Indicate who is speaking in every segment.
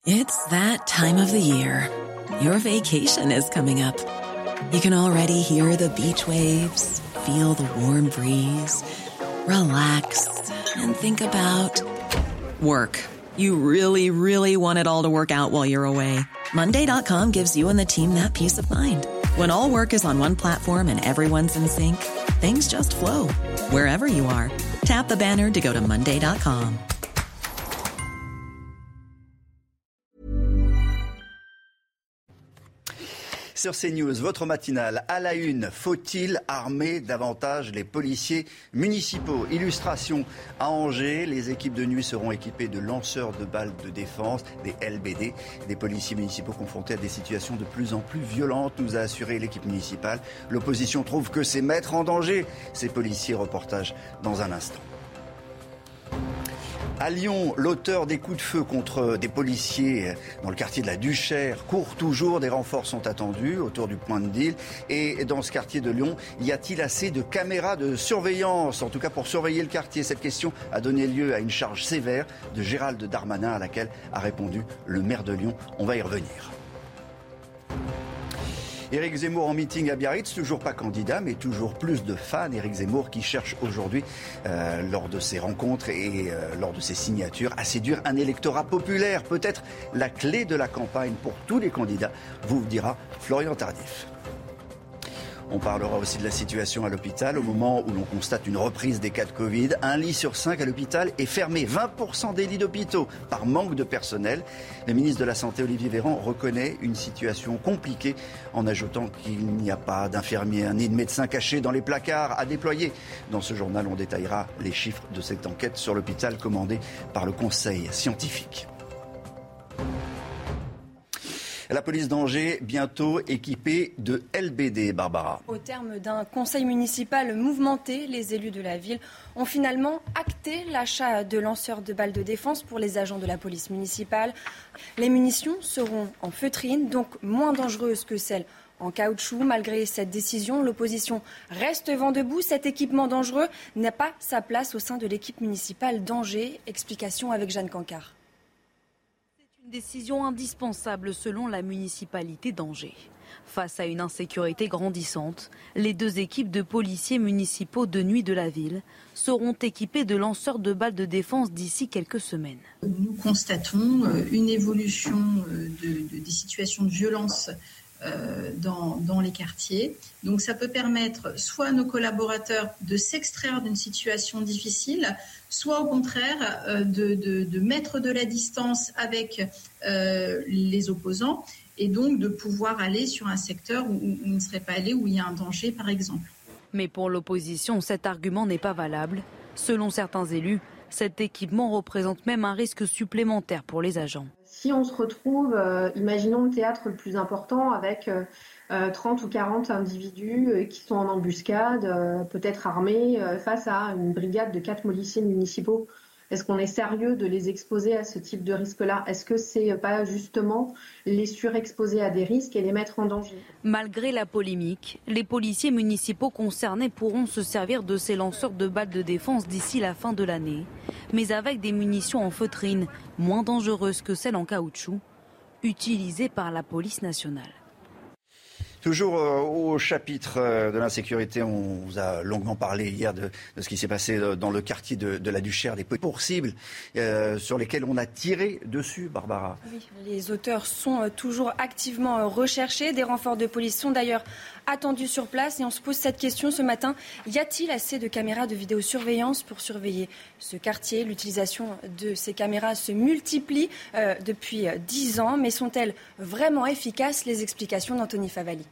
Speaker 1: It's that time of the year. Your vacation is coming up. You can already hear the beach waves, feel the warm breeze, relax, and think about work. You really, really want it all to work out while you're away. Monday.com gives you and the team that peace of mind. When all work is on one platform and everyone's in sync, things just flow. Wherever you are, tap the banner to go to Monday.com.
Speaker 2: Sur CNews, votre matinale à la une. Faut-il armer davantage les policiers municipaux ? Illustration à Angers, les équipes de nuit seront équipées de lanceurs de balles de défense, des LBD, des policiers municipaux confrontés à des situations de plus en plus violentes, nous a assuré l'équipe municipale. L'opposition trouve que c'est mettre en danger ces policiers. Reportage dans un instant. À Lyon, l'auteur des coups de feu contre des policiers dans le quartier de la Duchère court toujours. Des renforts sont attendus autour du point de deal. Et dans ce quartier de Lyon, y a-t-il assez de caméras de surveillance, en tout cas pour surveiller le quartier ? Cette question a donné lieu à une charge sévère de Gérald Darmanin à laquelle a répondu le maire de Lyon. On va y revenir. Éric Zemmour en meeting à Biarritz, toujours pas candidat, mais toujours plus de fans. Éric Zemmour qui cherche aujourd'hui, lors de ses rencontres et lors de ses signatures, à séduire un électorat populaire. Peut-être la clé de la campagne pour tous les candidats, vous dira Florian Tardif. On parlera aussi de la situation à l'hôpital au moment où l'on constate une reprise des cas de Covid. Un lit sur 5 à l'hôpital est fermé. 20% des lits d'hôpitaux par manque de personnel. Le ministre de la Santé, Olivier Véran, reconnaît une situation compliquée en ajoutant qu'il n'y a pas d'infirmiers ni de médecins cachés dans les placards à déployer. Dans ce journal, on détaillera les chiffres de cette enquête sur l'hôpital commandée par le Conseil scientifique. La police d'Angers, bientôt équipée de LBD, Barbara.
Speaker 3: Au terme d'un conseil municipal mouvementé, les élus de la ville ont finalement acté l'achat de lanceurs de balles de défense pour les agents de la police municipale. Les munitions seront en feutrine, donc moins dangereuses que celles en caoutchouc. Malgré cette décision, l'opposition reste vent debout. Cet équipement dangereux n'a pas sa place au sein de l'équipe municipale d'Angers. Explication avec Jeanne Cancard.
Speaker 4: Une décision indispensable selon la municipalité d'Angers. Face à une insécurité grandissante, les deux équipes de policiers municipaux de nuit de la ville seront équipées de lanceurs de balles de défense d'ici quelques semaines.
Speaker 5: Nous constatons une évolution des situations de violence dans les quartiers. Donc ça peut permettre soit à nos collaborateurs de s'extraire d'une situation difficile, soit au contraire de mettre de la distance avec les opposants et donc de pouvoir aller sur un secteur où ils ne seraient pas allés, où il y a un danger par exemple.
Speaker 4: Mais pour l'opposition, cet argument n'est pas valable. Selon certains élus, cet équipement représente même un risque supplémentaire pour les agents.
Speaker 6: Si on se retrouve, imaginons le théâtre le plus important avec 30 ou 40 individus qui sont en embuscade, peut-être armés, face à une brigade de 4 policiers municipaux, est-ce qu'on est sérieux de les exposer à ce type de risque-là ? Est-ce que c'est pas justement les surexposer à des risques et les mettre en danger ?
Speaker 4: Malgré la polémique, les policiers municipaux concernés pourront se servir de ces lanceurs de balles de défense d'ici la fin de l'année, mais avec des munitions en feutrine moins dangereuses que celles en caoutchouc, utilisées par la police nationale.
Speaker 2: Toujours au chapitre de l'insécurité, on vous a longuement parlé hier de ce qui s'est passé dans le quartier de la Duchère, des pourcibles sur lesquels on a tiré dessus, Barbara.
Speaker 3: Oui, les auteurs sont toujours activement recherchés. Des renforts de police sont d'ailleurs attendus sur place. Et on se pose cette question ce matin. Y a-t-il assez de caméras de vidéosurveillance pour surveiller ce quartier ? L'utilisation de ces caméras se multiplie depuis 10 ans. Mais sont-elles vraiment efficaces ? Les explications d'Anthony Favali.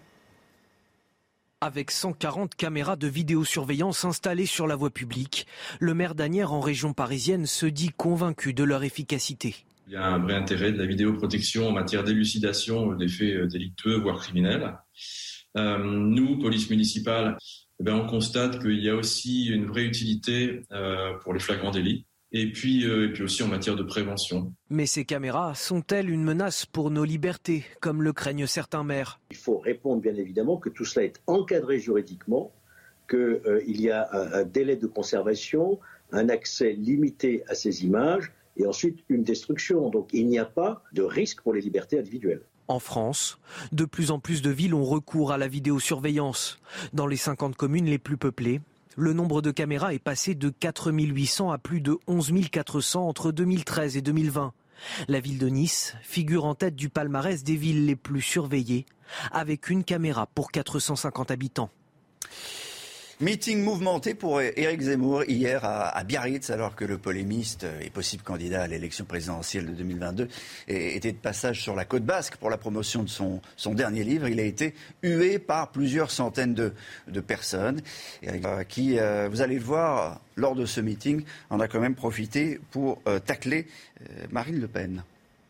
Speaker 7: Avec 140 caméras de vidéosurveillance installées sur la voie publique, le maire d'Asnières en région parisienne se dit convaincu de leur efficacité.
Speaker 8: Il y a un vrai intérêt de la vidéoprotection en matière d'élucidation des faits délictueux, voire criminels. Nous, police municipale, on constate qu'il y a aussi une vraie utilité pour les flagrants délits. Et puis aussi en matière de prévention.
Speaker 7: Mais ces caméras sont-elles une menace pour nos libertés, comme le craignent certains maires ?
Speaker 9: Il faut répondre bien évidemment que tout cela est encadré juridiquement, qu'il y a un délai de conservation, un accès limité à ces images et ensuite une destruction. Donc il n'y a pas de risque pour les libertés individuelles.
Speaker 7: En France, de plus en plus de villes ont recours à la vidéosurveillance. Dans les 50 communes les plus peuplées, le nombre de caméras est passé de 4 800 à plus de 11 400 entre 2013 et 2020. La ville de Nice figure en tête du palmarès des villes les plus surveillées, avec une caméra pour 450 habitants.
Speaker 2: Meeting mouvementé pour Éric Zemmour hier à Biarritz, alors que le polémiste et possible candidat à l'élection présidentielle de 2022 était de passage sur la côte basque pour la promotion de son dernier livre. Il a été hué par plusieurs centaines de personnes qui, vous allez le voir, lors de ce meeting, en a quand même profité pour tacler Marine Le Pen.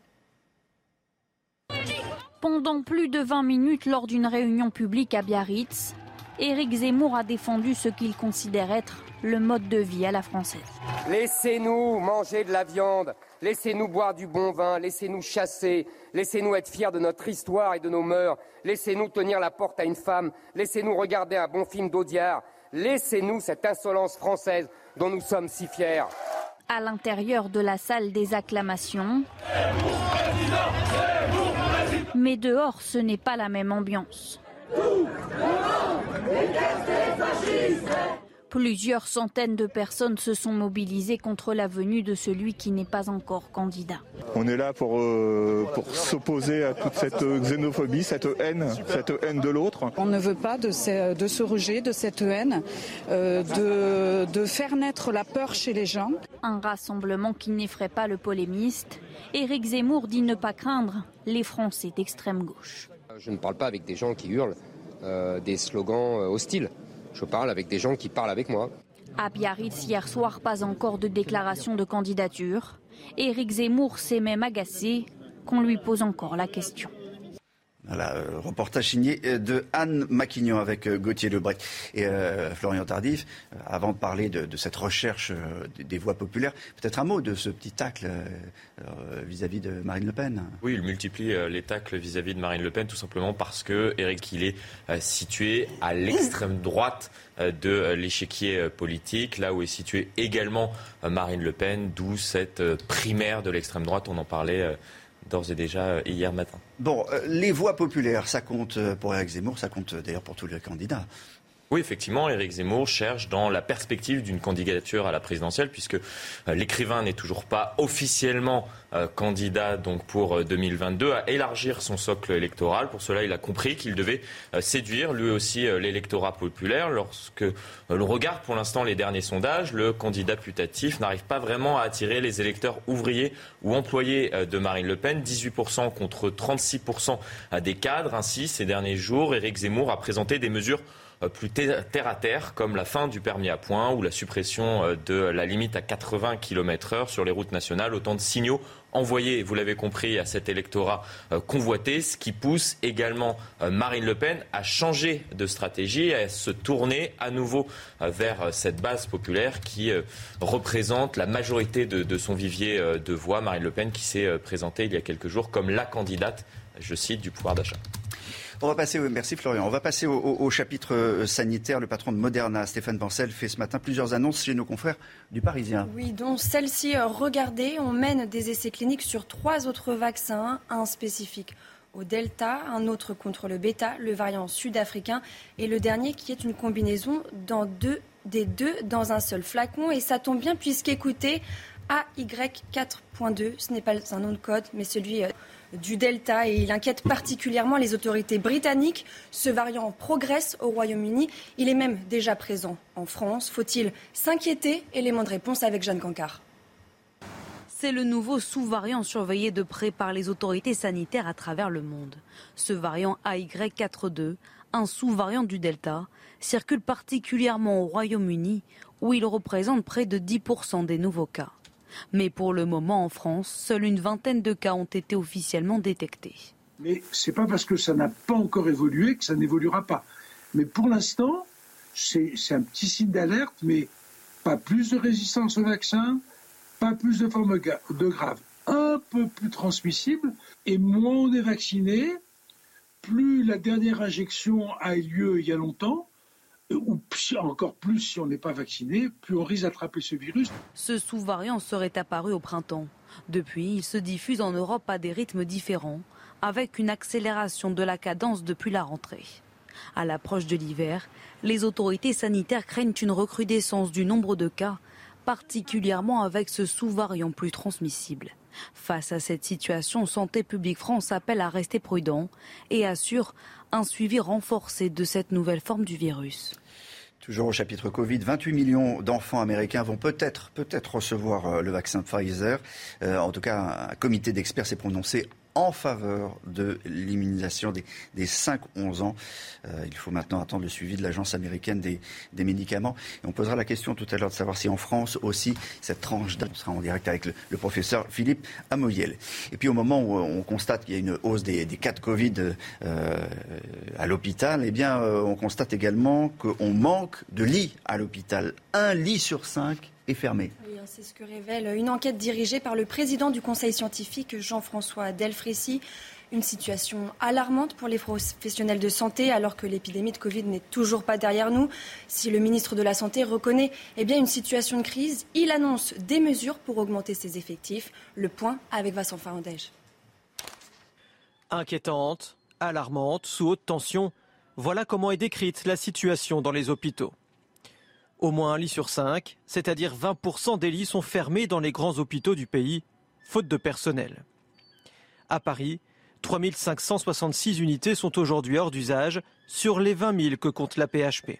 Speaker 10: Pendant plus de 20 minutes lors d'une réunion publique à Biarritz, Éric Zemmour a défendu ce qu'il considère être le mode de vie à la française.
Speaker 11: Laissez-nous manger de la viande, laissez-nous boire du bon vin, laissez-nous chasser, laissez-nous être fiers de notre histoire et de nos mœurs, laissez-nous tenir la porte à une femme, laissez-nous regarder un bon film d'Audiard, laissez-nous cette insolence française dont nous sommes si fiers.
Speaker 10: À l'intérieur de la salle des acclamations, mais dehors, ce n'est pas la même ambiance. Plusieurs centaines de personnes se sont mobilisées contre la venue de celui qui n'est pas encore candidat.
Speaker 12: On est là pour s'opposer à toute cette xénophobie, cette haine de l'autre.
Speaker 13: On ne veut pas de ce rejet, de cette haine, de faire naître la peur chez les gens.
Speaker 10: Un rassemblement qui n'effraie pas le polémiste. Éric Zemmour dit ne pas craindre les Français d'extrême gauche.
Speaker 11: Je ne parle pas avec des gens qui hurlent des slogans hostiles. Je parle avec des gens qui parlent avec moi.
Speaker 10: À Biarritz, hier soir, pas encore de déclaration de candidature. Éric Zemmour s'est même agacé qu'on lui pose encore la question.
Speaker 2: Voilà, reportage signé de Anne Maquignon avec Gauthier Lebret et Florian Tardif. Avant de parler de cette recherche des voix populaires, peut-être un mot de ce petit tacle vis-à-vis de Marine Le Pen.
Speaker 14: Oui, il multiplie les tacles vis-à-vis de Marine Le Pen tout simplement parce que Éric, il est situé à l'extrême droite de l'échiquier politique, là où est située également Marine Le Pen, d'où cette primaire de l'extrême droite, on en parlait d'ores et déjà hier matin.
Speaker 2: Bon, les voix populaires, ça compte pour Éric Zemmour, ça compte d'ailleurs pour tous les candidats.
Speaker 14: Oui, effectivement, Éric Zemmour cherche dans la perspective d'une candidature à la présidentielle, puisque l'écrivain n'est toujours pas officiellement candidat donc pour 2022, à élargir son socle électoral. Pour cela, il a compris qu'il devait séduire lui aussi l'électorat populaire. Lorsque l'on regarde pour l'instant les derniers sondages, le candidat putatif n'arrive pas vraiment à attirer les électeurs ouvriers ou employés de Marine Le Pen, 18% contre 36% des cadres. Ainsi, ces derniers jours, Éric Zemmour a présenté des mesures plus terre à terre, comme la fin du permis à points ou la suppression de la limite à 80 km/h sur les routes nationales. Autant de signaux envoyés, vous l'avez compris, à cet électorat convoité, ce qui pousse également Marine Le Pen à changer de stratégie, à se tourner à nouveau vers cette base populaire qui représente la majorité de son vivier de voix. Marine Le Pen qui s'est présentée il y a quelques jours comme la candidate, je cite, du pouvoir d'achat.
Speaker 2: On va passer, merci Florian, on va passer au chapitre sanitaire. Le patron de Moderna, Stéphane Bancel, fait ce matin plusieurs annonces chez nos confrères du Parisien.
Speaker 3: Oui, dont celle-ci, regardez, on mène des essais cliniques sur 3 autres vaccins, un spécifique au Delta, un autre contre le Beta, le variant sud-africain, et le dernier qui est une combinaison des deux dans un seul flacon. Et ça tombe bien puisqu'écoutez, AY4.2, ce n'est pas un nom de code, mais celui du Delta, et il inquiète particulièrement les autorités britanniques. Ce variant progresse au Royaume-Uni. Il est même déjà présent en France. Faut-il s'inquiéter? Élément de réponse avec Jeanne Cancard.
Speaker 4: C'est le nouveau sous-variant surveillé de près par les autorités sanitaires à travers le monde. Ce variant AY4.2, un sous-variant du Delta, circule particulièrement au Royaume-Uni, où il représente près de 10% des nouveaux cas. Mais pour le moment, en France, seule une vingtaine de cas ont été officiellement détectés.
Speaker 15: Mais ce n'est pas parce que ça n'a pas encore évolué que ça n'évoluera pas. Mais pour l'instant, c'est un petit signe d'alerte, mais pas plus de résistance au vaccin, pas plus de formes de graves, un peu plus transmissible, et moins on est vacciné, plus la dernière injection a eu lieu il y a longtemps, ou encore plus si on n'est pas vacciné, plus on risque d'attraper ce virus.
Speaker 4: Ce sous-variant serait apparu au printemps. Depuis, il se diffuse en Europe à des rythmes différents, avec une accélération de la cadence depuis la rentrée. À l'approche de l'hiver, les autorités sanitaires craignent une recrudescence du nombre de cas, particulièrement avec ce sous-variant plus transmissible. Face à cette situation, Santé publique France appelle à rester prudent et assure un suivi renforcé de cette nouvelle forme du virus.
Speaker 2: Toujours au chapitre Covid, 28 millions d'enfants américains vont peut-être recevoir le vaccin Pfizer. En tout cas, un comité d'experts s'est prononcé en faveur de l'immunisation des 5-11 ans. Il faut maintenant attendre le suivi de l'Agence américaine des médicaments. Et on posera la question tout à l'heure de savoir si en France aussi, cette tranche d'âge, on sera en direct avec le professeur Philippe Amoyel. Et puis au moment où on constate qu'il y a une hausse des cas de Covid à l'hôpital, eh bien on constate également qu'on manque de lits à l'hôpital. 1 lit sur 5 est fermé.
Speaker 3: Oui, c'est ce que révèle une enquête dirigée par le président du Conseil scientifique, Jean-François Delfrécy. Une situation alarmante pour les professionnels de santé alors que l'épidémie de Covid n'est toujours pas derrière nous. Si le ministre de la Santé reconnaît une situation de crise, il annonce des mesures pour augmenter ses effectifs. Le point avec Vincent Farandège.
Speaker 7: Inquiétante, alarmante, sous haute tension, voilà comment est décrite la situation dans les hôpitaux. Au moins 1 lit sur 5, c'est-à-dire 20% des lits sont fermés dans les grands hôpitaux du pays, faute de personnel. À Paris, 3566 unités sont aujourd'hui hors d'usage sur les 20 000 que compte la PHP.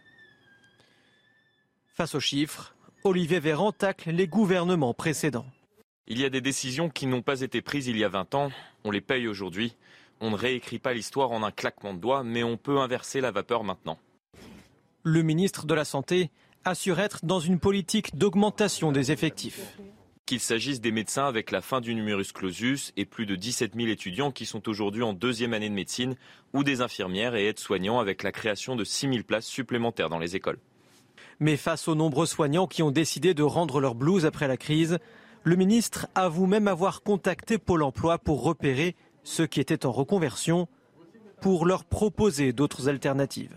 Speaker 7: Face aux chiffres, Olivier Véran tacle les gouvernements précédents.
Speaker 14: Il y a des décisions qui n'ont pas été prises il y a 20 ans, on les paye aujourd'hui. On ne réécrit pas l'histoire en un claquement de doigts, mais on peut inverser la vapeur maintenant.
Speaker 7: Le ministre de la Santé assure être dans une politique d'augmentation des effectifs.
Speaker 14: Qu'il s'agisse des médecins avec la fin du numerus clausus et plus de 17 000 étudiants qui sont aujourd'hui en 2e année de médecine, ou des infirmières et aides-soignants avec la création de 6 000 places supplémentaires dans les écoles.
Speaker 7: Mais face aux nombreux soignants qui ont décidé de rendre leur blouse après la crise, le ministre avoue même avoir contacté Pôle emploi pour repérer ceux qui étaient en reconversion, pour leur proposer d'autres alternatives.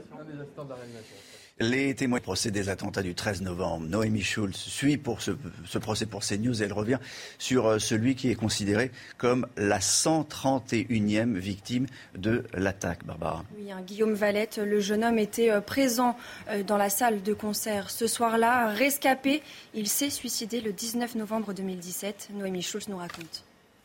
Speaker 2: Les témoins du procès des attentats du 13 novembre, Noémie Schulz suit pour ce procès pour CNews et elle revient sur celui qui est considéré comme la 131e victime de l'attaque. Barbara.
Speaker 3: Oui, Guillaume Valette, le jeune homme était présent dans la salle de concert ce soir-là, rescapé. Il s'est suicidé le 19 novembre 2017. Noémie Schulz nous raconte.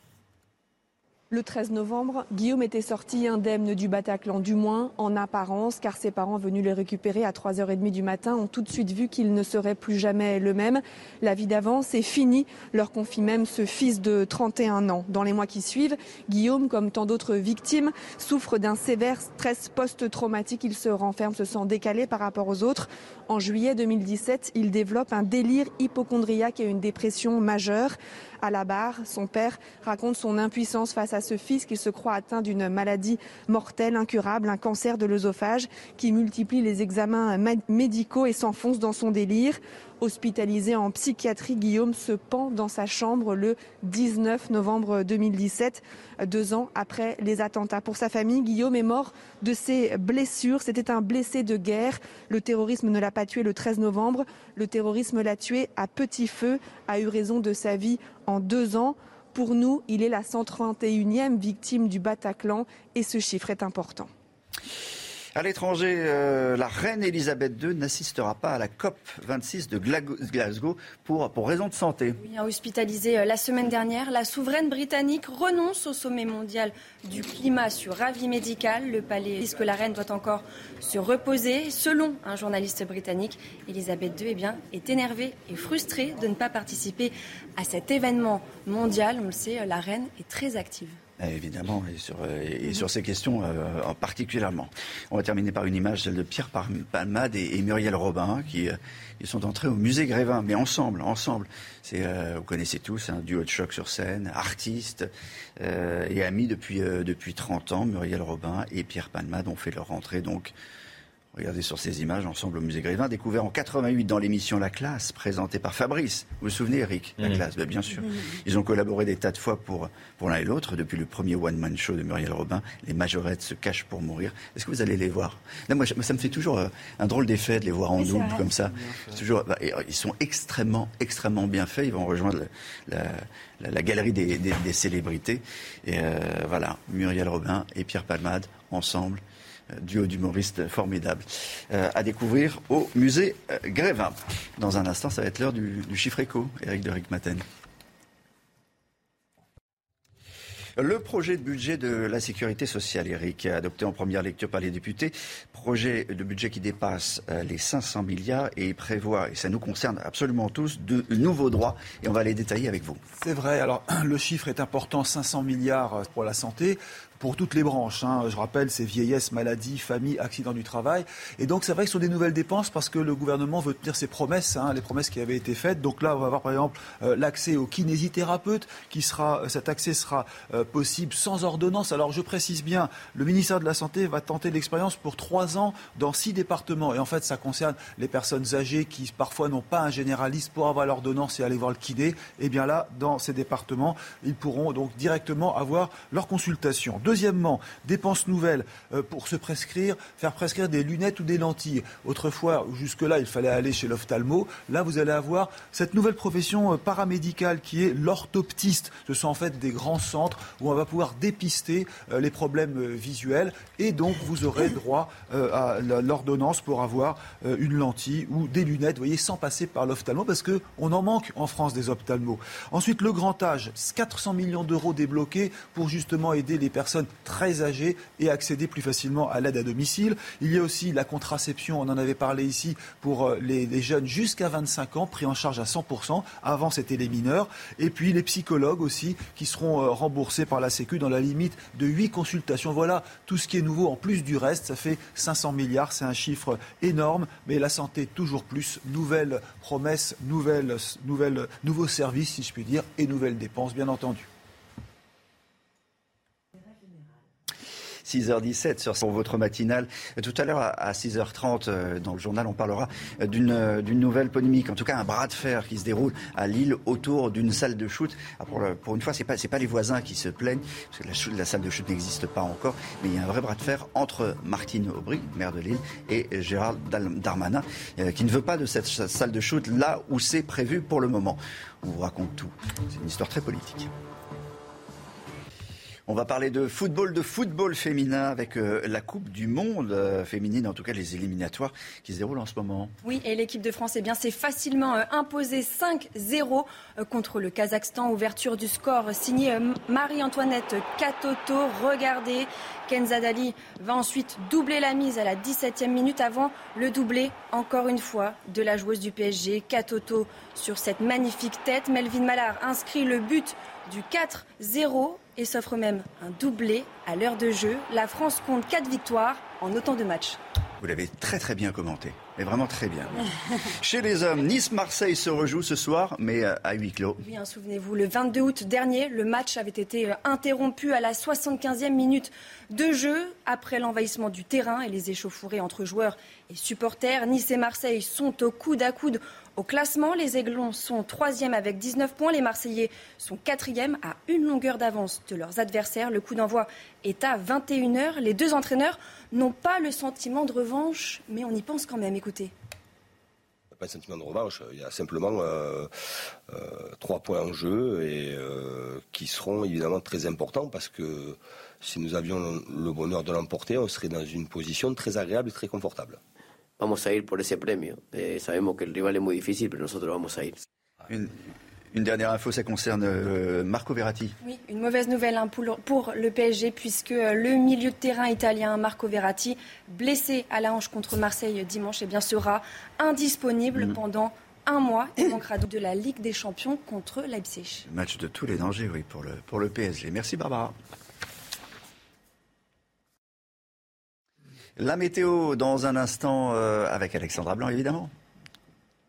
Speaker 16: Le 13 novembre, Guillaume était sorti indemne du Bataclan, du moins en apparence, car ses parents venus le récupérer à 3h30 du matin ont tout de suite vu qu'il ne serait plus jamais le même. La vie d'avant, c'est fini, leur confie même ce fils de 31 ans. Dans les mois qui suivent, Guillaume, comme tant d'autres victimes, souffre d'un sévère stress post-traumatique. Il se renferme, se sent décalé par rapport aux autres. En juillet 2017, il développe un délire hypocondriaque et une dépression majeure. À la barre, son père raconte son impuissance face à ce fils qu'il se croit atteint d'une maladie mortelle, incurable, un cancer de l'œsophage qui multiplie les examens médicaux et s'enfonce dans son délire. Hospitalisé en psychiatrie, Guillaume se pend dans sa chambre le 19 novembre 2017, 2 ans après les attentats. Pour sa famille, Guillaume est mort de ses blessures. C'était un blessé de guerre. Le terrorisme ne l'a pas tué le 13 novembre. Le terrorisme l'a tué à petit feu, a eu raison de sa vie en 2 ans. Pour nous, il est la 131e victime du Bataclan et ce chiffre est important.
Speaker 2: À l'étranger, la reine Elisabeth II n'assistera pas à la COP26 de Glasgow pour raison de santé.
Speaker 3: Oui, hospitalisée la semaine dernière, la souveraine britannique renonce au sommet mondial du climat sur avis médical. Le palais dit que la reine doit encore se reposer. Selon un journaliste britannique, Elisabeth II est énervée et frustrée de ne pas participer à cet événement mondial. On le sait, la reine est très active.
Speaker 2: Évidemment, et sur ces questions particulièrement. On va terminer par une image, celle de Pierre Palmade et Muriel Robin, qui ils sont entrés au musée Grévin, mais ensemble. Vous connaissez tous, un duo de choc sur scène, artistes et amis depuis 30 ans. Muriel Robin et Pierre Palmade ont fait leur entrée donc Regardez sur ces images, ensemble au musée Grévin, découvert en 88 dans l'émission La Classe, présentée par Fabrice. Vous vous souvenez, Eric, La Classe? Bien sûr. Ils ont collaboré des tas de fois pour l'un et l'autre. Depuis le premier one-man show de Muriel Robin, les majorettes se cachent pour mourir. Est-ce que vous allez les voir? Là, moi, ça me fait toujours un drôle d'effet de les voir en double comme ça. Toujours, ils sont extrêmement bien faits. Ils vont rejoindre la galerie des célébrités. Et voilà, Muriel Robin et Pierre Palmade, ensemble. Duo d'humoristes formidable à découvrir au musée Grévin. Dans un instant, ça va être l'heure du chiffre éco. Éric de Rijkmaten. Le projet de budget de la sécurité sociale, Eric, adopté en première lecture par les députés, projet de budget qui dépasse les 500 milliards et prévoit, et ça nous concerne absolument tous, de nouveaux droits. Et on va les détailler avec vous.
Speaker 17: C'est vrai, alors le chiffre est important, 500 milliards pour la santé. Pour toutes les branches, je rappelle, c'est vieillesse, maladie, famille, accident du travail. Et donc c'est vrai que ce sont des nouvelles dépenses parce que le gouvernement veut tenir ses promesses, les promesses qui avaient été faites. Donc là, on va avoir par exemple l'accès aux kinésithérapeutes, cet accès sera possible sans ordonnance. Alors je précise bien, le ministère de la Santé va tenter l'expérience pour 3 ans dans 6 départements. Et en fait, ça concerne les personnes âgées qui parfois n'ont pas un généraliste pour avoir l'ordonnance et aller voir le kiné. Et bien là, dans ces départements, ils pourront donc directement avoir leur consultation. Deuxièmement, dépenses nouvelles pour faire prescrire des lunettes ou des lentilles. Autrefois, jusque-là, il fallait aller chez l'ophtalmo. Là, vous allez avoir cette nouvelle profession paramédicale qui est l'orthoptiste. Ce sont en fait des grands centres où on va pouvoir dépister les problèmes visuels et donc vous aurez droit à l'ordonnance pour avoir une lentille ou des lunettes, vous voyez, sans passer par l'ophtalmo parce qu'on en manque en France des ophtalmos. Ensuite, le grand âge, 400 millions d'euros débloqués pour justement aider les personnes très âgées et accéder plus facilement à l'aide à domicile. Il y a aussi la contraception, on en avait parlé ici, pour les jeunes jusqu'à 25 ans, pris en charge à 100%. Avant, c'était les mineurs. Et puis les psychologues aussi, qui seront remboursés par la Sécu dans la limite de 8 consultations. Voilà tout ce qui est nouveau en plus du reste. Ça fait 500 milliards, c'est un chiffre énorme. Mais la santé, toujours plus. Nouvelles promesses, nouveaux services, si je puis dire, et nouvelles dépenses, bien entendu.
Speaker 2: 6h17 sur votre matinale. Tout à l'heure, à 6h30, dans le journal, on parlera d'une nouvelle polémique, en tout cas un bras de fer qui se déroule à Lille autour d'une salle de shoot. Alors pour une fois, c'est pas les voisins qui se plaignent, parce que la salle de shoot n'existe pas encore, mais il y a un vrai bras de fer entre Martine Aubry, maire de Lille, et Gérald Darmanin, qui ne veut pas de cette salle de shoot là où c'est prévu pour le moment. On vous raconte tout. C'est une histoire très politique. On va parler de football féminin avec la Coupe du Monde féminine, en tout cas les éliminatoires qui se déroulent en ce moment. Oui,
Speaker 3: et l'équipe de France s'est facilement imposée 5-0 contre le Kazakhstan. Ouverture du score signée Marie-Antoinette Katoto. Regardez, Kenza Dali va ensuite doubler la mise à la 17e minute avant le doublé, encore une fois, de la joueuse du PSG, Katoto, sur cette magnifique tête. Melvin Mallard inscrit le but du 4-0 et s'offre même un doublé à l'heure de jeu. La France compte 4 victoires en autant de matchs.
Speaker 2: Vous l'avez très très bien commenté, mais vraiment très bien. Chez les hommes, Nice-Marseille se rejoue ce soir, mais à huis clos.
Speaker 3: Oui, souvenez-vous, le 22 août dernier, le match avait été interrompu à la 75e minute de jeu après l'envahissement du terrain et les échauffourées entre joueurs et supporters. Nice et Marseille sont au coude à coude au classement. Les Aiglons sont 3e avec 19 points. Les Marseillais sont 4e à une longueur d'avance de leurs adversaires. Le coup d'envoi est à 21h. Les deux entraîneurs n'ont pas le sentiment de revanche, mais on y pense quand même. Écoutez.
Speaker 18: Il n'y a pas de sentiment de revanche. Il y a simplement 3 points en jeu et qui seront évidemment très importants parce que si nous avions le bonheur de l'emporter, on serait dans une position très agréable et très confortable.
Speaker 19: Vamos a ir por ese premio. Sabemos que el rival es muy difícil, pero nosotros vamos a ir.
Speaker 2: Une dernière info, ça concerne Marco Verratti.
Speaker 3: Oui, une mauvaise nouvelle pour le PSG, puisque le milieu de terrain italien Marco Verratti, blessé à la hanche contre Marseille dimanche, sera indisponible pendant un mois. Il manquera de la Ligue des Champions contre Leipzig.
Speaker 2: Match de tous les dangers, oui, pour le PSG. Merci Barbara. La météo dans un instant avec Alexandra Blanc, évidemment.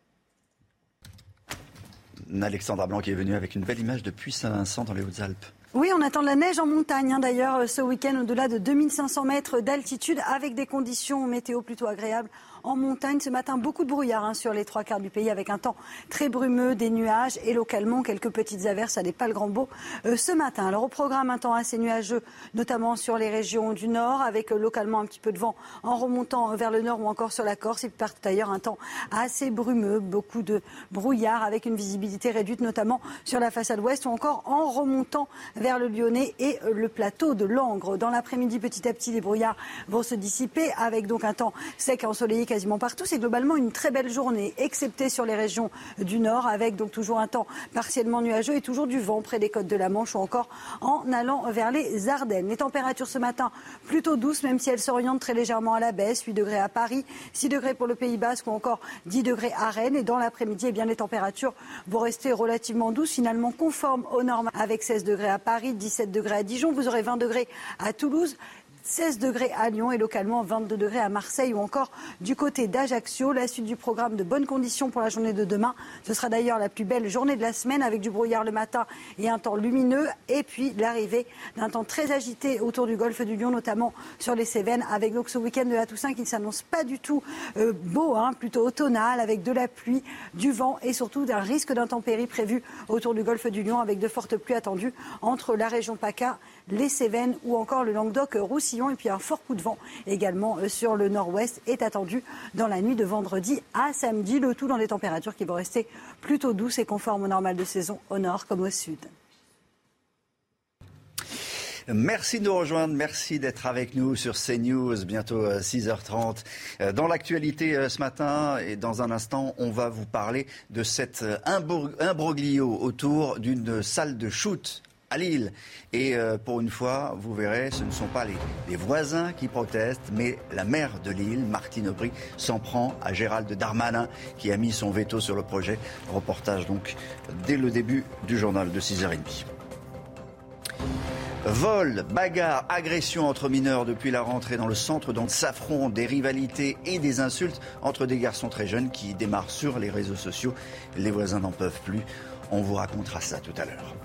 Speaker 2: Alexandra Blanc qui est venue avec une belle image de Puy-Saint-Vincent dans les Hautes-Alpes.
Speaker 20: Oui, on attend de la neige en montagne, d'ailleurs, ce week-end, au-delà de 2500 mètres d'altitude, avec des conditions météo plutôt agréables. En montagne, ce matin, beaucoup de brouillard sur les 3/4 du pays, avec un temps très brumeux, des nuages et localement quelques petites averses. Ça n'est pas le grand beau ce matin. Alors au programme, un temps assez nuageux, notamment sur les régions du nord, avec localement un petit peu de vent en remontant vers le nord ou encore sur la Corse. Et puis par ailleurs, un temps assez brumeux, beaucoup de brouillard avec une visibilité réduite, notamment sur la façade ouest ou encore en remontant vers le Lyonnais et le plateau de Langres. Dans l'après-midi, petit à petit, les brouillards vont se dissiper avec donc un temps sec et ensoleillé quasiment partout. C'est globalement une très belle journée, excepté sur les régions du nord, avec donc toujours un temps partiellement nuageux et toujours du vent près des côtes de la Manche ou encore en allant vers les Ardennes. Les températures ce matin plutôt douces, même si elles s'orientent très légèrement à la baisse. 8 degrés à Paris, 6 degrés pour le Pays Basque ou encore 10 degrés à Rennes. Et dans l'après-midi, les températures vont rester relativement douces, finalement conformes aux normes, avec 16 degrés à Paris, 17 degrés à Dijon. Vous aurez 20 degrés à Toulouse, 16 degrés à Lyon et localement 22 degrés à Marseille ou encore du côté d'Ajaccio. La suite du programme de bonnes conditions pour la journée de demain. Ce sera d'ailleurs la plus belle journée de la semaine, avec du brouillard le matin et un temps lumineux. Et puis l'arrivée d'un temps très agité autour du golfe du Lion, notamment sur les Cévennes, avec donc ce week-end de la Toussaint qui ne s'annonce pas du tout beau, plutôt automnal, avec de la pluie, du vent et surtout d'un risque d'intempéries prévu autour du golfe du Lion, avec de fortes pluies attendues entre la région PACA, les Cévennes ou encore le Languedoc-Roussillon. Et puis un fort coup de vent également sur le nord-ouest est attendu dans la nuit de vendredi à samedi. Le tout dans des températures qui vont rester plutôt douces et conformes au normal de saison au nord comme au sud.
Speaker 2: Merci de nous rejoindre, merci d'être avec nous sur CNews, bientôt 6h30. Dans l'actualité ce matin et dans un instant, on va vous parler de cet imbroglio autour d'une salle de shoot à Lille. Et pour une fois, vous verrez, ce ne sont pas les voisins qui protestent, mais la maire de Lille, Martine Aubry, s'en prend à Gérald Darmanin, qui a mis son veto sur le projet. Reportage donc dès le début du journal de 6h30. Vol, bagarre, agression entre mineurs depuis la rentrée dans le centre dont s'affrontent des rivalités et des insultes entre des garçons très jeunes qui démarrent sur les réseaux sociaux. Les voisins n'en peuvent plus. On vous racontera ça tout à l'heure.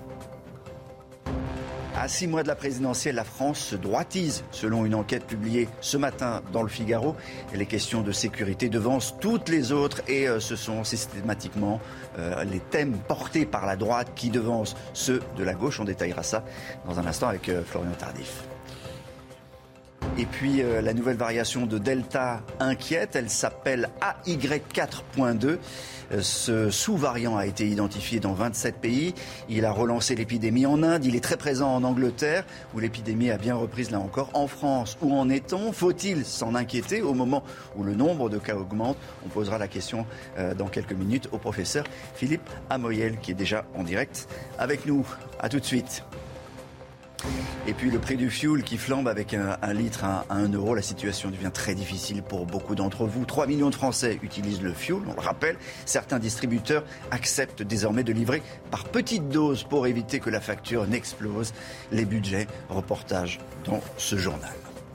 Speaker 2: À 6 mois de la présidentielle, la France se droitise, selon une enquête publiée ce matin dans le Figaro. Les questions de sécurité devancent toutes les autres et ce sont systématiquement les thèmes portés par la droite qui devancent ceux de la gauche. On détaillera ça dans un instant avec Florian Tardif. Et puis la nouvelle variation de Delta inquiète, elle s'appelle AY4.2. Ce sous-variant a été identifié dans 27 pays. Il a relancé l'épidémie en Inde. Il est très présent en Angleterre, où l'épidémie a bien reprise là encore. En France, où en est-on ? Faut-il s'en inquiéter au moment où le nombre de cas augmente ? On posera la question dans quelques minutes au professeur Philippe Amoyel, qui est déjà en direct avec nous. A tout de suite. Et puis le prix du fioul qui flambe avec un litre à 1 euro. La situation devient très difficile pour beaucoup d'entre vous. 3 millions de Français utilisent le fioul, on le rappelle. Certains distributeurs acceptent désormais de livrer par petites doses pour éviter que la facture n'explose. Les budgets, reportage dans ce journal.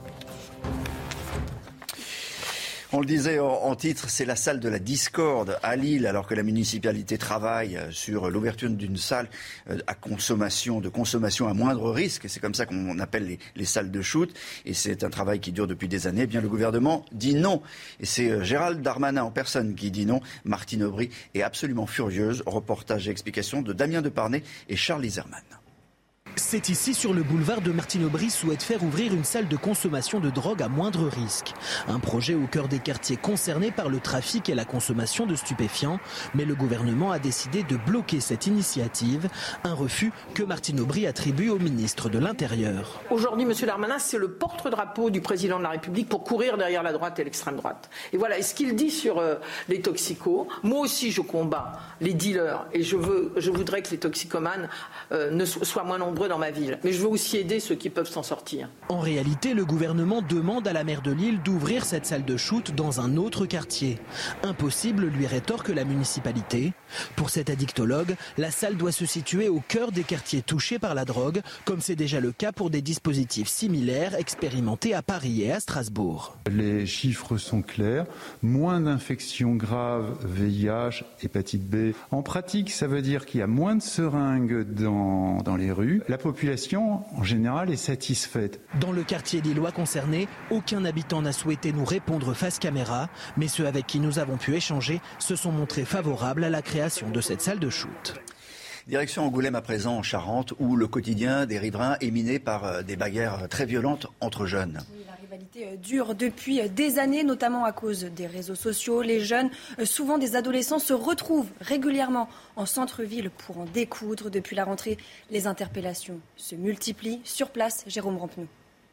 Speaker 2: On le disait en titre, c'est la salle de la discorde à Lille, alors que la municipalité travaille sur l'ouverture d'une salle de consommation à moindre risque. C'est comme ça qu'on appelle les salles de shoot. Et c'est un travail qui dure depuis des années. Eh bien, le gouvernement dit non. Et c'est Gérald Darmanin en personne qui dit non. Martine Aubry est absolument furieuse. Reportage et explication de Damien Deparnay et Charles Iserman.
Speaker 21: C'est ici, sur le boulevard de Martine Aubry, souhaite faire ouvrir une salle de consommation de drogue à moindre risque. Un projet au cœur des quartiers concernés par le trafic et la consommation de stupéfiants. Mais le gouvernement a décidé de bloquer cette initiative. Un refus que Martine Aubry attribue au ministre de l'Intérieur.
Speaker 22: Aujourd'hui, M. Darmanin, c'est le porte-drapeau du président de la République pour courir derrière la droite et l'extrême droite. Et voilà, et ce qu'il dit sur les toxicos, moi aussi je combats les dealers et je voudrais que les toxicomanes soient moins nombreux dans ma ville. Mais je veux aussi aider ceux qui peuvent s'en sortir.
Speaker 21: En réalité, le gouvernement demande à la maire de Lille d'ouvrir cette salle de shoot dans un autre quartier. Impossible, lui rétorque la municipalité. Pour cet addictologue, la salle doit se situer au cœur des quartiers touchés par la drogue, comme c'est déjà le cas pour des dispositifs similaires expérimentés à Paris et à Strasbourg.
Speaker 23: Les chiffres sont clairs. Moins d'infections graves, VIH, hépatite B. En pratique, ça veut dire qu'il y a moins de seringues dans les rues. La la population, en général, est satisfaite.
Speaker 21: Dans le quartier lillois concerné, aucun habitant n'a souhaité nous répondre face caméra, mais ceux avec qui nous avons pu échanger se sont montrés favorables à la création de cette salle de shoot.
Speaker 2: Direction Angoulême à présent, en Charente, où le quotidien des riverains est miné par des bagarres très violentes entre jeunes.
Speaker 3: Oui, la rivalité dure depuis des années, notamment à cause des réseaux sociaux. Les jeunes, souvent des adolescents, se retrouvent régulièrement en centre-ville pour en découdre. Depuis la rentrée, les interpellations se multiplient. Sur place, Jérôme Rampenou.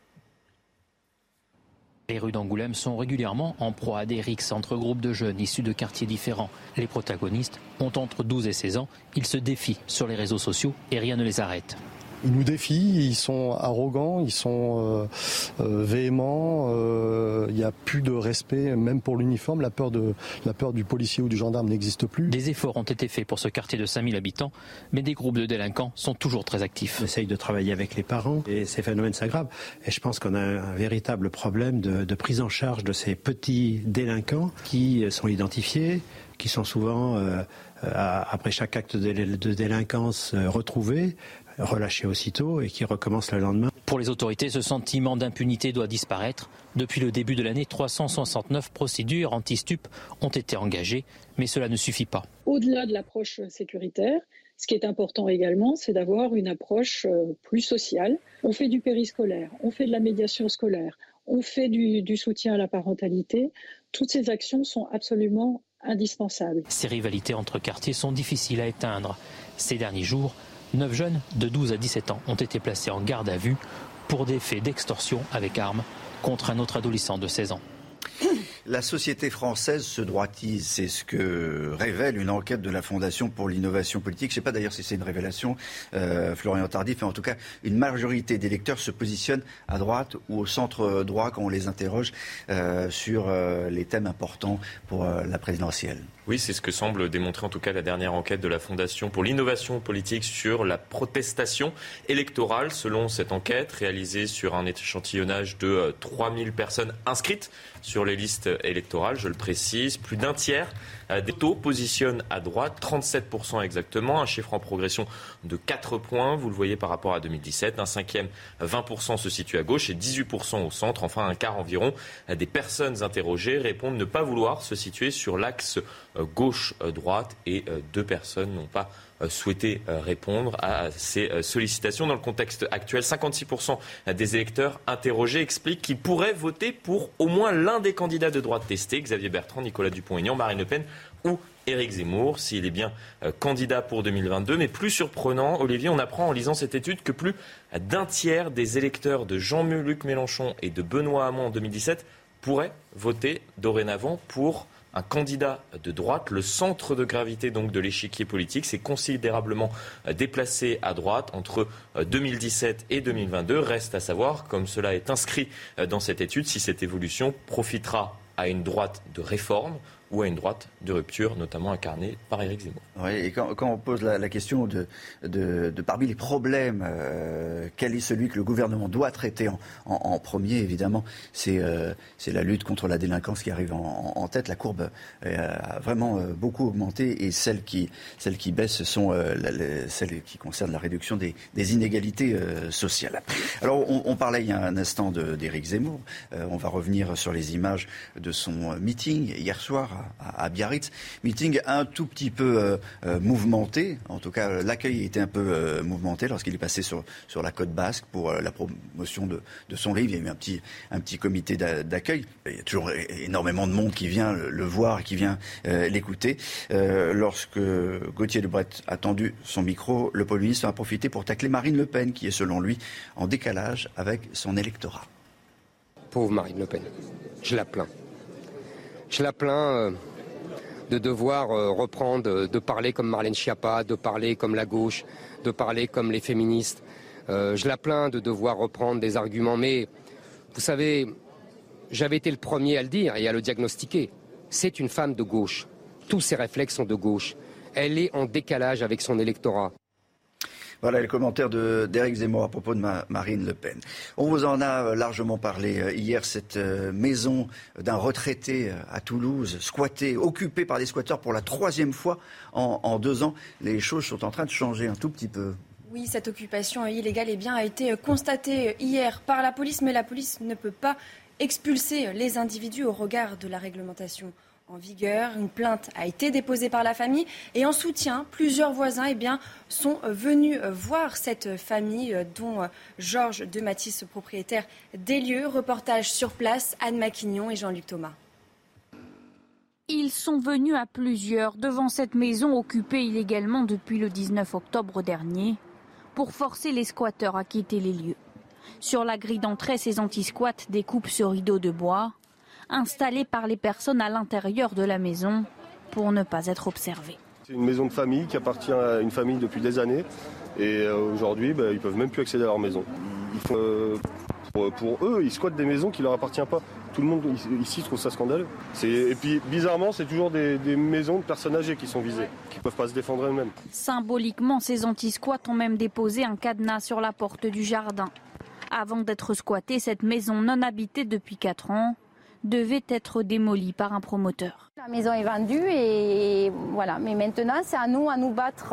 Speaker 1: Les rues d'Angoulême sont régulièrement en proie à des rixes entre groupes de jeunes issus de quartiers différents. Les protagonistes ont entre 12 et 16 ans. Ils se défient sur les réseaux sociaux et rien ne les arrête.
Speaker 5: Ils nous défient, ils sont arrogants, ils sont véhéments, il n'y a plus de respect, même pour l'uniforme, la peur du policier ou du gendarme n'existe plus.
Speaker 1: Des efforts ont été faits pour ce quartier de 5000 habitants, mais des groupes de délinquants sont toujours très actifs.
Speaker 6: On essaye de travailler avec les parents et ces phénomènes s'aggravent. Et je pense qu'on a un véritable problème de prise en charge de ces petits délinquants qui sont identifiés, qui sont souvent, après chaque acte de délinquance, retrouvés, relâchés aussitôt et qui recommencent le lendemain.
Speaker 1: Pour les autorités, ce sentiment d'impunité doit disparaître. Depuis le début de l'année, 369 procédures anti-stup ont été engagées, mais cela ne suffit pas.
Speaker 24: Au-delà de l'approche sécuritaire, ce qui est important également, c'est d'avoir une approche plus sociale. On fait du périscolaire, on fait de la médiation scolaire, on fait du soutien à la parentalité. Toutes ces actions sont absolument indispensables.
Speaker 1: Ces rivalités entre quartiers sont difficiles à éteindre. Ces derniers jours, 9 jeunes de 12 à 17 ans ont été placés en garde à vue pour des faits d'extorsion avec arme contre un autre adolescent de 16 ans.
Speaker 2: La société française se droitise, c'est ce que révèle une enquête de la Fondation pour l'innovation politique. Je ne sais pas d'ailleurs si c'est une révélation, Florian Tardif, mais en tout cas, une majorité d'électeurs se positionnent à droite ou au centre droit quand on les interroge sur les thèmes importants pour la présidentielle.
Speaker 14: Oui, c'est ce que semble démontrer en tout cas la dernière enquête de la Fondation pour l'innovation politique sur la protestation électorale. Selon cette enquête réalisée sur un échantillonnage de 3000 personnes inscrites sur les listes électorales, je le précise, plus d'un tiers des taux positionnent à droite, 37% exactement, un chiffre en progression de 4 points, vous le voyez par rapport à 2017, un cinquième, 20% se situe à gauche et 18% au centre, enfin un quart environ des personnes interrogées répondent ne pas vouloir se situer sur l'axe gauche-droite et 2 personnes n'ont pas souhaité répondre à ces sollicitations. Dans le contexte actuel, 56% des électeurs interrogés expliquent qu'ils pourraient voter pour au moins l'un des candidats de droite testés, Xavier Bertrand, Nicolas Dupont-Aignan, Marine Le Pen ou Éric Zemmour, s'il est bien candidat pour 2022. Mais plus surprenant, Olivier, on apprend en lisant cette étude que plus d'un tiers des électeurs de Jean-Luc Mélenchon et de Benoît Hamon en 2017 pourraient voter dorénavant pour un candidat de droite. Le centre de gravité donc de l'échiquier politique s'est considérablement déplacé à droite entre 2017 et 2022. Reste à savoir, comme cela est inscrit dans cette étude, si cette évolution profitera à une droite de réforme ou à une droite de rupture, notamment incarnée par Éric Zemmour.
Speaker 2: Oui, et quand on pose la question de parmi les problèmes, quel est celui que le gouvernement doit traiter en premier, évidemment, c'est la lutte contre la délinquance qui arrive en tête. La courbe a vraiment beaucoup augmenté et celles qui baissent sont celles qui concernent la réduction des inégalités sociales. Alors, on parlait il y a un instant d'Éric Zemmour. On va revenir sur les images de son meeting hier soir à Biarritz. Meeting un tout petit peu mouvementé. En tout cas, l'accueil était un peu mouvementé lorsqu'il est passé sur la côte basque pour la promotion de son livre. Il y a eu un petit comité d'accueil. Il y a toujours énormément de monde qui vient le voir et qui vient l'écouter. Lorsque Gauthier Lebret a tendu son micro, le Premier ministre en a profité pour tacler Marine Le Pen, qui est selon lui en décalage avec son électorat.
Speaker 11: Pauvre Marine Le Pen, je la plains. Je la plains de devoir reprendre, de parler comme Marlène Schiappa, de parler comme la gauche, de parler comme les féministes. Je la plains de devoir reprendre des arguments. Mais vous savez, j'avais été le premier à le dire et à le diagnostiquer. C'est une femme de gauche. Tous ses réflexes sont de gauche. Elle est en décalage avec son électorat.
Speaker 2: Voilà le commentaire d'Éric Zemmour à propos de Marine Le Pen. On vous en a largement parlé hier, cette maison d'un retraité à Toulouse, squattée, occupée par des squatteurs pour la 3e fois en 2 ans. Les choses sont en train de changer un tout petit peu.
Speaker 3: Oui, cette occupation illégale a été constatée hier par la police, mais la police ne peut pas expulser les individus au regard de la réglementation en vigueur. Une plainte a été déposée par la famille et en soutien, plusieurs voisins sont venus voir cette famille, dont Georges de Matisse, propriétaire des lieux. Reportage sur place, Anne Maquignon et Jean-Luc Thomas.
Speaker 10: Ils sont venus à plusieurs devant cette maison occupée illégalement depuis le 19 octobre dernier pour forcer les squatteurs à quitter les lieux. Sur la grille d'entrée, ces anti-squats découpent ce rideau de bois installé par les personnes à l'intérieur de la maison pour ne pas être observés.
Speaker 8: C'est une maison de famille qui appartient à une famille depuis des années et aujourd'hui ils ne peuvent même plus accéder à leur maison. Pour eux, ils squattent des maisons qui ne leur appartiennent pas. Tout le monde ici trouve ça scandaleux. Et puis bizarrement, c'est toujours des maisons de personnes âgées qui sont visées, qui ne peuvent pas se défendre elles-mêmes.
Speaker 10: Symboliquement, ces anti-squats ont même déposé un cadenas sur la porte du jardin. Avant d'être squattée, cette maison non habitée depuis 4 ans devait être démolie par un promoteur.
Speaker 9: La maison est vendue et voilà. Mais maintenant, c'est à nous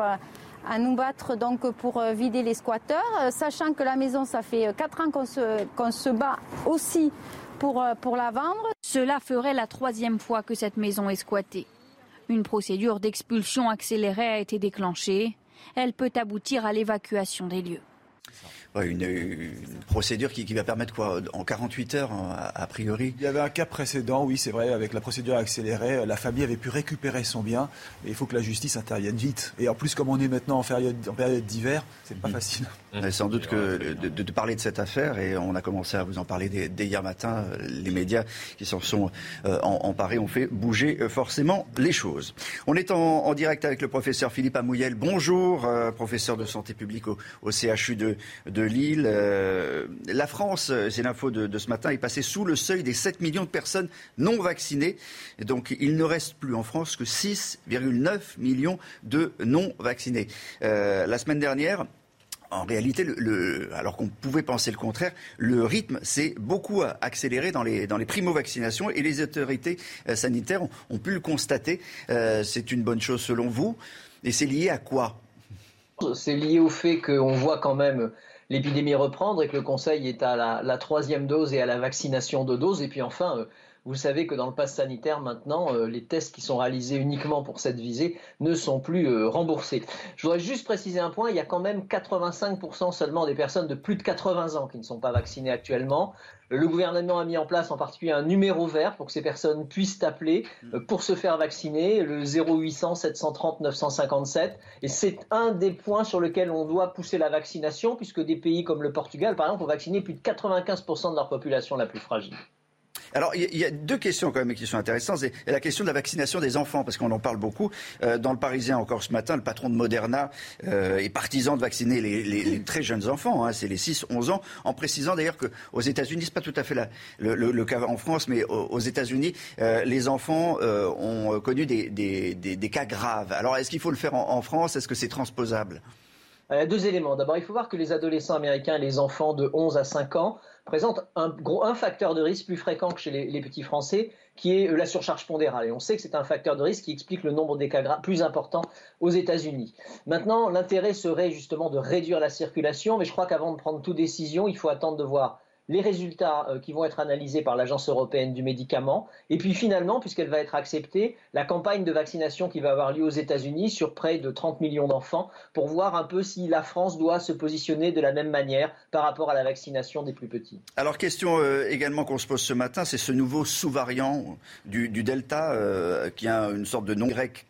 Speaker 9: battre donc pour vider les squatteurs, sachant que la maison, ça fait 4 ans qu'on se bat aussi pour la vendre.
Speaker 10: Cela ferait la 3e fois que cette maison est squattée. Une procédure d'expulsion accélérée a été déclenchée. Elle peut aboutir à l'évacuation des lieux.
Speaker 2: Une procédure qui va permettre quoi en 48 heures, a priori?
Speaker 17: Il y avait un cas précédent, oui, c'est vrai, avec la procédure accélérée. La famille avait pu récupérer son bien. Et il faut que la justice intervienne vite. Et en plus, comme on est maintenant en période d'hiver, c'est pas facile.
Speaker 2: Sans doute que de parler de cette affaire, et on a commencé à vous en parler dès hier matin, les médias qui s'en sont emparés ont fait bouger forcément les choses. On est en direct avec le professeur Philippe Amouyel. Bonjour, professeur de santé publique au CHU de Lille. La France, c'est l'info de ce matin, est passée sous le seuil des 7 millions de personnes non vaccinées. Et donc il ne reste plus en France que 6,9 millions de non vaccinés. La semaine dernière, en réalité, alors qu'on pouvait penser le contraire, le rythme s'est beaucoup accéléré dans les primo-vaccinations et les autorités sanitaires ont pu le constater. C'est une bonne chose selon vous. Et c'est lié à quoi ?
Speaker 12: C'est lié au fait qu'on voit quand même l'épidémie reprendre et que le Conseil est à la 3e dose et à la vaccination de doses. Et puis enfin, vous savez que dans le pass sanitaire maintenant, les tests qui sont réalisés uniquement pour cette visée ne sont plus remboursés. Je voudrais juste préciser un point, il y a quand même 85% seulement des personnes de plus de 80 ans qui ne sont pas vaccinées actuellement. Le gouvernement a mis en place en particulier un numéro vert pour que ces personnes puissent appeler pour se faire vacciner, le 0800 730 957. Et c'est un des points sur lesquels on doit pousser la vaccination, puisque des pays comme le Portugal, par exemple, ont vacciné plus de 95% de leur population la plus fragile.
Speaker 2: Alors, il y a 2 questions quand même qui sont intéressantes. C'est la question de la vaccination des enfants, parce qu'on en parle beaucoup. Dans le Parisien, encore ce matin, le patron de Moderna est partisan de vacciner les très jeunes enfants, hein, c'est les 6-11 ans, en précisant d'ailleurs qu'aux États-Unis, c'est pas tout à fait le cas en France, mais aux États-Unis, les enfants ont connu des cas graves. Alors, est-ce qu'il faut le faire en France? Est-ce que c'est transposable?
Speaker 12: Il y a 2 éléments. D'abord, il faut voir que les adolescents américains et les enfants de 11 à 5 ans présentent un facteur de risque plus fréquent que chez les petits Français, qui est la surcharge pondérale. Et on sait que c'est un facteur de risque qui explique le nombre des cas plus important aux États-Unis. Maintenant, l'intérêt serait justement de réduire la circulation, mais je crois qu'avant de prendre toute décision, il faut attendre de voir les résultats qui vont être analysés par l'Agence européenne du médicament. Et puis finalement, puisqu'elle va être acceptée, la campagne de vaccination qui va avoir lieu aux États-Unis sur près de 30 millions d'enfants pour voir un peu si la France doit se positionner de la même manière par rapport à la vaccination des plus petits.
Speaker 2: Alors, question également qu'on se pose ce matin, c'est ce nouveau sous-variant du Delta qui a une sorte de nom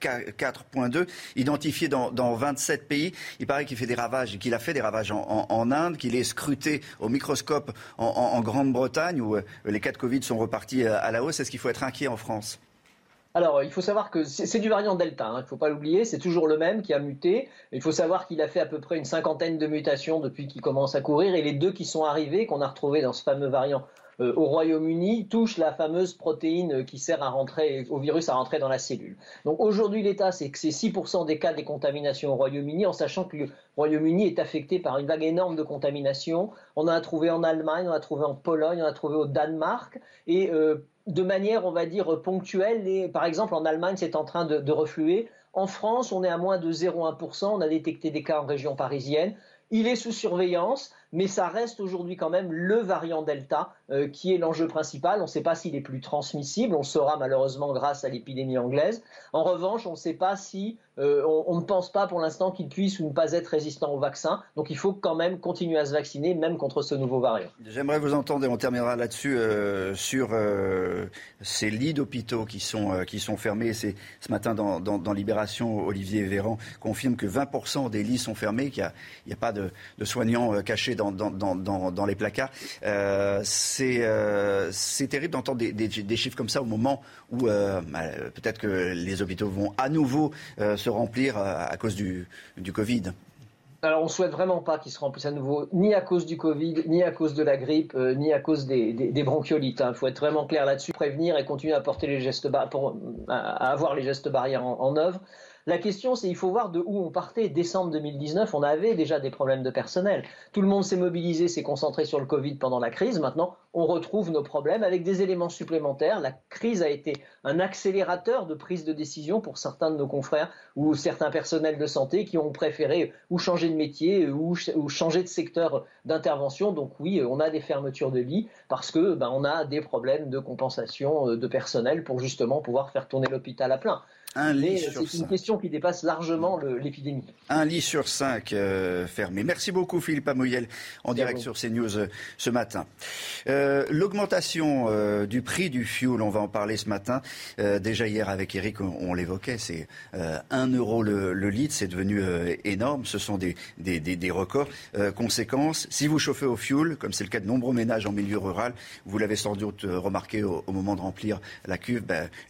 Speaker 2: Y4.2 identifié dans 27 pays. Il paraît qu'il fait des ravages, qu'il a fait des ravages en Inde, qu'il est scruté au microscope en Grande-Bretagne, où les cas de Covid sont repartis à la hausse. Est-ce qu'il faut être inquiet en France ?
Speaker 12: Alors, il faut savoir que c'est du variant Delta, hein, il ne faut pas l'oublier, c'est toujours le même qui a muté. Il faut savoir qu'il a fait à peu près une 50aine de mutations depuis qu'il commence à courir, et les 2 qui sont arrivés, qu'on a retrouvés dans ce fameux variant au Royaume-Uni, touchent la fameuse protéine qui sert au virus à rentrer dans la cellule. Donc aujourd'hui, l'état, c'est que c'est 6% des cas de décontamination au Royaume-Uni, en sachant que le Royaume-Uni est affecté par une vague énorme de contamination. On en a trouvé en Allemagne, on en a trouvé en Pologne, on en a trouvé au Danemark, et de manière, on va dire, ponctuelle. Par exemple, en Allemagne, c'est en train de refluer. En France, on est à moins de 0,1%. On a détecté des cas en région parisienne. Il est sous surveillance, mais ça reste aujourd'hui quand même le variant Delta qui est l'enjeu principal. On ne sait pas s'il est plus transmissible, on le saura malheureusement grâce à l'épidémie anglaise. En revanche, on ne sait pas si, on ne pense pas pour l'instant qu'il puisse ou ne pas être résistant au vaccin. Donc il faut quand même continuer à se vacciner, même contre ce nouveau variant.
Speaker 2: J'aimerais vous entendre, et on terminera là-dessus, sur ces lits d'hôpitaux qui sont fermés. C'est ce matin dans Libération, Olivier Véran confirme que 20% des lits sont fermés, qu'il n'y a pas de soignants cachés dans les placards. C'est terrible d'entendre des chiffres comme ça au moment où peut-être que les hôpitaux vont à nouveau se remplir à cause du Covid.
Speaker 12: Alors on ne souhaite vraiment pas qu'ils se remplissent à nouveau, ni à cause du Covid, ni à cause de la grippe, ni à cause des bronchiolites. Il faut être vraiment clair là-dessus, prévenir et continuer à porter les gestes à avoir les gestes barrières en œuvre. La question, c'est qu'il faut voir de où on partait. Décembre 2019, on avait déjà des problèmes de personnel. Tout le monde s'est mobilisé, s'est concentré sur le Covid pendant la crise. Maintenant, on retrouve nos problèmes avec des éléments supplémentaires. La crise a été un accélérateur de prise de décision pour certains de nos confrères ou certains personnels de santé qui ont préféré ou changer de métier ou changer de secteur d'intervention. Donc oui, on a des fermetures de lits parce que on a des problèmes de compensation de personnel pour justement pouvoir faire tourner l'hôpital à plein. C'est une question qui dépasse largement l'épidémie.
Speaker 2: 1 lit sur 5 fermé. Merci beaucoup Philippe Amouyel en direct sur CNews ce matin. L'augmentation du prix du fioul, on va en parler ce matin. Déjà hier avec Eric, on l'évoquait, c'est 1 euro le litre, c'est devenu énorme. Ce sont des records. Conséquence, si vous chauffez au fioul, comme c'est le cas de nombreux ménages en milieu rural, vous l'avez sans doute remarqué au moment de remplir la cuve,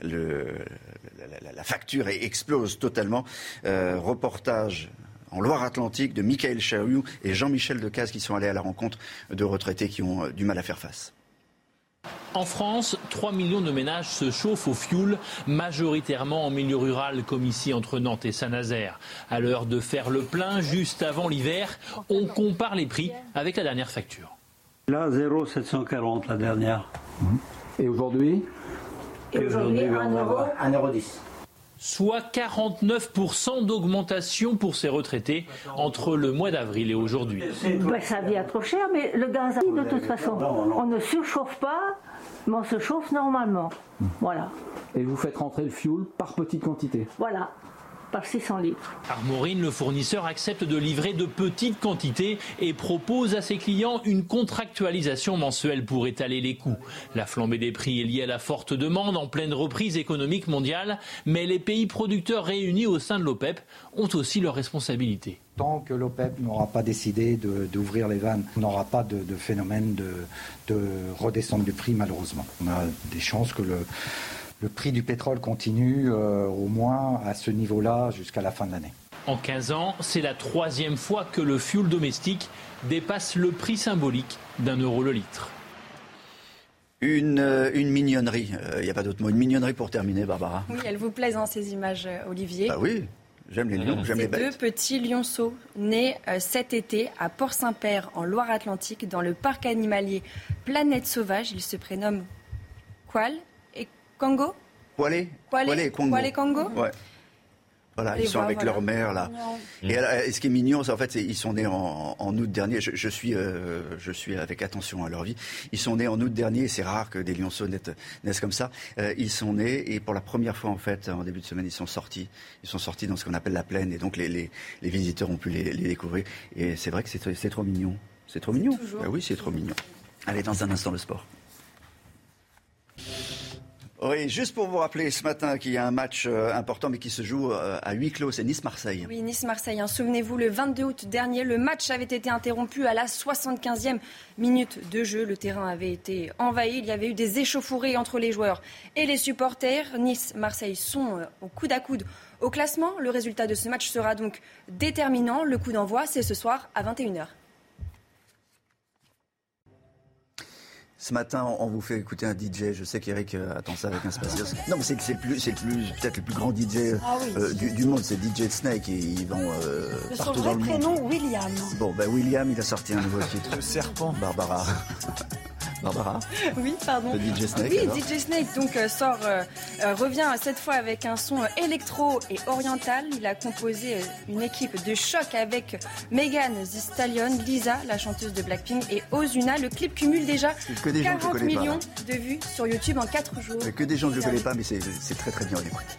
Speaker 2: la facture explose totalement. Reportage en Loire-Atlantique de Michael Chaoux et Jean-Michel Decaze qui sont allés à la rencontre de retraités qui ont du mal à faire face.
Speaker 1: En France, 3 millions de ménages se chauffent au fioul, majoritairement en milieu rural, comme ici entre Nantes et Saint-Nazaire. À l'heure de faire le plein, juste avant l'hiver, on compare les prix avec la dernière facture.
Speaker 4: Là, 0,740 la dernière.
Speaker 7: Et aujourd'hui ?
Speaker 4: Et aujourd'hui,
Speaker 7: 1,10 €.
Speaker 1: Soit 49% d'augmentation pour ces retraités entre le mois d'avril et aujourd'hui.
Speaker 13: Ça devient trop cher, mais le gaz, de toute façon, on ne surchauffe pas, mais on se chauffe normalement. Voilà.
Speaker 7: Et vous faites rentrer le fioul par petite quantité.
Speaker 13: Voilà. Par 600 litres.
Speaker 1: Armorine, le fournisseur, accepte de livrer de petites quantités et propose à ses clients une contractualisation mensuelle pour étaler les coûts. La flambée des prix est liée à la forte demande en pleine reprise économique mondiale, mais les pays producteurs réunis au sein de l'OPEP ont aussi leurs responsabilités.
Speaker 15: Tant que l'OPEP n'aura pas décidé d'ouvrir les vannes, on n'aura pas de phénomène de redescente du prix malheureusement. On a des chances que le prix du pétrole continue au moins à ce niveau-là jusqu'à la fin de l'année.
Speaker 1: En 15 ans, c'est la 3e fois que le fioul domestique dépasse le prix symbolique d'1 euro le litre.
Speaker 2: Une mignonnerie, il n'y a pas d'autre mot, une mignonnerie pour terminer, Barbara.
Speaker 3: Oui, elles vous plaisent ces images, Olivier.
Speaker 2: Bah oui, j'aime les lions, j'aime les bêtes. 2
Speaker 3: petits lionceaux nés cet été à Port-Saint-Père en Loire-Atlantique dans le parc animalier Planète Sauvage. Ils se prénomment Qual et Congo.
Speaker 2: Qual et Congo.
Speaker 3: Qual et Congo.
Speaker 2: Ouais. Voilà, ils sont avec leur mère là. Et ce qui est mignon, c'est en fait, ils sont nés en août dernier. Je suis avec attention à leur vie. Ils sont nés en août dernier. C'est rare que des lionceaux naissent comme ça. Ils sont nés et pour la première fois en fait, en début de semaine, ils sont sortis. Ils sont sortis dans ce qu'on appelle la plaine et donc les visiteurs ont pu les découvrir. Et c'est vrai que c'est trop mignon. C'est trop mignon. Oui, c'est trop mignon. Allez, dans un instant le sport. Oui, juste pour vous rappeler ce matin qu'il y a un match important mais qui se joue à huis clos, c'est Nice-Marseille.
Speaker 3: Oui, Nice-Marseille, souvenez-vous, le 22 août dernier, le match avait été interrompu à la 75e minute de jeu. Le terrain avait été envahi, il y avait eu des échauffourées entre les joueurs et les supporters. Nice-Marseille sont au coude à coude au classement. Le résultat de ce match sera donc déterminant. Le coup d'envoi, c'est ce soir à 21h.
Speaker 2: Ce matin, on vous fait écouter un DJ. Je sais qu'Eric attend ça avec impatience. Non, mais c'est peut-être le plus grand DJ du monde. C'est DJ Snake et ils vont partout dans le monde.
Speaker 20: Son vrai prénom, William.
Speaker 2: Bon, William, il a sorti un nouveau titre.
Speaker 17: Le serpent.
Speaker 2: Barbara. Barbara.
Speaker 3: Oui, pardon.
Speaker 2: Le DJ Snake.
Speaker 3: Oui,
Speaker 2: alors.
Speaker 3: DJ Snake revient cette fois avec un son électro et oriental. Il a composé une équipe de choc avec Megan Thee Stallion, Lisa, la chanteuse de Blackpink, et Ozuna. Le clip cumule déjà 40 millions de vues sur YouTube en 4 jours.
Speaker 2: Que des gens que je ne connais pas, mais c'est très très bien, on écoute.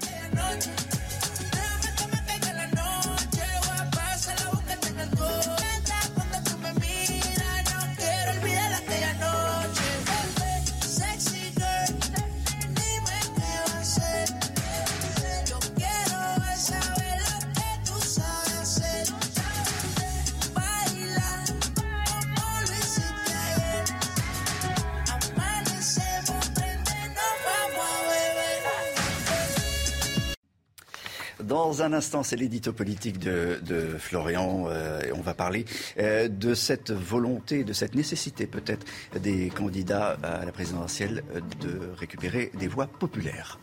Speaker 2: Dans un instant, c'est l'édito politique de Florian. Et on va parler de cette volonté, de cette nécessité peut-être des candidats à la présidentielle de récupérer des voix populaires.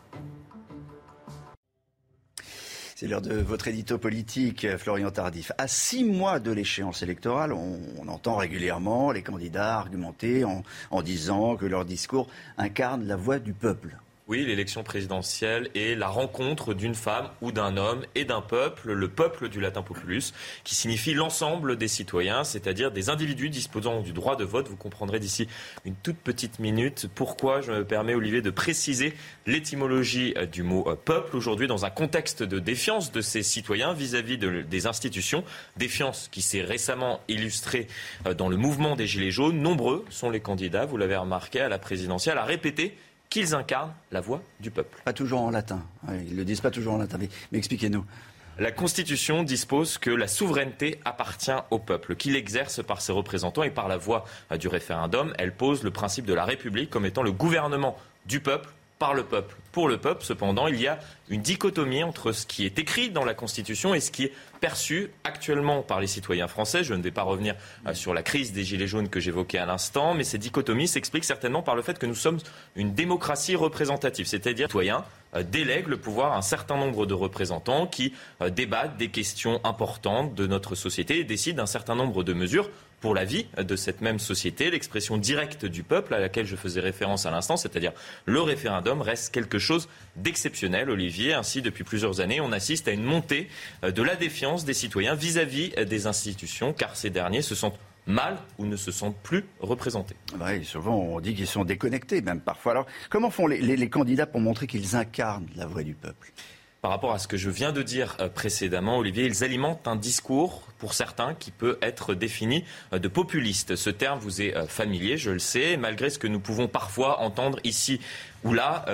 Speaker 2: C'est l'heure de votre édito politique, Florian Tardif. À 6 mois de l'échéance électorale, on entend régulièrement les candidats argumenter en disant que leur discours incarne la voix du peuple.
Speaker 14: Oui, l'élection présidentielle est la rencontre d'une femme ou d'un homme et d'un peuple, le peuple du latin populus, qui signifie l'ensemble des citoyens, c'est-à-dire des individus disposant du droit de vote. Vous comprendrez d'ici une toute petite minute pourquoi je me permets, Olivier, de préciser l'étymologie du mot peuple aujourd'hui dans un contexte de défiance de ces citoyens vis-à-vis des institutions. Défiance qui s'est récemment illustrée dans le mouvement des Gilets jaunes. Nombreux sont les candidats, vous l'avez remarqué, à la présidentielle, à répéter qu'ils incarnent la voix du peuple.
Speaker 2: Pas toujours en latin. Ils ne le disent pas toujours en latin. Mais expliquez-nous.
Speaker 14: La Constitution dispose que la souveraineté appartient au peuple, qu'il exerce par ses représentants et par la voie du référendum. Elle pose le principe de la République comme étant le gouvernement du peuple, par le peuple, pour le peuple. Cependant, il y a une dichotomie entre ce qui est écrit dans la Constitution et ce qui est perçu actuellement par les citoyens français. Je ne vais pas revenir sur la crise des Gilets jaunes que j'évoquais à l'instant, mais cette dichotomie s'explique certainement par le fait que nous sommes une démocratie représentative, c'est-à-dire que les citoyens délèguent le pouvoir à un certain nombre de représentants qui débattent des questions importantes de notre société et décident d'un certain nombre de mesures pour la vie de cette même société. L'expression directe du peuple à laquelle je faisais référence à l'instant, c'est-à-dire le référendum, reste quelque chose d'exceptionnel, Olivier. Ainsi, depuis plusieurs années, on assiste à une montée de la défiance des citoyens vis-à-vis des institutions, car ces derniers se sentent mal ou ne se sentent plus représentés.
Speaker 2: Oui, souvent on dit qu'ils sont déconnectés, même parfois. Alors, comment font les candidats pour montrer qu'ils incarnent la voix du peuple ?
Speaker 14: Par rapport à ce que je viens de dire précédemment, Olivier, ils alimentent un discours, pour certains, qui peut être défini de populiste. Ce terme vous est familier, je le sais, malgré ce que nous pouvons parfois entendre ici ou là.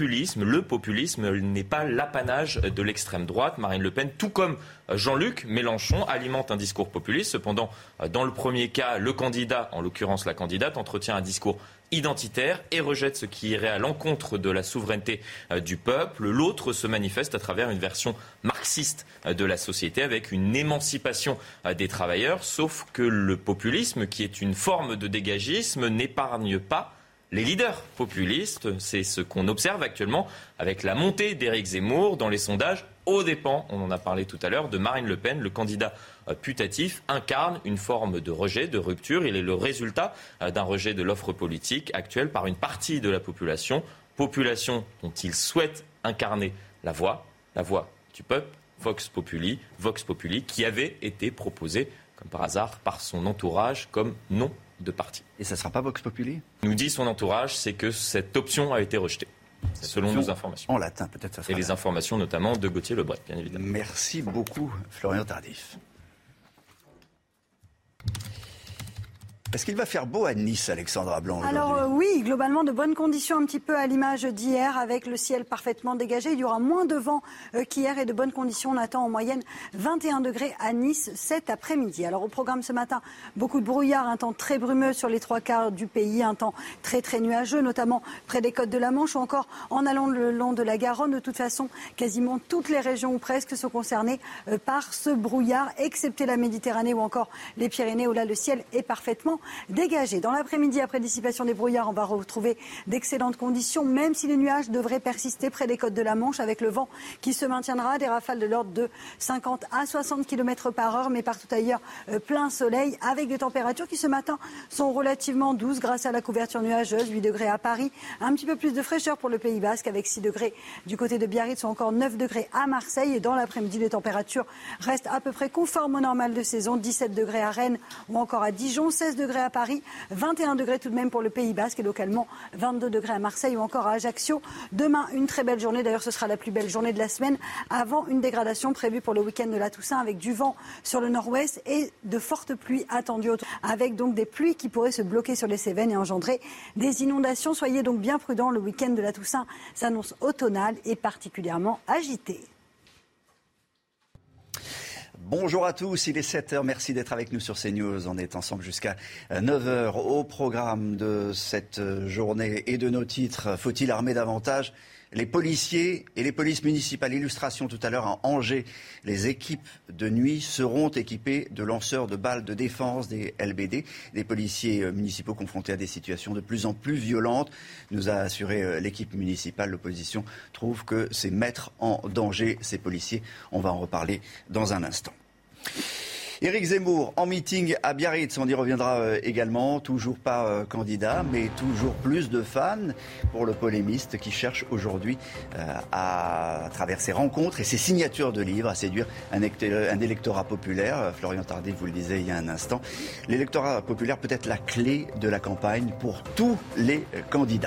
Speaker 14: Le populisme n'est pas l'apanage de l'extrême droite. Marine Le Pen, tout comme Jean-Luc Mélenchon, alimente un discours populiste. Cependant, dans le premier cas, le candidat, en l'occurrence la candidate, entretient un discours identitaire et rejette ce qui irait à l'encontre de la souveraineté du peuple. L'autre se manifeste à travers une version marxiste de la société avec une émancipation des travailleurs, sauf que le populisme, qui est une forme de dégagisme, n'épargne pas les leaders populistes. C'est ce qu'on observe actuellement avec la montée d'Éric Zemmour dans les sondages aux dépens, on en a parlé tout à l'heure, de Marine Le Pen. Le candidat putatif incarne une forme de rejet, de rupture. Il est le résultat d'un rejet de l'offre politique actuelle par une partie de la population dont il souhaite incarner la voix du peuple, Vox Populi, qui avait été proposé, comme par hasard, par son entourage comme nom de parti.
Speaker 2: Et ça ne sera pas Vox Populi ?
Speaker 14: Nous dit son entourage, c'est que cette option a été rejetée. Selon nos informations.
Speaker 2: En latin, peut-être ça sera.
Speaker 14: Et les informations notamment de Gauthier Lebret, bien évidemment.
Speaker 2: Merci beaucoup, Florian Tardif. Est-ce qu'il va faire beau à Nice, Alexandra Blanc, aujourd'hui ?
Speaker 20: Alors oui, globalement de bonnes conditions, un petit peu à l'image d'hier, avec le ciel parfaitement dégagé. Il y aura moins de vent qu'hier et de bonnes conditions. On attend en moyenne 21 degrés à Nice cet après-midi. Alors au programme ce matin, beaucoup de brouillard, un temps très brumeux sur les 3/4 du pays, un temps très très nuageux, notamment près des côtes de la Manche ou encore en allant le long de la Garonne. De toute façon, quasiment toutes les régions ou presque sont concernées par ce brouillard, excepté la Méditerranée ou encore les Pyrénées, où là le ciel est parfaitement dégagé. Dans l'après-midi, après dissipation des brouillards, on va retrouver d'excellentes conditions, même si les nuages devraient persister près des côtes de la Manche, avec le vent qui se maintiendra, des rafales de l'ordre de 50 à 60 km par heure, mais partout ailleurs, plein soleil, avec des températures qui ce matin sont relativement douces grâce à la couverture nuageuse. 8 degrés à Paris, un petit peu plus de fraîcheur pour le Pays Basque, avec 6 degrés du côté de Biarritz ou encore 9 degrés à Marseille. Et dans l'après-midi, les températures restent à peu près conformes au normal de saison. 17 degrés à Rennes ou encore à Dijon, 16 degrés à Paris, 21 degrés tout de même pour le Pays Basque et localement 22 degrés à Marseille ou encore à Ajaccio. Demain, une très belle journée. D'ailleurs, ce sera la plus belle journée de la semaine avant une dégradation prévue pour le week-end de la Toussaint avec du vent sur le nord-ouest et de fortes pluies attendues avec donc des pluies qui pourraient se bloquer sur les Cévennes et engendrer des inondations. Soyez donc bien prudents. Le week-end de la Toussaint s'annonce automnal et particulièrement agité.
Speaker 2: Bonjour à tous, il est 7h, merci d'être avec nous sur CNews. On est ensemble jusqu'à 9h au programme de cette journée et de nos titres. Faut-il armer davantage les policiers et les polices municipales? Illustration tout à l'heure à Angers. Les équipes de nuit seront équipées de lanceurs de balles de défense, des LBD. Des policiers municipaux confrontés à des situations de plus en plus violentes. Nous a assuré l'équipe municipale. L'opposition trouve que c'est mettre en danger ces policiers. On va en reparler dans un instant. Éric Zemmour en meeting à Biarritz, on y reviendra également, toujours pas candidat, mais toujours plus de fans pour le polémiste qui cherche aujourd'hui à travers ses rencontres et ses signatures de livres à séduire un électorat populaire. Florian Tardif vous le disait il y a un instant, l'électorat populaire peut être la clé de la campagne pour tous les candidats.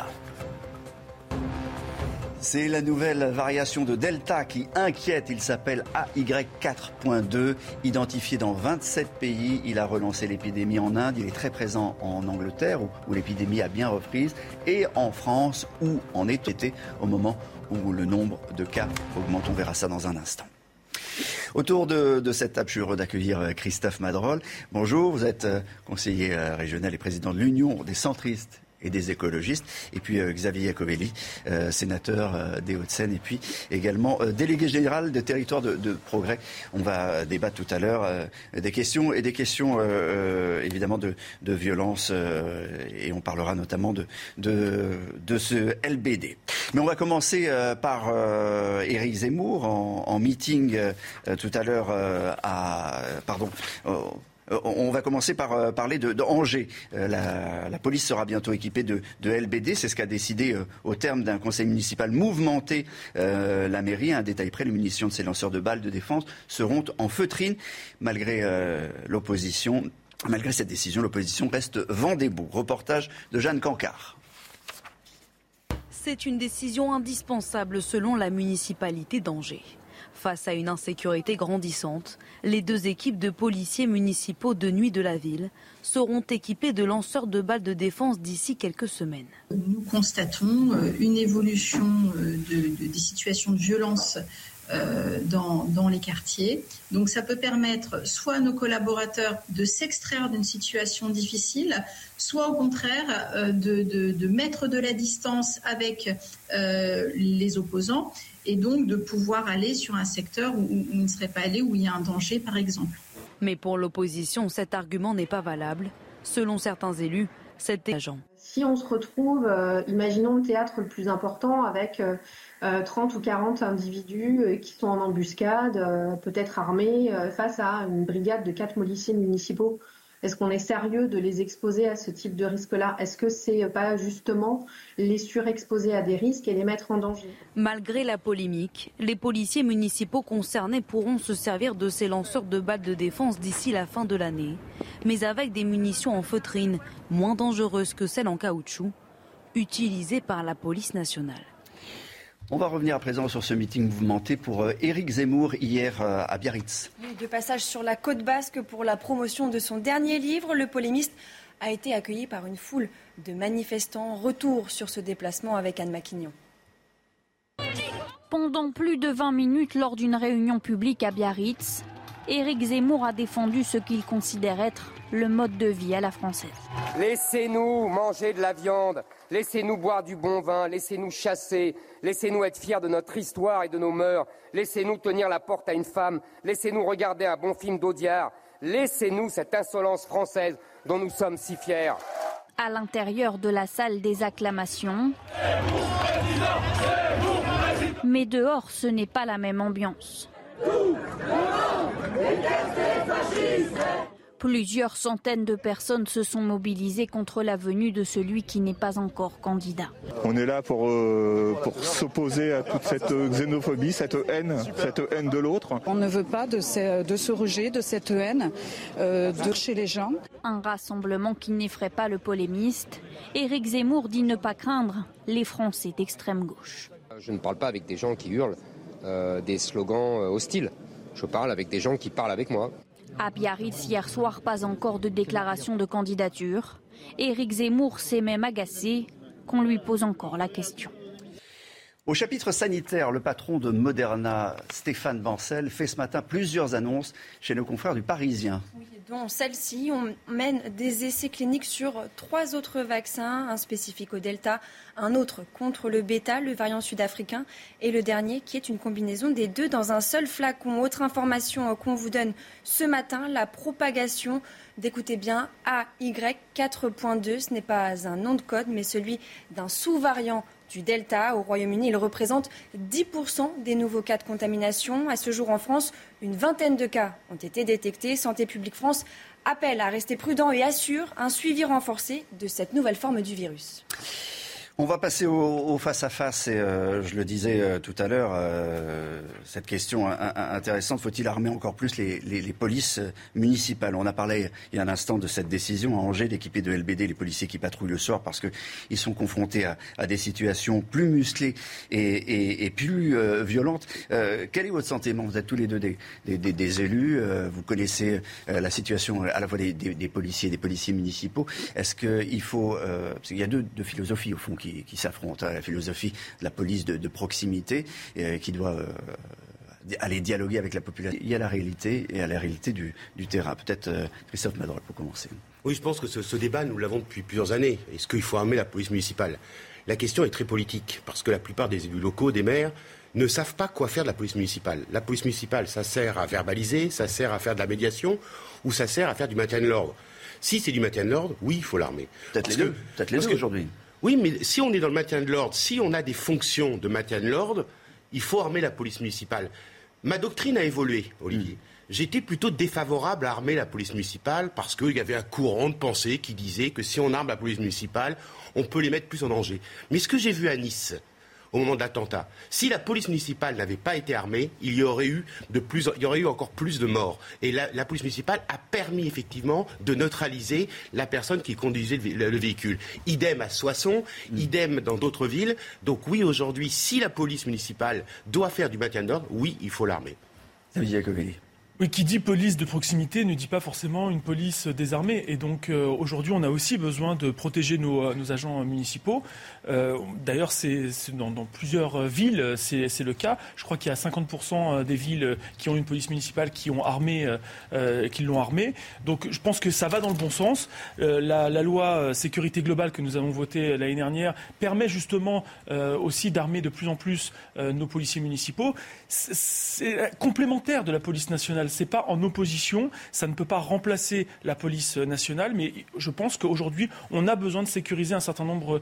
Speaker 2: C'est la nouvelle variation de Delta qui inquiète. Il s'appelle AY4.2. Identifié dans 27 pays, il a relancé l'épidémie en Inde. Il est très présent en Angleterre où l'épidémie a bien reprise et en France où en est été au moment où le nombre de cas augmente. On verra ça dans un instant. Autour de cette table, je suis heureux d'accueillir Christophe Madrol. Bonjour, vous êtes conseiller régional et président de l'Union des centristes et des écologistes, et puis Xavier Iacovelli, sénateur des Hauts-de-Seine, et puis également délégué général de territoire de progrès. On va débattre tout à l'heure des questions évidemment de violence, et on parlera notamment de ce LBD. Mais on va commencer par Éric Zemmour en meeting tout à l'heure on va commencer par parler de Angers. La police sera bientôt équipée de LBD. C'est ce qu'a décidé au terme d'un conseil municipal mouvementé la mairie. Un détail près, les munitions de ces lanceurs de balles de défense seront en feutrine. Malgré cette décision, l'opposition reste vent debout. Reportage de Jeanne Cancard.
Speaker 16: C'est une décision indispensable selon la municipalité d'Angers. Face à une insécurité grandissante, les deux équipes de policiers municipaux de nuit de la ville seront équipées de lanceurs de balles de défense d'ici quelques semaines.
Speaker 18: Nous constatons une évolution des situations de violence dans les quartiers. Donc ça peut permettre soit à nos collaborateurs de s'extraire d'une situation difficile, soit au contraire de mettre de la distance avec les opposants et donc de pouvoir aller sur un secteur où on ne serait pas allé, où il y a un danger par exemple.
Speaker 16: Mais pour l'opposition, cet argument n'est pas valable. Selon certains élus, c'est agent.
Speaker 19: Si on se retrouve, imaginons le théâtre le plus important avec 30 ou 40 individus qui sont en embuscade, peut-être armés, face à une brigade de 4 policiers municipaux. Est-ce qu'on est sérieux de les exposer à ce type de risque-là? Est-ce que c'est pas justement les surexposer à des risques et les mettre en danger?
Speaker 16: Malgré la polémique, les policiers municipaux concernés pourront se servir de ces lanceurs de balles de défense d'ici la fin de l'année, mais avec des munitions en feutrine moins dangereuses que celles en caoutchouc, utilisées par la police nationale.
Speaker 2: On va revenir à présent sur ce meeting mouvementé pour Éric Zemmour hier à Biarritz.
Speaker 3: De passage sur la côte basque pour la promotion de son dernier livre, le polémiste a été accueilli par une foule de manifestants. Retour sur ce déplacement avec Anne Maquignon.
Speaker 10: Pendant plus de 20 minutes lors d'une réunion publique à Biarritz, Éric Zemmour a défendu ce qu'il considère être le mode de vie à la française.
Speaker 11: Laissez-nous manger de la viande, laissez-nous boire du bon vin, laissez-nous chasser, laissez-nous être fiers de notre histoire et de nos mœurs, laissez-nous tenir la porte à une femme, laissez-nous regarder un bon film d'Audiard, Laissez-nous cette insolence française dont nous sommes si fiers.
Speaker 10: À l'intérieur de la salle des acclamations. Mais dehors, ce n'est pas la même ambiance. Plusieurs centaines de personnes se sont mobilisées contre la venue de celui qui n'est pas encore candidat.
Speaker 5: On est là pour s'opposer à toute cette xénophobie, cette haine de l'autre.
Speaker 21: On ne veut pas de ce rejet, de cette haine de chez les gens.
Speaker 10: Un rassemblement qui n'effraie pas le polémiste. Éric Zemmour dit ne pas craindre les Français d'extrême gauche.
Speaker 11: Je ne parle pas avec des gens qui hurlent des slogans hostiles. Je parle avec des gens qui parlent avec moi.
Speaker 10: À Biarritz, hier soir, pas encore de déclaration de candidature. Éric Zemmour s'est même agacé qu'on lui pose encore la question.
Speaker 2: Au chapitre sanitaire, le patron de Moderna, Stéphane Bancel, fait ce matin plusieurs annonces chez nos confrères du Parisien.
Speaker 3: Oui, dont celle-ci, on mène des essais cliniques sur 3 autres vaccins, un spécifique au Delta, un autre contre le Beta, le variant sud-africain, et le dernier qui est une combinaison des deux dans un seul flacon. Autre information qu'on vous donne ce matin, la propagation d'écoutez bien, AY4.2. Ce n'est pas un nom de code, mais celui d'un sous-variant du Delta. Au Royaume-Uni, il représente 10% des nouveaux cas de contamination. À ce jour en France, une vingtaine de cas ont été détectés. Santé publique France appelle à rester prudent et assure un suivi renforcé de cette nouvelle forme du virus.
Speaker 2: On va passer au face-à-face et je le disais tout à l'heure, cette question intéressante, faut-il armer encore plus les polices municipales? On a parlé il y a un instant de cette décision à Angers d'équiper de LBD les policiers qui patrouillent le soir parce qu'ils sont confrontés à des situations plus musclées et plus violentes. Quel est votre sentiment? Vous êtes tous les deux des élus, vous connaissez la situation à la fois des policiers et des policiers municipaux. Est-ce qu'il faut... parce qu'il y a deux philosophies au fond qui s'affrontent, la philosophie de la police de proximité qui doit aller dialoguer avec la population. Il y a la réalité et à la réalité du terrain. Peut-être Christophe Madrol pour commencer.
Speaker 22: Oui, je pense que ce débat, nous l'avons depuis plusieurs années. Est-ce qu'il faut armer la police municipale? La question est très politique parce que la plupart des élus locaux, des maires, ne savent pas quoi faire de la police municipale. La police municipale, ça sert à verbaliser, ça sert à faire de la médiation ou ça sert à faire du maintien de l'ordre. Si c'est du maintien de l'ordre, oui, il faut l'armer.
Speaker 2: Peut-être les deux aujourd'hui.
Speaker 22: Oui, mais si on est dans le maintien de l'ordre, si on a des fonctions de maintien de l'ordre, il faut armer la police municipale. Ma doctrine a évolué, Olivier. J'étais plutôt défavorable à armer la police municipale parce qu'il y avait un courant de pensée qui disait que si on arme la police municipale, on peut les mettre plus en danger. Mais ce que j'ai vu à Nice, au moment de l'attentat, si la police municipale n'avait pas été armée, il y aurait eu encore plus de morts. Et la police municipale a permis effectivement de neutraliser la personne qui conduisait le véhicule. Idem à Soissons, idem dans d'autres villes. Donc oui, aujourd'hui, si la police municipale doit faire du maintien de l'ordre, oui, il faut l'armer.
Speaker 23: Oui, qui dit police de proximité ne dit pas forcément une police désarmée. Et donc aujourd'hui, on a aussi besoin de protéger nos agents municipaux. D'ailleurs, c'est dans plusieurs villes, c'est le cas. Je crois qu'il y a 50% des villes qui ont une police municipale qui l'ont armée. Donc je pense que ça va dans le bon sens. La loi sécurité globale que nous avons votée l'année dernière permet justement aussi d'armer de plus en plus nos policiers municipaux. C'est complémentaire de la police nationale. C'est pas en opposition, ça ne peut pas remplacer la police nationale, mais je pense qu'aujourd'hui, on a besoin de sécuriser un certain nombre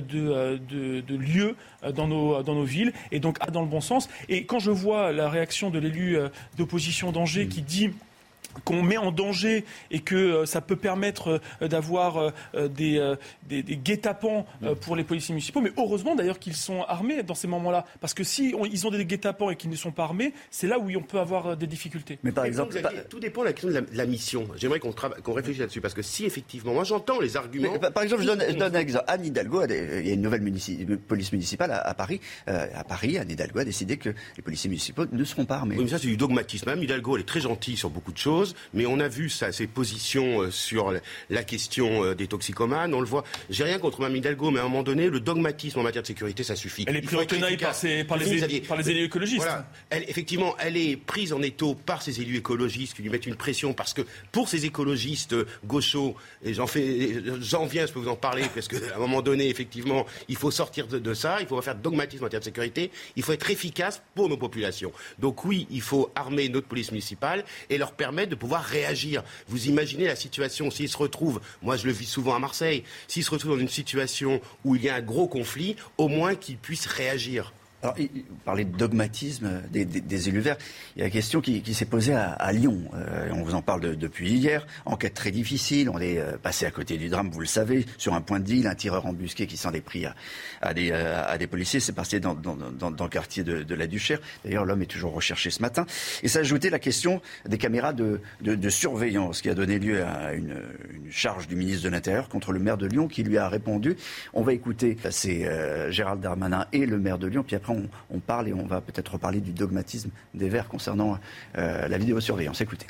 Speaker 23: de lieux dans nos villes, et donc dans le bon sens. Et quand je vois la réaction de l'élu d'opposition d'Angers qui dit qu'on met en danger et que ça peut permettre d'avoir des guet-apens pour les policiers municipaux. Mais heureusement d'ailleurs qu'ils sont armés dans ces moments-là. Parce que si ils ont des guet-apens et qu'ils ne sont pas armés, c'est là où on peut avoir des difficultés.
Speaker 22: Mais par exemple, tout dépend de la question de la mission. J'aimerais qu'on réfléchisse là-dessus. Parce que si effectivement, moi j'entends les arguments...
Speaker 2: Mais, par exemple, je donne un exemple. Anne Hidalgo, il y a une nouvelle police municipale à Paris. Anne Hidalgo a décidé que les policiers municipaux ne seront pas armés.
Speaker 22: Oui, mais ça c'est du dogmatisme. Anne Hidalgo, elle est très gentille sur beaucoup de choses. Mais on a vu ses positions sur la question des toxicomanes. On le voit. J'ai rien contre Mme Hidalgo, mais à un moment donné, le dogmatisme en matière de sécurité, ça suffit.
Speaker 23: Elle est prise en tenaille par les élus écologistes. Voilà.
Speaker 22: Effectivement, elle est prise en étau par ces élus écologistes qui lui mettent une pression parce que pour ces écologistes gauchos, et j'en viens, je peux vous en parler, parce qu'à un moment donné, effectivement, il faut sortir de ça. Il faut faire dogmatisme en matière de sécurité. Il faut être efficace pour nos populations. Donc oui, il faut armer notre police municipale et leur permettre permettre de pouvoir réagir. Vous imaginez la situation, s'il se retrouve, moi je le vis souvent à Marseille, s'il se retrouve dans une situation où il y a un gros conflit, au moins qu'il puisse réagir.
Speaker 2: Alors, vous parlez de dogmatisme des élus verts. Il y a la question qui s'est posée à Lyon. On vous en parle depuis hier. Enquête très difficile. On est passé à côté du drame, vous le savez, sur un point de deal, un tireur embusqué qui s'en est pris à des policiers. C'est passé dans le quartier de la Duchère. D'ailleurs, l'homme est toujours recherché ce matin. Et ça ajoutait la question des caméras de surveillance qui a donné lieu à une charge du ministre de l'Intérieur contre le maire de Lyon qui lui a répondu. On va écouter, c'est Gérald Darmanin et le maire de Lyon. Puis après, on parle et on va peut-être reparler du dogmatisme des Verts concernant la vidéosurveillance. Écoutez.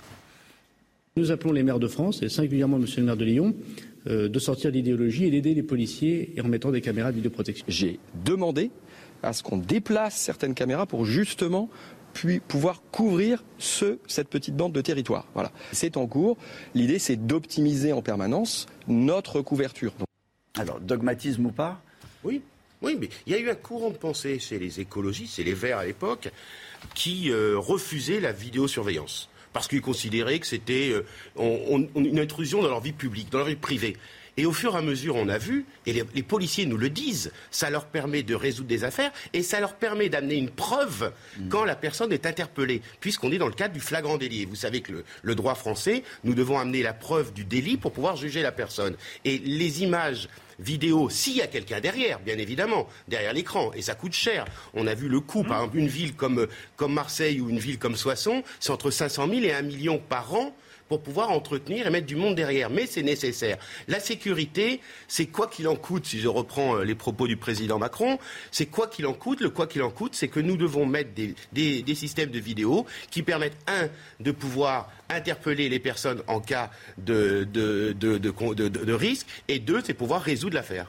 Speaker 6: Nous appelons les maires de France, et singulièrement monsieur le maire de Lyon, de sortir d'idéologie et d'aider les policiers en mettant des caméras de vidéoprotection.
Speaker 8: J'ai demandé à ce qu'on déplace certaines caméras pour justement pouvoir couvrir cette petite bande de territoire. Voilà. C'est en cours. L'idée, c'est d'optimiser en permanence notre couverture.
Speaker 2: Alors, dogmatisme ou pas ?
Speaker 22: Oui, mais il y a eu un courant de pensée chez les écologistes, c'est les Verts à l'époque, qui refusaient la vidéosurveillance. Parce qu'ils considéraient que c'était une intrusion dans leur vie publique, dans leur vie privée. Et au fur et à mesure, on a vu, et les policiers nous le disent, ça leur permet de résoudre des affaires et ça leur permet d'amener une preuve quand la personne est interpellée, puisqu'on est dans le cadre du flagrant délit. Vous savez que le droit français, nous devons amener la preuve du délit pour pouvoir juger la personne. Et les images vidéo, s'il y a quelqu'un derrière, bien évidemment, derrière l'écran, et ça coûte cher. On a vu le coût, par exemple, une ville comme Marseille ou une ville comme Soissons, c'est entre 500 000 et 1 million par an pour pouvoir entretenir et mettre du monde derrière. Mais c'est nécessaire. La sécurité, c'est quoi qu'il en coûte, si je reprends les propos du président Macron, c'est quoi qu'il en coûte. Le quoi qu'il en coûte, c'est que nous devons mettre des systèmes de vidéo qui permettent, de pouvoir interpeller les personnes en cas de risque, et deux, c'est pouvoir résoudre l'affaire.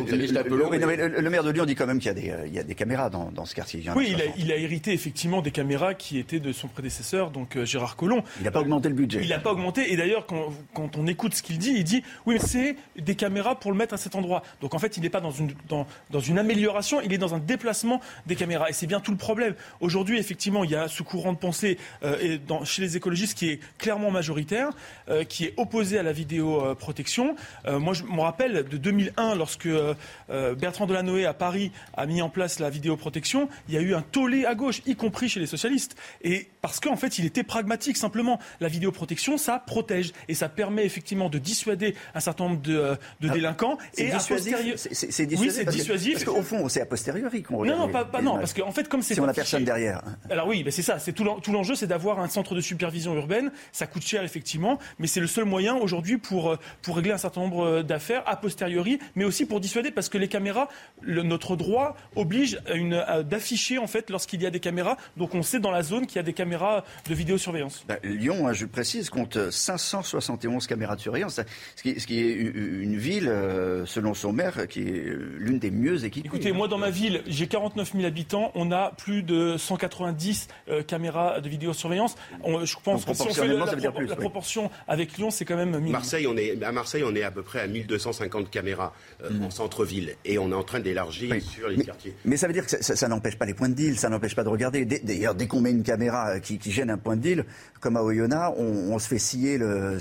Speaker 2: Le maire de Lyon dit quand même qu'il y a des caméras dans ce quartier.
Speaker 23: Oui, il a hérité effectivement des caméras qui étaient de son prédécesseur, donc Gérard Collomb.
Speaker 2: Il n'a pas augmenté le budget.
Speaker 23: Il n'a pas augmenté, et d'ailleurs, quand on écoute ce qu'il dit, il dit oui, mais c'est des caméras pour le mettre à cet endroit. Donc en fait, il n'est pas dans une amélioration, il est dans un déplacement des caméras. Et c'est bien tout le problème. Aujourd'hui, effectivement, il y a ce courant de pensée chez les écologistes qui est clairement majoritaire, qui est opposé à la vidéoprotection. Moi, je me rappelle de 2001, lorsque Bertrand Delanoë à Paris a mis en place la vidéoprotection, il y a eu un tollé à gauche, y compris chez les socialistes. Et parce qu'en fait, il était pragmatique, simplement. La vidéoprotection, ça protège. Et ça permet effectivement de dissuader un certain nombre de délinquants.
Speaker 2: C'est dissuasif. C'est dissuasif.
Speaker 23: Oui, c'est dissuasif.
Speaker 2: Parce qu'au fond, c'est a posteriori qu'on regarde.
Speaker 23: Non, parce qu'en fait, comme c'est...
Speaker 2: Si on n'a personne derrière.
Speaker 23: Alors oui, c'est ça. Tout l'enjeu, c'est d'avoir un centre de supervision urbaine. Ça coûte cher, effectivement, mais c'est le seul moyen aujourd'hui pour régler un certain nombre d'affaires a posteriori, mais aussi pour dissuader, parce que les caméras, notre droit oblige d'afficher, en fait, lorsqu'il y a des caméras. Donc on sait dans la zone qu'il y a des caméras de vidéosurveillance.
Speaker 2: Lyon, je précise, compte 571 caméras de surveillance, ce qui est une ville, selon son maire, qui est l'une des mieux équipées.
Speaker 23: Écoutez, moi, dans ma ville, j'ai 49 000 habitants, on a plus de 190 caméras de vidéosurveillance. Je pense que si on fait la proportion avec Lyon, c'est quand même minime.
Speaker 22: À Marseille, on est à peu près à 1250 caméras en centre-ville, et on est en train d'élargir sur les quartiers.
Speaker 2: Mais ça veut dire que ça n'empêche pas les points de deal, ça n'empêche pas de regarder. D'ailleurs, dès qu'on met une caméra qui gêne un point de deal, comme à Oyonnax, on se fait scier le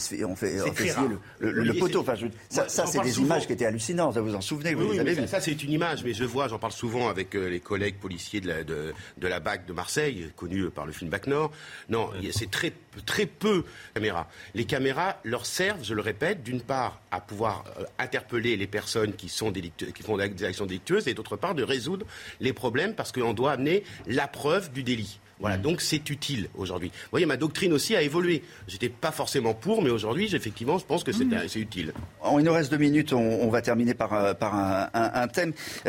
Speaker 2: poteau. Enfin, ça c'est des images qui étaient hallucinantes. Vous vous en souvenez, vous les avez vues.
Speaker 22: Ça, c'est une image, mais j'en parle souvent avec les collègues policiers de la BAC de Marseille, connus par le film BAC Nord. Non, c'est très, très peu de caméras. Les caméras leur servent, je le répète, d'une part à pouvoir interpeller les personnes qui font des actions délictueuses, et d'autre part de résoudre les problèmes, parce qu'on doit amener la preuve du délit. Voilà, donc c'est utile aujourd'hui. Vous voyez, ma doctrine aussi a évolué. J'étais pas forcément pour, mais aujourd'hui, effectivement, je pense que c'est utile.
Speaker 2: Il nous reste 2 minutes, on va terminer par un thème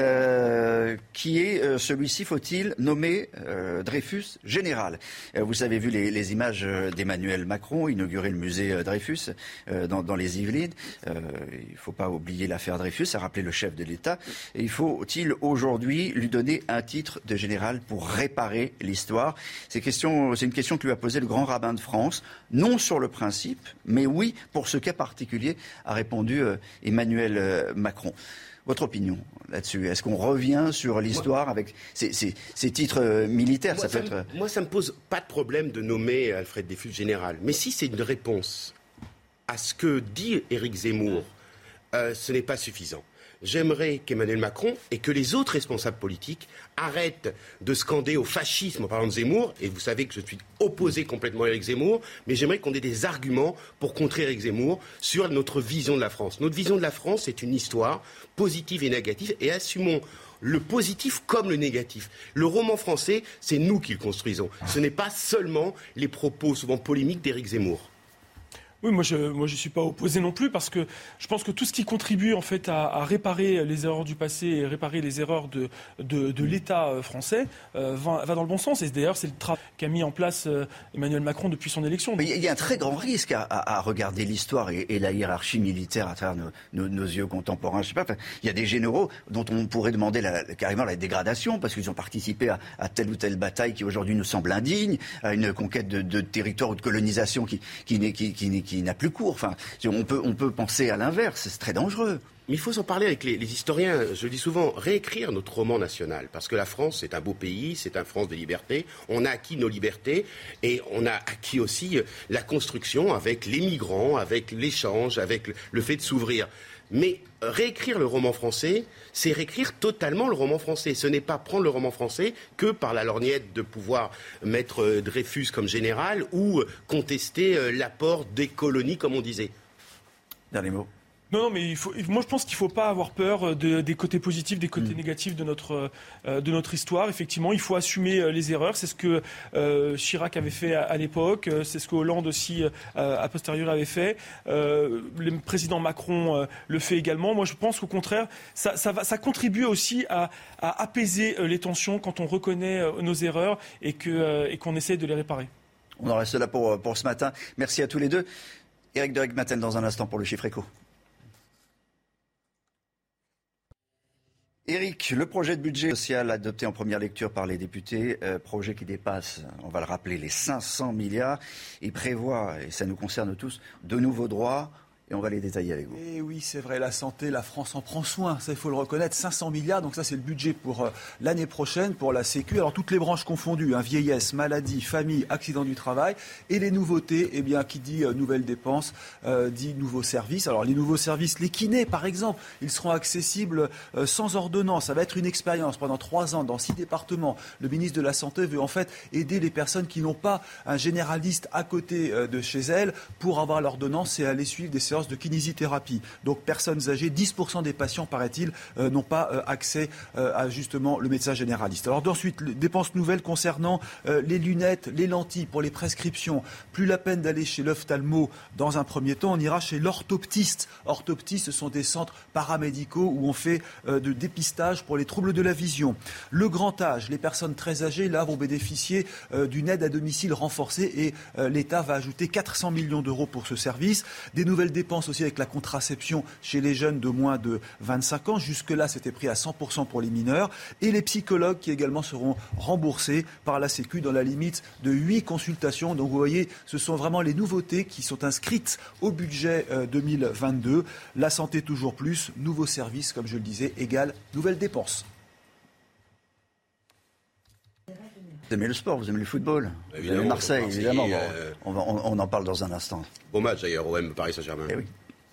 Speaker 2: qui est celui-ci, faut-il nommer Dreyfus général. Vous avez vu les images d'Emmanuel Macron inaugurer le musée Dreyfus dans les Yvelines. Il ne faut pas oublier l'affaire Dreyfus, ça a rappelé le chef de l'État. Et faut-il aujourd'hui lui donner un titre de général pour réparer l'histoire ? C'est une question que lui a posée le grand rabbin de France, non sur le principe, mais oui pour ce cas particulier, a répondu Emmanuel Macron. Votre opinion là-dessus? Est-ce qu'on revient sur l'histoire avec ces titres militaires?
Speaker 22: Moi, ça me pose pas de problème de nommer Alfred Dreyfus général. Mais si c'est une réponse à ce que dit Éric Zemmour, ce n'est pas suffisant. J'aimerais qu'Emmanuel Macron et que les autres responsables politiques arrêtent de scander au fascisme en parlant de Zemmour. Et vous savez que je suis opposé complètement à Éric Zemmour, mais j'aimerais qu'on ait des arguments pour contrer Éric Zemmour sur notre vision de la France. Notre vision de la France, c'est une histoire positive et négative, et assumons le positif comme le négatif. Le roman français, c'est nous qui le construisons. Ce n'est pas seulement les propos souvent polémiques d'Éric Zemmour.
Speaker 23: Oui, moi je suis pas opposé non plus, parce que je pense que tout ce qui contribue en fait à réparer les erreurs du passé et réparer les erreurs de l'État français va dans le bon sens. Et d'ailleurs, c'est le travail qu'a mis en place Emmanuel Macron depuis son élection.
Speaker 2: Mais il y a un très grand risque à regarder l'histoire et la hiérarchie militaire à travers nos yeux contemporains. Je sais pas, il y a des généraux dont on pourrait demander carrément la dégradation parce qu'ils ont participé à telle ou telle bataille qui aujourd'hui nous semble indigne, à une conquête de territoire ou de colonisation qui n'a plus cours. Enfin, on peut penser à l'inverse, c'est très dangereux.
Speaker 22: Mais il faut s'en parler avec les historiens. Je dis souvent, réécrire notre roman national. Parce que la France, c'est un beau pays, c'est une France de liberté. On a acquis nos libertés et on a acquis aussi la construction avec les migrants, avec l'échange, avec le fait de s'ouvrir. Mais réécrire le roman français, c'est réécrire totalement le roman français. Ce n'est pas prendre le roman français que par la lorgnette de pouvoir mettre Dreyfus comme général ou contester l'apport des colonies, comme on disait.
Speaker 2: Dernier mot.
Speaker 23: Non, mais moi je pense qu'il ne faut pas avoir peur des côtés positifs, des côtés négatifs de notre histoire. Effectivement, il faut assumer les erreurs. C'est ce que Chirac avait fait à l'époque, c'est ce que Hollande aussi a posteriori avait fait. Le président Macron le fait également. Moi je pense qu'au contraire, ça contribue aussi à apaiser les tensions quand on reconnaît nos erreurs et qu'on essaie de les réparer.
Speaker 2: On en reste là pour ce matin. Merci à tous les deux. Éric de Rijsmaten dans un instant pour le Chiffre Éco. Éric, le projet de budget social adopté en première lecture par les députés, projet qui dépasse, on va le rappeler, les 500 milliards, il prévoit, et ça nous concerne tous, de nouveaux droits. Et on va les détailler avec vous.
Speaker 17: Et oui, c'est vrai, la santé, la France en prend soin, ça il faut le reconnaître, 500 milliards, donc ça c'est le budget pour l'année prochaine, pour la Sécu. Alors toutes les branches confondues, vieillesse, maladie, famille, accident du travail, et les nouveautés, eh bien qui dit nouvelles dépenses, dit nouveaux services. Alors les nouveaux services, les kinés par exemple, ils seront accessibles sans ordonnance, ça va être une expérience pendant 3 ans dans 6 départements. Le ministre de la Santé veut en fait aider les personnes qui n'ont pas un généraliste à côté de chez elles pour avoir l'ordonnance et aller suivre des séances de kinésithérapie. Donc personnes âgées, 10% des patients, paraît-il, n'ont pas accès à justement le médecin généraliste. Alors ensuite, dépenses nouvelles concernant les lunettes, les lentilles pour les prescriptions. Plus la peine d'aller chez l'ophtalmo dans un premier temps, on ira chez l'orthoptiste. Orthoptiste, ce sont des centres paramédicaux où on fait de dépistage pour les troubles de la vision. Le grand âge, les personnes très âgées, là, vont bénéficier d'une aide à domicile renforcée et l'État va ajouter 400 millions d'euros pour ce service. Des nouvelles dépenses aussi avec la contraception chez les jeunes de moins de 25 ans. Jusque-là, c'était pris à 100% pour les mineurs. Et les psychologues qui également seront remboursés par la Sécu dans la limite de 8 consultations. Donc vous voyez, ce sont vraiment les nouveautés qui sont inscrites au budget 2022. La santé toujours plus, nouveaux services, comme je le disais, égale nouvelles dépenses.
Speaker 2: Vous aimez le sport, vous aimez le football, vous aimez Marseille, évidemment. On en parle dans un instant.
Speaker 22: Bon match d'ailleurs, OM Paris Saint-Germain.
Speaker 2: Eh oui.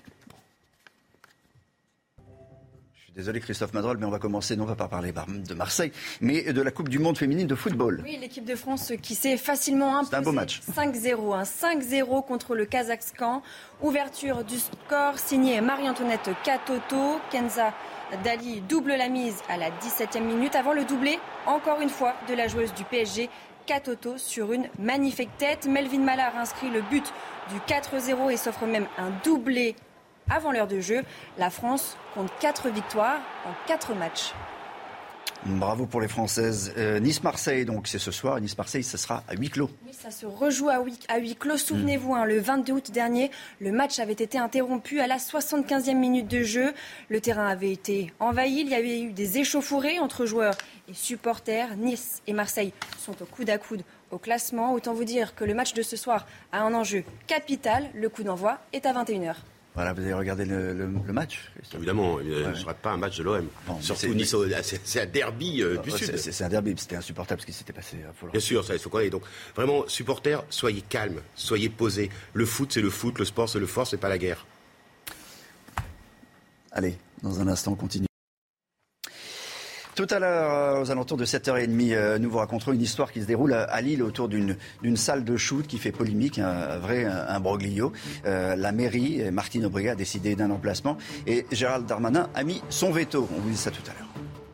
Speaker 2: Je suis désolé Christophe Madrol, mais on va commencer, non, on ne va pas parler de Marseille, mais de la Coupe du Monde féminine de football.
Speaker 3: Oui, l'équipe de France qui s'est facilement imposée.
Speaker 2: C'est un beau match.
Speaker 3: 5-0, 5-0 contre le Kazakhstan. Ouverture du score signée Marie-Antoinette Katoto. Kenza Dali double la mise à la 17e minute avant le doublé, encore une fois, de la joueuse du PSG, Katoto, sur une magnifique tête. Melvin Mallard inscrit le but du 4-0 et s'offre même un doublé avant l'heure de jeu. La France compte 4 victoires en 4 matchs.
Speaker 2: Bravo pour les Françaises. Nice-Marseille, donc c'est ce soir. Nice-Marseille, ça sera à huis clos.
Speaker 3: Oui, ça se rejoue à huis clos. Souvenez-vous, le 22 août dernier, le match avait été interrompu à la 75e minute de jeu. Le terrain avait été envahi. Il y avait eu des échauffourées entre joueurs et supporters. Nice et Marseille sont au coude à coude au classement. Autant vous dire que le match de ce soir a un enjeu capital. Le coup d'envoi est à 21h.
Speaker 2: Voilà, vous avez regardé le match?
Speaker 22: Évidemment, je ne rate pas un match de l'OM. Bon, surtout Nice, c'est un derby du Sud.
Speaker 2: C'est un derby, c'était insupportable ce qui s'était passé.
Speaker 22: Bien sûr, ça il faut quoi. Donc vraiment, supporters, soyez calmes, soyez posés. Le foot, c'est le foot, le sport, c'est le sport, c'est pas la guerre.
Speaker 2: Allez, dans un instant, on continue. Tout à l'heure, aux alentours de 7h30, nous vous raconterons une histoire qui se déroule à Lille autour d'une salle de shoot qui fait polémique, un broglio. La mairie, Martine Aubry, a décidé d'un emplacement et Gérald Darmanin a mis son veto. On vous dit ça tout à l'heure.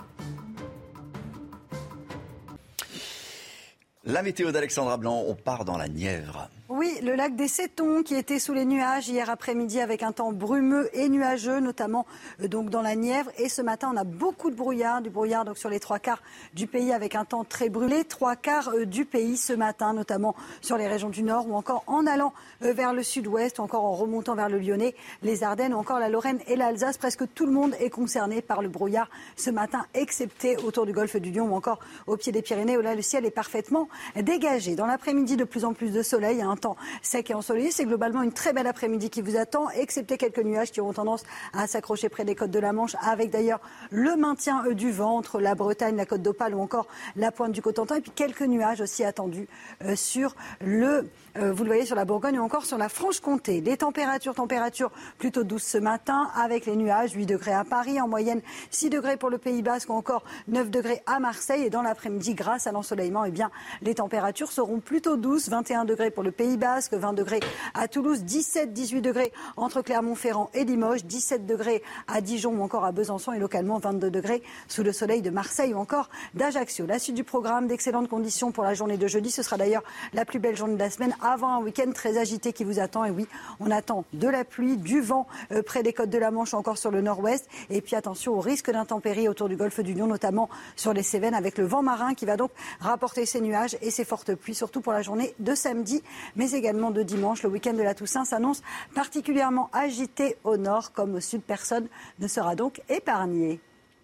Speaker 2: La météo d'Alexandra Blanc, on part dans la Nièvre.
Speaker 20: Oui, le lac des Sétons qui était sous les nuages hier après-midi avec un temps brumeux et nuageux, notamment donc dans la Nièvre. Et ce matin, on a beaucoup de brouillard, donc sur les 3/4 du pays avec un temps très brûlé. 3/4 du pays ce matin, notamment sur les régions du Nord ou encore en allant vers le Sud-Ouest ou encore en remontant vers le Lyonnais, les Ardennes ou encore la Lorraine et l'Alsace. Presque tout le monde est concerné par le brouillard ce matin, excepté autour du golfe du Lion ou encore au pied des Pyrénées où là le ciel est parfaitement dégagé. Dans l'après-midi, de plus en plus de soleil, un temps sec et ensoleillé. C'est globalement une très belle après-midi qui vous attend, excepté quelques nuages qui auront tendance à s'accrocher près des côtes de la Manche, avec d'ailleurs le maintien du vent entre la Bretagne, la Côte d'Opale ou encore la pointe du Cotentin. Et puis quelques nuages aussi attendus sur vous le voyez, sur la Bourgogne ou encore sur la Franche-Comté. Les températures plutôt douces ce matin, avec les nuages, 8 degrés à Paris, en moyenne 6 degrés pour le Pays Basque ou encore 9 degrés à Marseille. Et dans l'après-midi, grâce à l'ensoleillement, eh bien, les températures seront plutôt douces, 21 degrés pour le Pays Basque, 20 degrés à Toulouse, 17-18 degrés entre Clermont-Ferrand et Limoges, 17 degrés à Dijon ou encore à Besançon et localement 22 degrés sous le soleil de Marseille ou encore d'Ajaccio. La suite du programme, d'excellentes conditions pour la journée de jeudi. Ce sera d'ailleurs la plus belle journée de la semaine avant un week-end très agité qui vous attend. Et oui, on attend de la pluie, du vent près des côtes de la Manche, encore sur le nord-ouest. Et puis attention au risque d'intempéries autour du golfe du Lion, notamment sur les Cévennes, avec le vent marin qui va donc rapporter ces nuages et ces fortes pluies, surtout pour la journée de samedi, mais également de dimanche. Le week-end de la Toussaint s'annonce particulièrement agité au nord comme au sud. Personne ne sera donc épargné.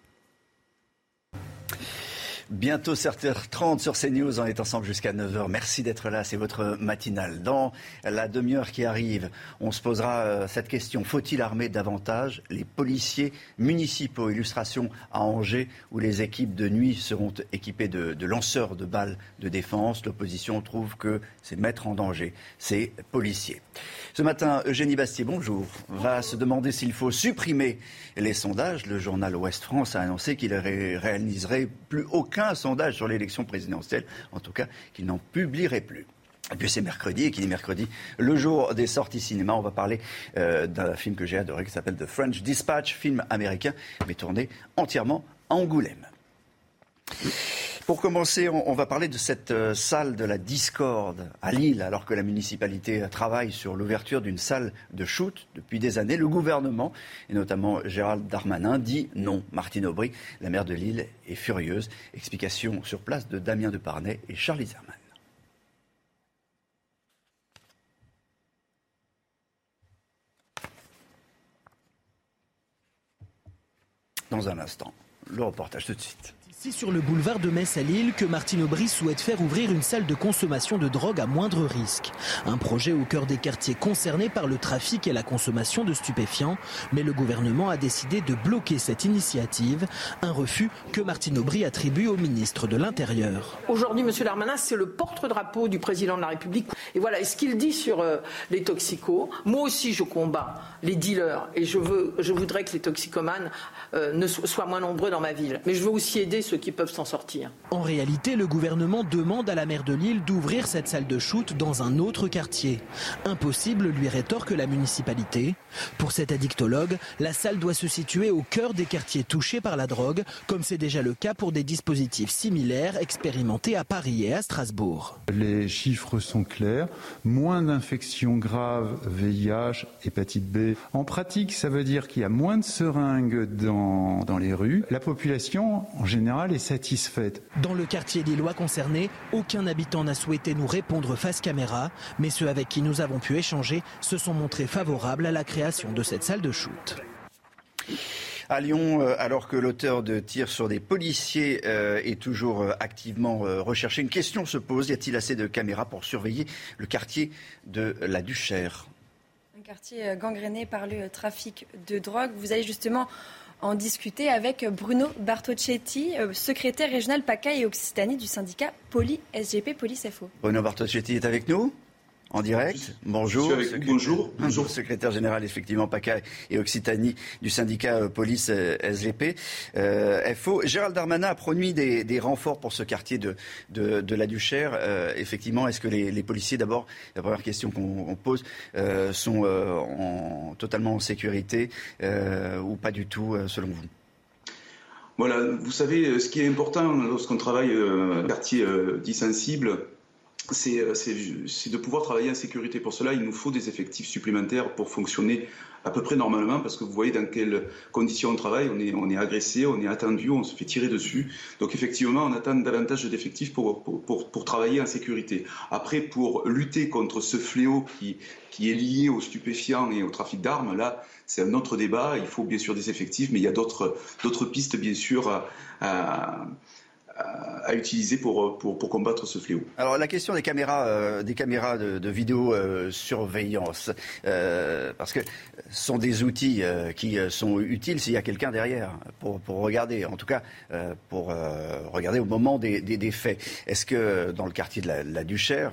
Speaker 2: Bientôt 7h30 sur CNews, on est ensemble jusqu'à 9h. Merci d'être là, c'est votre matinale. Dans la demi-heure qui arrive, on se posera cette question. Faut-il armer davantage les policiers municipaux? Illustration à Angers, où les équipes de nuit seront équipées de lanceurs de balles de défense. L'opposition trouve que c'est mettre en danger ces policiers. Ce matin, Eugénie Bastier, bonjour, va se demander s'il faut supprimer les sondages. Le journal Ouest France a annoncé qu'il ne réaliserait plus aucun sondage sur l'élection présidentielle, en tout cas qu'il n'en publierait plus. Et puis c'est mercredi, et qui dit mercredi, le jour des sorties cinéma. On va parler d'un film que j'ai adoré qui s'appelle The French Dispatch, film américain, mais tourné entièrement à Angoulême. Pour commencer, on va parler de cette salle de la discorde à Lille, alors que la municipalité travaille sur l'ouverture d'une salle de shoot depuis des années. Le gouvernement, et notamment Gérald Darmanin, dit non. Martine Aubry, la maire de Lille, est furieuse. Explication sur place de Damien Deparnay et Charlie Zerman. Dans un instant, le reportage tout de suite.
Speaker 4: C'est sur le boulevard de Metz à Lille que Martine Aubry souhaite faire ouvrir une salle de consommation de drogue à moindre risque. Un projet au cœur des quartiers concernés par le trafic et la consommation de stupéfiants. Mais le gouvernement a décidé de bloquer cette initiative. Un refus que Martine Aubry attribue au ministre de l'Intérieur.
Speaker 9: Aujourd'hui, M. Darmanin, c'est le porte-drapeau du président de la République. Et voilà, et ce qu'il dit sur les toxicos, moi aussi je combats les dealers et je voudrais que les toxicomanes soient moins nombreux dans ma ville. Mais je veux aussi aider ceux qui peuvent s'en sortir.
Speaker 4: En réalité, le gouvernement demande à la maire de Lille d'ouvrir cette salle de shoot dans un autre quartier. Impossible, lui rétorque la municipalité. Pour cet addictologue, la salle doit se situer au cœur des quartiers touchés par la drogue, comme c'est déjà le cas pour des dispositifs similaires expérimentés à Paris et à Strasbourg.
Speaker 12: Les chiffres sont clairs. Moins d'infections graves, VIH, hépatite B. En pratique, ça veut dire qu'il y a moins de seringues dans les rues. La population, en général, est satisfaite.
Speaker 4: Dans le quartier lillois concerné, aucun habitant n'a souhaité nous répondre face caméra, mais ceux avec qui nous avons pu échanger se sont montrés favorables à la création de cette salle de shoot.
Speaker 2: À Lyon, alors que l'auteur de tirs sur des policiers est toujours activement recherché, une question se pose. Y a-t-il assez de caméras pour surveiller le quartier de la Duchère ?
Speaker 3: quartier gangréné par le trafic de drogue. Vous allez justement en discuter avec Bruno Bartocchetti, secrétaire régional PACA et Occitanie du syndicat Poli-SGP Police FO.
Speaker 2: Bruno Bartocchetti est avec nous en direct. Bonjour. Bonjour. Secrétaire général, effectivement, PACA et Occitanie du syndicat Police SGP FO. Gérald Darmanin a promis des renforts pour ce quartier de la Duchère. Effectivement, est-ce que les policiers, d'abord, la première question qu'on pose, sont totalement en sécurité ou pas du tout, selon vous ?
Speaker 7: Voilà, vous savez, ce qui est important lorsqu'on travaille un quartier dit sensible, c'est de pouvoir travailler en sécurité. Pour cela, il nous faut des effectifs supplémentaires pour fonctionner à peu près normalement, parce que vous voyez dans quelles conditions on travaille, on est agressé, on est attendu, on se fait tirer dessus. Donc effectivement, on attend davantage d'effectifs pour travailler en sécurité. Après, pour lutter contre ce fléau qui est lié aux stupéfiants et au trafic d'armes, là, c'est un autre débat. Il faut bien sûr des effectifs, mais il y a d'autres pistes, bien sûr, à utiliser pour combattre ce fléau.
Speaker 2: Alors la question des caméras de vidéosurveillance, parce que ce sont des outils qui sont utiles s'il y a quelqu'un derrière pour regarder, en tout cas pour regarder au moment des faits. Est-ce que dans le quartier de la Duchère,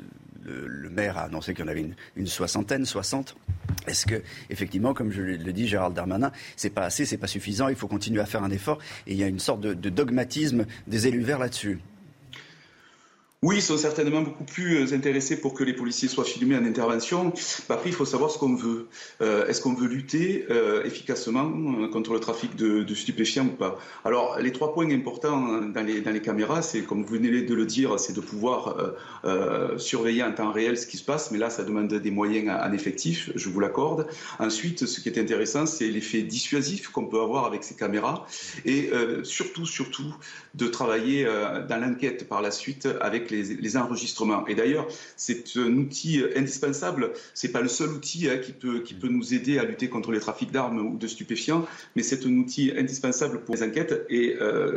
Speaker 2: le maire a annoncé qu'il y en avait une 60. Est-ce que, effectivement, comme je le dis, Gérald Darmanin, c'est pas assez, c'est pas suffisant, il faut continuer à faire un effort, et il y a une sorte de dogmatisme des élus verts là-dessus?
Speaker 7: Oui, ils sont certainement beaucoup plus intéressés pour que les policiers soient filmés en intervention. Après, il faut savoir ce qu'on veut. Est-ce qu'on veut lutter efficacement contre le trafic de stupéfiants ou pas? Alors, les 3 points importants dans les caméras, c'est, comme vous venez de le dire, c'est de pouvoir surveiller en temps réel ce qui se passe. Mais là, ça demande des moyens en effectif, je vous l'accorde. Ensuite, ce qui est intéressant, c'est l'effet dissuasif qu'on peut avoir avec ces caméras. Et surtout, de travailler dans l'enquête par la suite avec les enregistrements. Et d'ailleurs, c'est un outil indispensable. C'est pas le seul outil qui peut nous aider à lutter contre les trafics d'armes ou de stupéfiants, mais c'est un outil indispensable pour les enquêtes. Et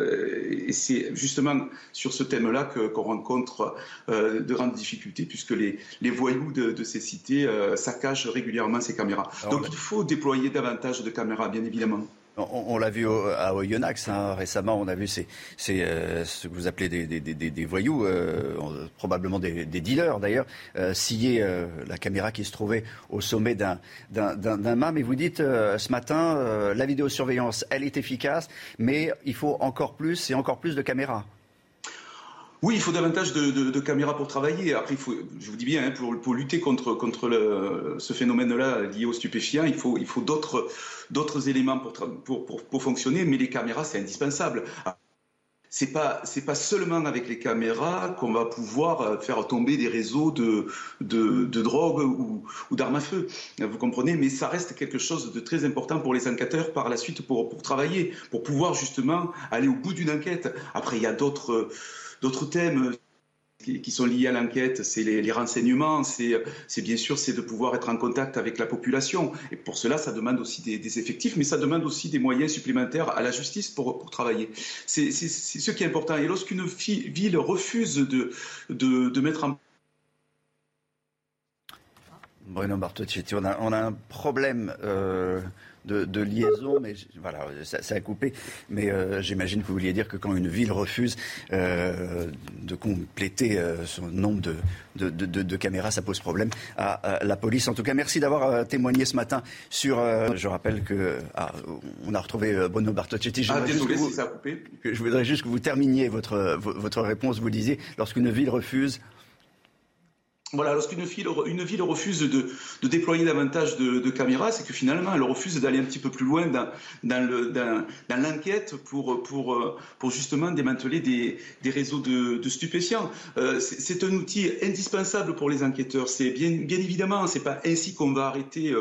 Speaker 7: c'est justement sur ce thème-là qu'on rencontre de grandes difficultés, puisque les voyous de ces cités saccagent régulièrement ces caméras. Donc il faut déployer davantage de caméras, bien évidemment.
Speaker 2: On l'a vu à Oyonnax récemment, on a vu ce que vous appelez des voyous, probablement des dealers d'ailleurs, scier la caméra qui se trouvait au sommet d'un mât. Mais vous dites ce matin, la vidéosurveillance, elle est efficace, mais il faut encore plus et encore plus de caméras.
Speaker 7: Oui, il faut davantage de caméras pour travailler. Après, je vous dis bien, pour lutter contre ce phénomène-là lié aux stupéfiants, il faut d'autres éléments pour fonctionner, mais les caméras, c'est indispensable. C'est pas seulement avec les caméras qu'on va pouvoir faire tomber des réseaux de drogue ou d'armes à feu. Vous comprenez? Mais ça reste quelque chose de très important pour les enquêteurs par la suite pour travailler, pour pouvoir justement aller au bout d'une enquête. Après, il y a d'autres thèmes qui sont liés à l'enquête, c'est les renseignements, c'est bien sûr c'est de pouvoir être en contact avec la population. Et pour cela, ça demande aussi des effectifs, mais ça demande aussi des moyens supplémentaires à la justice pour travailler. C'est ce qui est important. Et lorsqu'une ville refuse de mettre en...
Speaker 2: Bruno Bartocchetti, on a un problème de liaison, mais voilà, ça a coupé. Mais j'imagine que vous vouliez dire que quand une ville refuse de compléter son nombre de caméras, ça pose problème à la police. En tout cas, merci d'avoir témoigné ce matin sur... je rappelle que on a retrouvé Bruno Bartocchetti.
Speaker 7: Désolé si ça a coupé.
Speaker 2: Je voudrais juste que vous terminiez votre réponse. Vous disiez, lorsqu'une ville refuse...
Speaker 7: Voilà, lorsqu'une ville refuse de déployer davantage de caméras, c'est que finalement elle refuse d'aller un petit peu plus loin dans l'enquête pour justement démanteler des réseaux de stupéfiants. C'est un outil indispensable pour les enquêteurs. C'est bien évidemment, c'est pas ainsi qu'on va arrêter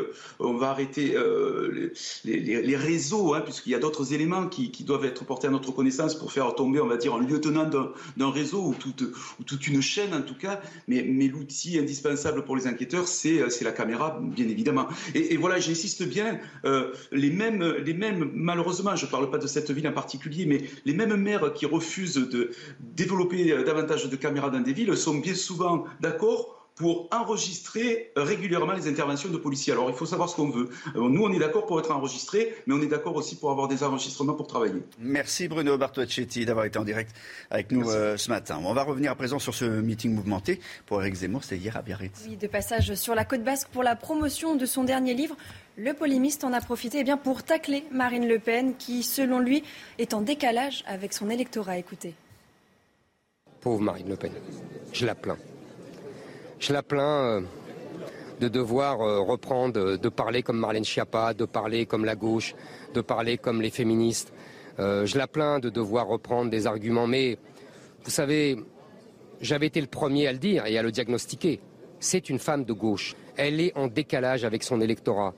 Speaker 7: les réseaux, puisqu'il y a d'autres éléments qui doivent être portés à notre connaissance pour faire tomber, on va dire, un lieutenant d'un réseau ou toute une chaîne en tout cas. Mais l'outil indispensable pour les enquêteurs, c'est la caméra, bien évidemment. Et voilà, j'insiste bien, les mêmes, malheureusement, je ne parle pas de cette ville en particulier, mais les mêmes maires qui refusent de développer davantage de caméras dans des villes sont bien souvent d'accord pour enregistrer régulièrement les interventions de policiers. Alors, il faut savoir ce qu'on veut. Nous, on est d'accord pour être enregistrés, mais on est d'accord aussi pour avoir des enregistrements pour travailler.
Speaker 2: Merci Bruno Bartolaccetti d'avoir été en direct avec nous ce matin. On va revenir à présent sur ce meeting mouvementé pour Éric Zemmour, c'était hier à Biarritz.
Speaker 3: Oui, de passage sur la Côte Basque pour la promotion de son dernier livre. Le polémiste en a profité pour tacler Marine Le Pen, qui, selon lui, est en décalage avec son électorat. Écoutez.
Speaker 11: Pauvre Marine Le Pen, je la plains. Je la plains de devoir reprendre, de parler comme Marlène Schiappa, de parler comme la gauche, de parler comme les féministes. Je la plains de devoir reprendre des arguments. Mais vous savez, j'avais été le premier à le dire et à le diagnostiquer. C'est une femme de gauche. Elle est en décalage avec son électorat.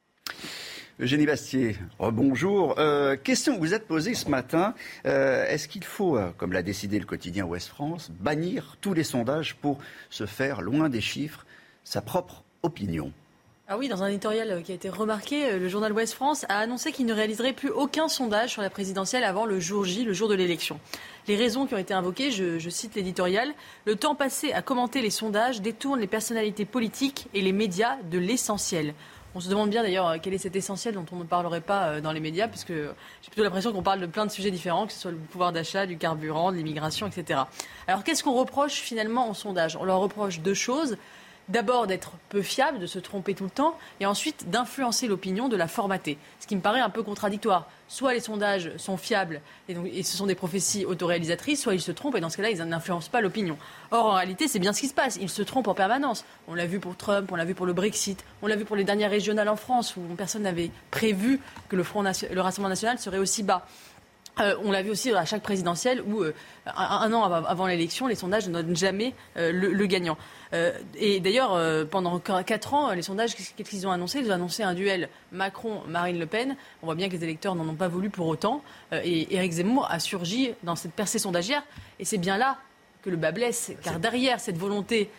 Speaker 2: Eugénie Bastier, bonjour. Question que vous êtes posée ce matin. Est-ce qu'il faut, comme l'a décidé le quotidien Ouest France, bannir tous les sondages pour se faire, loin des chiffres, sa propre opinion ?
Speaker 1: Ah oui, dans un éditorial qui a été remarqué, le journal Ouest France a annoncé qu'il ne réaliserait plus aucun sondage sur la présidentielle avant le jour J, le jour de l'élection. Les raisons qui ont été invoquées, je cite l'éditorial, le temps passé à commenter les sondages détourne les personnalités politiques et les médias de l'essentiel. On se demande bien d'ailleurs quel est cet essentiel dont on ne parlerait pas dans les médias, puisque j'ai plutôt l'impression qu'on parle de plein de sujets différents, que ce soit le pouvoir d'achat, du carburant, de l'immigration, etc. Alors qu'est-ce qu'on reproche finalement aux sondages ? On leur reproche deux choses. D'abord d'être peu fiable, de se tromper tout le temps, et ensuite d'influencer l'opinion, de la formater. Ce qui me paraît un peu contradictoire. Soit les sondages sont fiables et ce sont des prophéties autoréalisatrices, soit ils se trompent et dans ce cas-là, ils n'influencent pas l'opinion. Or, en réalité, c'est bien ce qui se passe. Ils se trompent en permanence. On l'a vu pour Trump, on l'a vu pour le Brexit, on l'a vu pour les dernières régionales en France où personne n'avait prévu que le Rassemblement national serait aussi bas. On l'a vu aussi à chaque présidentielle où, un an avant l'élection, les sondages ne donnent jamais le gagnant. Et d'ailleurs, pendant 4 ans, les sondages, qu'est-ce qu'ils ont annoncé ? Ils ont annoncé un duel Macron-Marine Le Pen. On voit bien que les électeurs n'en ont pas voulu pour autant. Et Éric Zemmour a surgi dans cette percée sondagière. Et c'est bien là que le bas blesse, car derrière cette volonté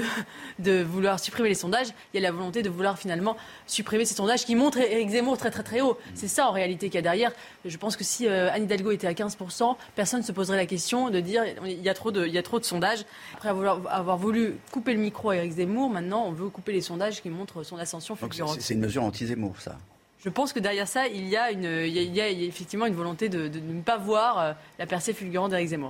Speaker 1: de vouloir supprimer les sondages, il y a la volonté de vouloir finalement supprimer ces sondages qui montrent Éric Zemmour très très très haut. C'est ça en réalité qu'il y a derrière. Je pense que si Anne Hidalgo était à 15%, personne ne se poserait la question de dire il y a trop de sondages. Après avoir voulu couper le micro à Éric Zemmour, maintenant on veut couper les sondages qui montrent son ascension fulgurante.
Speaker 2: C'est une mesure anti-Zemmour, ça.
Speaker 1: Je pense que derrière ça, il y a effectivement une volonté de ne pas voir la percée fulgurante d'Éric Zemmour.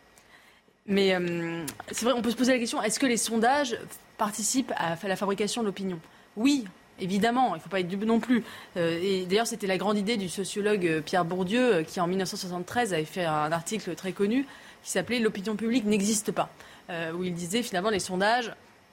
Speaker 1: Mais c'est vrai, on peut se poser la question, est-ce que les sondages participent à la fabrication de l'opinion ? Oui, évidemment, il ne faut pas être dupe non plus. Et d'ailleurs, c'était la grande idée du sociologue Pierre Bourdieu, qui en 1973 avait fait un article très connu qui s'appelait « L'opinion publique n'existe pas », où il disait finalement les sondages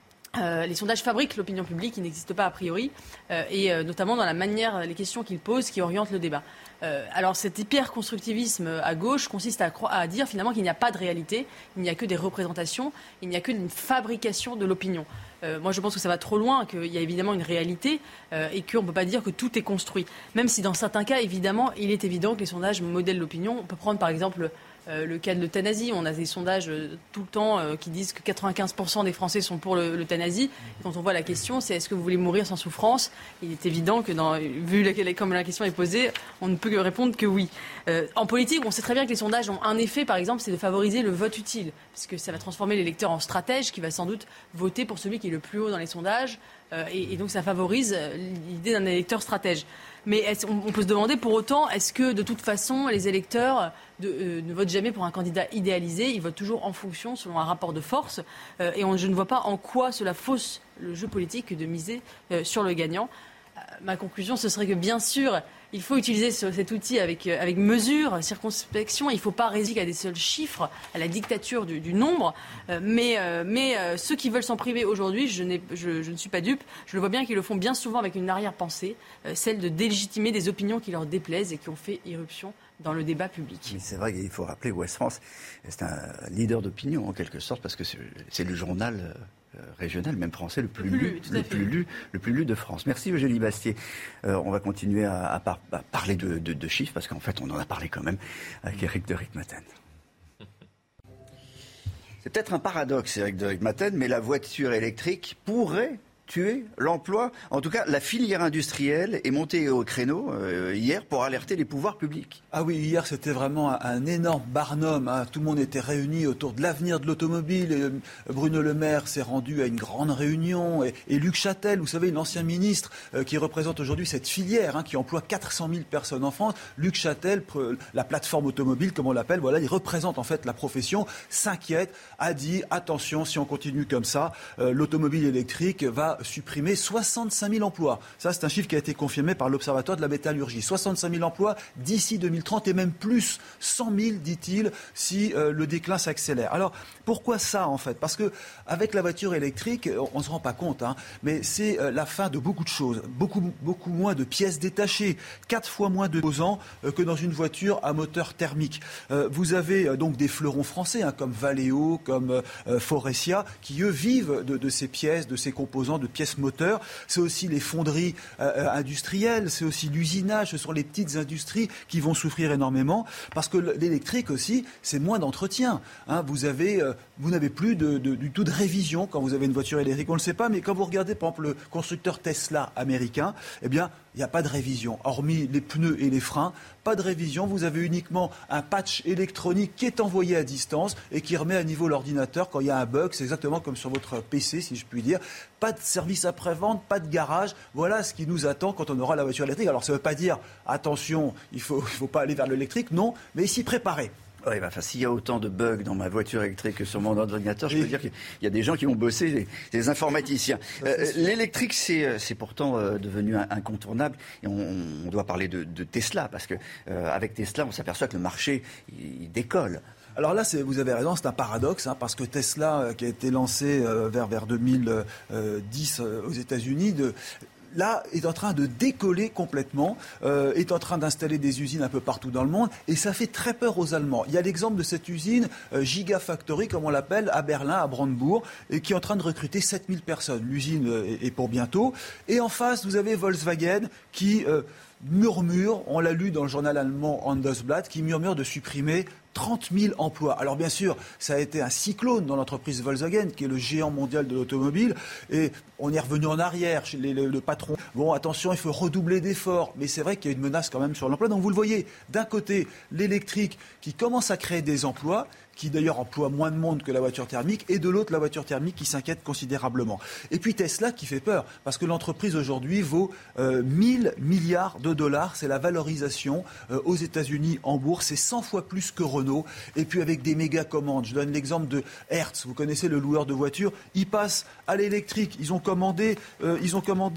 Speaker 1: fabriquent l'opinion publique qui n'existe pas a priori, et notamment dans la manière, les questions qu'ils posent qui orientent le débat. Alors cet hyper-constructivisme à gauche consiste à dire finalement qu'il n'y a pas de réalité, il n'y a que des représentations, il n'y a qu'une fabrication de l'opinion. Moi je pense que ça va trop loin, qu'il y a évidemment une réalité et qu'on ne peut pas dire que tout est construit. Même si dans certains cas, évidemment, il est évident que les sondages modèlent l'opinion. On peut prendre par exemple le cas de l'euthanasie. On a des sondages tout le temps qui disent que 95% des Français sont pour l'euthanasie. Quand on voit la question, c'est est-ce que vous voulez mourir sans souffrance ? Il est évident que, comme la question est posée, on ne peut que répondre que oui. En politique, on sait très bien que les sondages ont un effet, par exemple, c'est de favoriser le vote utile, puisque ça va transformer l'électeur en stratège qui va sans doute voter pour celui qui est le plus haut dans les sondages. Et donc ça favorise l'idée d'un électeur stratège. Mais on peut se demander pour autant, est-ce que de toute façon les électeurs ne votent jamais pour un candidat idéalisé ? Ils votent toujours en fonction, selon un rapport de force. Et je ne vois pas en quoi cela fausse le jeu politique que de miser sur le gagnant. Ma conclusion, ce serait que bien sûr, il faut utiliser cet outil avec mesure, circonspection. Il ne faut pas résigner à des seuls chiffres, à la dictature du nombre. Mais ceux qui veulent s'en priver aujourd'hui, je ne suis pas dupe. Je le vois bien qu'ils le font bien souvent avec une arrière-pensée, celle de délégitimer des opinions qui leur déplaisent et qui ont fait irruption dans le débat public.
Speaker 2: Mais c'est vrai qu'il faut rappeler Ouest France, c'est un leader d'opinion en quelque sorte, parce que c'est le journal régional, même français, le plus lu de France. Merci Eugénie Bastier. On va continuer à parler de chiffres, parce qu'en fait, on en a parlé quand même avec Éric de Ritmaten. C'est peut-être un paradoxe, Éric de Ritmaten, mais la voiture électrique pourrait tuer l'emploi. En tout cas, la filière industrielle est montée au créneau hier pour alerter les pouvoirs publics.
Speaker 17: Ah oui, hier c'était vraiment un énorme barnum. Tout le monde était réuni autour de l'avenir de l'automobile. Et Bruno Le Maire s'est rendu à une grande réunion. Et Luc Châtel, vous savez, l'ancien ministre qui représente aujourd'hui cette filière qui emploie 400 000 personnes en France. Luc Châtel, la plateforme automobile, comme on l'appelle, voilà, il représente en fait la profession, s'inquiète, a dit attention, si on continue comme ça, l'automobile électrique va supprimer 65 000 emplois. Ça, c'est un chiffre qui a été confirmé par l'Observatoire de la métallurgie. 65 000 emplois d'ici 2030 et même plus, 100 000, dit-il, si le déclin s'accélère. Alors, pourquoi ça, en fait ? Parce qu'avec la voiture électrique, on ne se rend pas compte, mais c'est la fin de beaucoup de choses. Beaucoup moins de pièces détachées, 4 fois moins de composants que dans une voiture à moteur thermique. Vous avez donc des fleurons français, comme Valeo, comme Faurecia, qui, eux, vivent de ces pièces, de ces composants, de pièces moteurs. C'est aussi les fonderies industrielles, c'est aussi l'usinage, ce sont les petites industries qui vont souffrir énormément parce que l'électrique aussi, c'est moins d'entretien. Vous n'avez plus du tout de révision quand vous avez une voiture électrique, on ne le sait pas, mais quand vous regardez par exemple le constructeur Tesla américain, eh bien, il n'y a pas de révision, hormis les pneus et les freins, pas de révision, vous avez uniquement un patch électronique qui est envoyé à distance et qui remet à niveau l'ordinateur quand il y a un bug, c'est exactement comme sur votre PC si je puis dire, pas de service après-vente, pas de garage, voilà ce qui nous attend quand on aura la voiture électrique. Alors ça ne veut pas dire, attention, il faut pas aller vers l'électrique, non, mais s'y préparer.
Speaker 2: Oui, s'il y a autant de bugs dans ma voiture électrique que sur mon ordinateur, je peux dire qu'il y a des gens qui ont bossé, des informaticiens. L'électrique, c'est pourtant devenu incontournable. Et on doit parler de Tesla, parce que avec Tesla, on s'aperçoit que le marché, il décolle.
Speaker 17: Alors là, vous avez raison, c'est un paradoxe, parce que Tesla, qui a été lancé vers 2010 aux États-Unis, là, est en train de décoller complètement, est en train d'installer des usines un peu partout dans le monde, et ça fait très peur aux Allemands. Il y a l'exemple de cette usine Gigafactory, comme on l'appelle, à Berlin, à Brandebourg, et qui est en train de recruter 7000 personnes. L'usine est pour bientôt. Et en face, vous avez Volkswagen qui murmure, on l'a lu dans le journal allemand Handelsblatt, qui murmure de supprimer 30 000 emplois. Alors bien sûr, ça a été un cyclone dans l'entreprise Volkswagen, qui est le géant mondial de l'automobile, et on est revenu en arrière chez le patron. Bon, attention, il faut redoubler d'efforts, mais c'est vrai qu'il y a une menace quand même sur l'emploi. Donc vous le voyez, d'un côté, l'électrique qui commence à créer des emplois, qui d'ailleurs emploie moins de monde que la voiture thermique, et de l'autre, la voiture thermique qui s'inquiète considérablement. Et puis Tesla qui fait peur, parce que l'entreprise aujourd'hui vaut 1000 milliards de dollars, c'est la valorisation aux États-Unis en bourse, c'est 100 fois plus que Renault, et puis avec des méga commandes. Je donne l'exemple de Hertz, vous connaissez le loueur de voitures, ils passent à l'électrique, ils ont commandé 10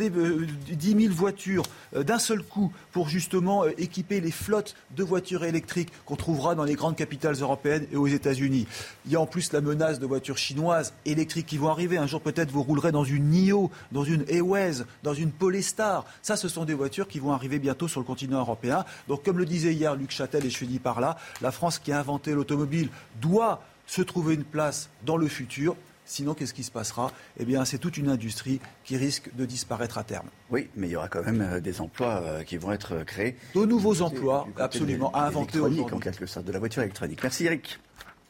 Speaker 17: 000 voitures d'un seul coup pour justement équiper les flottes de voitures électriques qu'on trouvera dans les grandes capitales européennes et aux États-Unis. Il y a en plus la menace de voitures chinoises électriques qui vont arriver. Un jour peut-être vous roulerez dans une NIO, dans une Airways, dans une Polestar. Ça, ce sont des voitures qui vont arriver bientôt sur le continent européen. Donc comme le disait hier Luc Châtel, et je finis par là, la France qui a inventé l'automobile doit se trouver une place dans le futur. Sinon, qu'est-ce qui se passera ? Eh bien, c'est toute une industrie qui risque de disparaître à terme.
Speaker 2: Oui, mais il y aura quand même des emplois qui vont être créés.
Speaker 17: De nouveaux emplois, absolument, à inventer aujourd'hui.
Speaker 2: En quelque sorte, de la voiture électronique. Merci Eric.